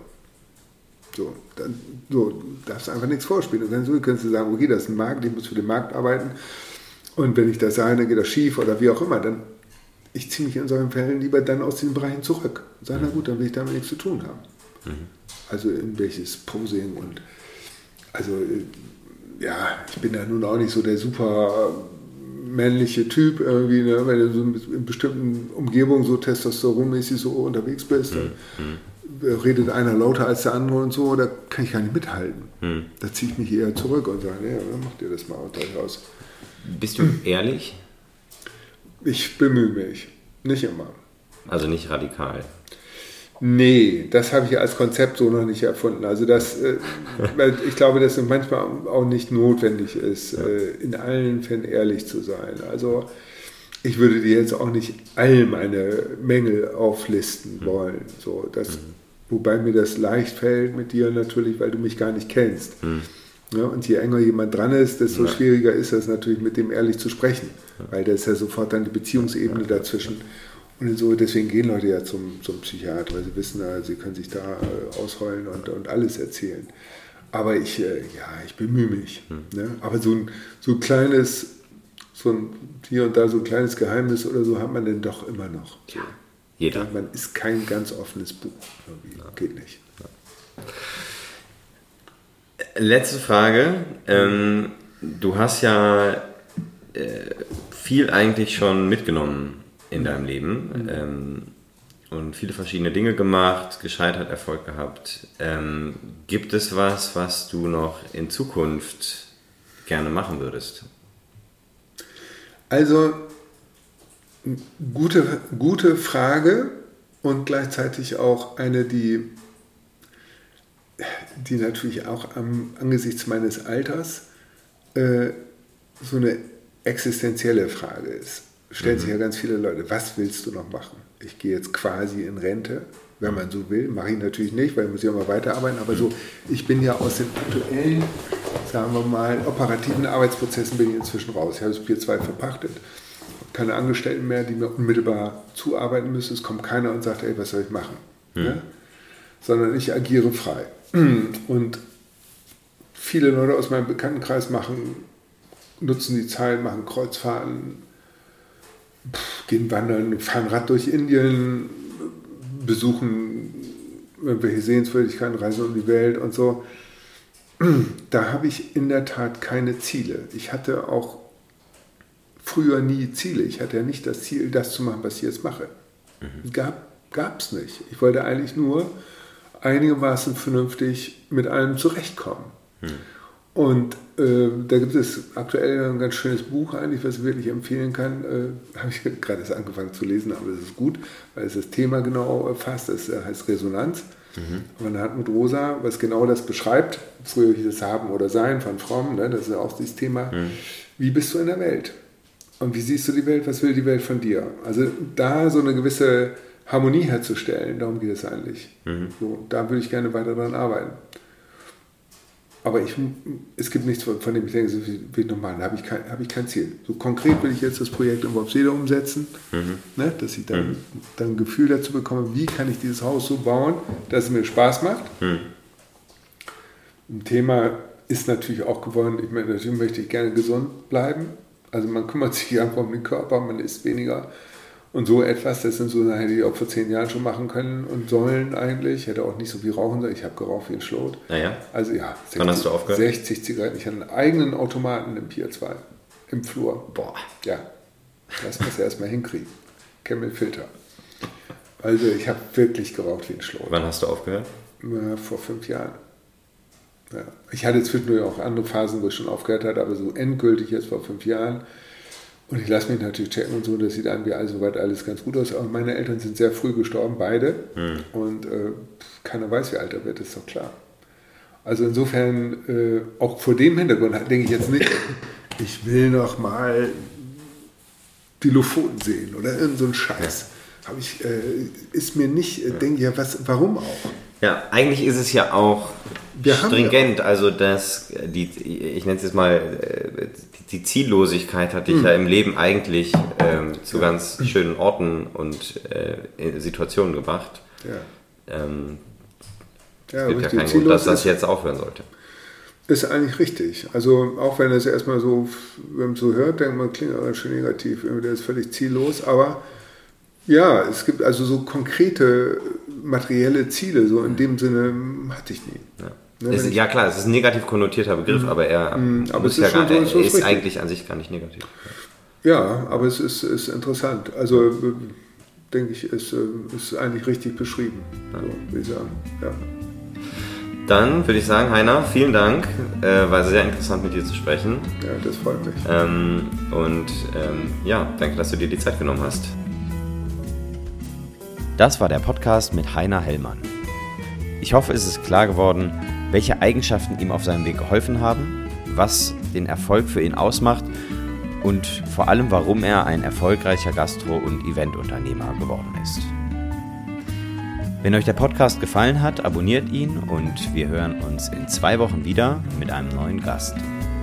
So darfst du einfach nichts vorspielen. Und dann kannst du sagen, okay, das ist ein Markt, ich muss für den Markt arbeiten und wenn ich das sage, dann geht das schief oder wie auch immer. Dann ich ziehe mich in solchen Fällen lieber dann aus diesen Bereichen zurück. Und sage, na gut, dann will ich damit nichts zu tun haben. Also in welches Posing und also ja, ich bin ja nun auch nicht so der super männliche Typ irgendwie, ne? Wenn du so in bestimmten Umgebungen so testosteronmäßig so unterwegs bist, dann redet einer lauter als der andere und so, da kann ich gar nicht mithalten. Da ziehe ich mich eher zurück und sage, ja, dann macht ihr das mal unter euch aus. Bist du ehrlich? Ich bemühe mich. Nicht immer. Also nicht radikal? Nee, das habe ich als Konzept so noch nicht erfunden. Also das, ich glaube, dass es manchmal auch nicht notwendig ist, in allen Fällen ehrlich zu sein. Also ich würde dir jetzt auch nicht all meine Mängel auflisten wollen. So, wobei mir das leicht fällt mit dir natürlich, weil du mich gar nicht kennst. Ja, und je enger jemand dran ist, desto schwieriger ist es natürlich, mit dem ehrlich zu sprechen. Weil da ist ja sofort dann die Beziehungsebene dazwischen. Und so, deswegen gehen Leute ja zum Psychiater, weil sie wissen, sie können sich da ausheulen und alles erzählen. Aber ich bemühe mich. Ne? Aber so ein kleines, hier und da so ein kleines Geheimnis oder so hat man denn doch immer noch. So. Jeder. Ja, man ist kein ganz offenes Buch. Geht nicht. Letzte Frage. Du hast ja viel eigentlich schon mitgenommen in deinem Leben und viele verschiedene Dinge gemacht, gescheitert, Erfolg gehabt. Gibt es was du noch in Zukunft gerne machen würdest? Also, gute Frage und gleichzeitig auch eine, die natürlich auch angesichts meines Alters so eine existenzielle Frage ist. Stellen sich ja ganz viele Leute, was willst du noch machen? Ich gehe jetzt quasi in Rente, wenn man so will. Mache ich natürlich nicht, weil ich muss ja mal weiterarbeiten. Aber so, ich bin ja aus den aktuellen, sagen wir mal, operativen Arbeitsprozessen bin ich inzwischen raus. Ich habe das Pier 2 verpachtet. Keine Angestellten mehr, die mir unmittelbar zuarbeiten müssen. Es kommt keiner und sagt, ey, was soll ich machen? Ja? Sondern ich agiere frei. Und viele Leute aus meinem Bekanntenkreis nutzen die Zeit, machen Kreuzfahrten, gehen wandern, fahren Rad durch Indien, besuchen irgendwelche Sehenswürdigkeiten, reisen um die Welt und so. Da habe ich in der Tat keine Ziele. Ich hatte auch früher nie Ziele. Ich hatte ja nicht das Ziel, das zu machen, was ich jetzt mache. Gab es nicht. Ich wollte eigentlich nur einigermaßen vernünftig mit allem zurechtkommen. Und da gibt es aktuell ein ganz schönes Buch eigentlich, was ich wirklich empfehlen kann. Habe ich gerade erst angefangen zu lesen, aber das ist gut, weil es das Thema genau fasst. Das heißt Resonanz. Von Hartmut Rosa, was genau das beschreibt. Früher hieß es Haben oder Sein von Fromm. Ne? Das ist auch dieses Thema. Wie bist du in der Welt? Und wie siehst du die Welt? Was will die Welt von dir? Also da so eine gewisse Harmonie herzustellen, darum geht es eigentlich. So, da würde ich gerne weiter daran arbeiten. Aber es gibt nichts, von dem ich denke, das will ich noch machen. Da habe ich kein Ziel. So konkret will ich jetzt das Projekt in Worpswede umsetzen, ne, dass ich dann ein Gefühl dazu bekomme, wie kann ich dieses Haus so bauen, dass es mir Spaß macht. Ein Thema ist natürlich auch geworden, ich meine, natürlich möchte ich gerne gesund bleiben. Also man kümmert sich einfach um den Körper, man isst weniger. Und so etwas, das sind so Sachen, hätte ich auch vor 10 Jahren schon machen können und sollen eigentlich. Ich hätte auch nicht so viel rauchen sollen. Ich habe geraucht wie ein Schlot. Naja. Also ja, 60, wann hast du aufgehört? 60 Zigaretten. Ich hatte einen eigenen Automaten im Pier 2, im Flur. Boah. Ja, lass uns erstmal hinkriegen. Camel-Filter. Also ich habe wirklich geraucht wie ein Schlot. Wann hast du aufgehört? Vor 5 Jahren. Ja. Ich hatte zwischendurch auch andere Phasen, wo ich schon aufgehört hatte, aber so endgültig jetzt vor 5 Jahren. Und ich lasse mich natürlich checken und so, das sieht an wie soweit alles ganz gut aus. Aber meine Eltern sind sehr früh gestorben, beide. Und keiner weiß, wie alt er wird, ist doch klar. Also insofern, auch vor dem Hintergrund denke ich jetzt nicht, ich will noch mal die Lofoten sehen oder irgend so ein Scheiß. Ja. Ist mir nicht, denke ich, warum auch? Ja, eigentlich ist es ja auch stringent, also ich nenne es jetzt mal, die Ziellosigkeit hat dich ja im Leben eigentlich zu ganz schönen Orten und Situationen gebracht. Ja. Es gibt ja keinen Grund, dass das jetzt aufhören sollte. Ist eigentlich richtig. Also auch wenn es erstmal so, wenn man so hört, denkt man, klingt ganz schön negativ, der ist völlig ziellos, aber ja, es gibt also so konkrete materielle Ziele, so in dem Sinne hatte ich nie. Ja. Ja klar, es ist ein negativ konnotierter Begriff, aber er ist eigentlich an sich gar nicht negativ. Ja, aber es ist interessant. Also denke ich, ist eigentlich richtig beschrieben, so, würde ich sagen. Ja. Dann würde ich sagen, Heiner, vielen Dank. War sehr interessant mit dir zu sprechen. Ja, das freut mich. Danke, dass du dir die Zeit genommen hast. Das war der Podcast mit Heiner Hellmann. Ich hoffe, es ist klar geworden, welche Eigenschaften ihm auf seinem Weg geholfen haben, was den Erfolg für ihn ausmacht und vor allem, warum er ein erfolgreicher Gastro- und Eventunternehmer geworden ist. Wenn euch der Podcast gefallen hat, abonniert ihn und wir hören uns in 2 Wochen wieder mit einem neuen Gast.